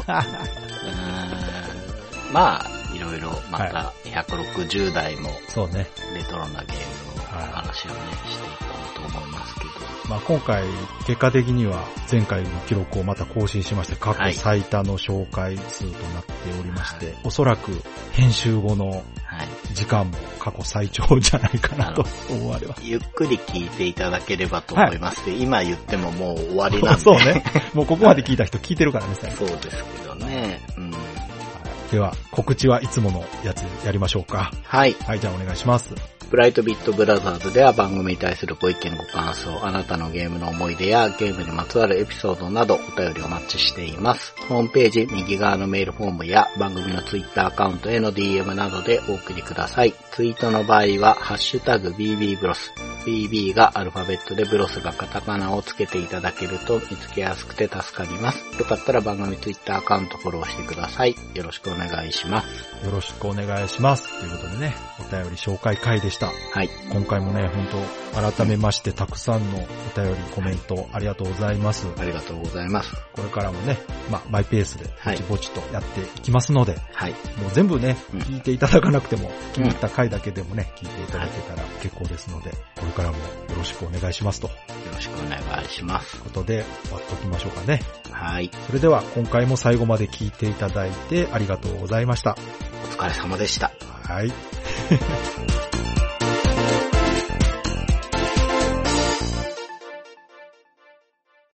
まあ、いろいろまたひゃくろくじゅうだいも、 そうね。 レトロなゲームの話をね、していこうと思いますけど。 まあ今回、結果的には前回の記録をまた更新しまして、過去最多の紹介数となっておりまして、はい、おそらく編集後の時間も過去最長じゃないかなと思われます。 ゆっくり聞いていただければと思います、はい、今言ってももう終わりなんで。 そうね。もうここまで聞いた人聞いてるからね、最近。そうですけどね。うん。 では、告知はいつものやつやりましょうか。 はい。 はい、じゃあお願いします。 ブライトビットブラザーズでは番組に対するご意見ご感想、あなたのゲームの思い出やゲームにまつわるエピソードなどお便りお待ちしています。ホームページ右側のメールフォームや番組のツイッターアカウントへの ディーエム などでお送りください。ツイートの場合はハッシュタグ ビービー ブロス。ビービー がアルファベットでブロスがカタカナをつけていただけると見つけやすくて助かります。よかったら番組ツイッターアカウントフォローしてください。よろしくお願いします。 よろしくお願いします。ということでね、お便り紹介会でした。 はい。 今回もね、本当改めましてたくさんのお便り、コメントありがとうございます。 ありがとうございます。 これからもね、まあ、マイペースでぼちぼちとやっていきますので、 はい。 もう全部ね、 うん、 聞いていただかなくても、気に入った回だけでもね、聞いていただけたら結構ですので、これからもよろしくお願いしますと。よろしくお願いします。 ということで、終わっておきましょうかね。 はい。 それでは、今回も最後まで聞いていただいてありがとうございました。 お疲れ様でした。 はい。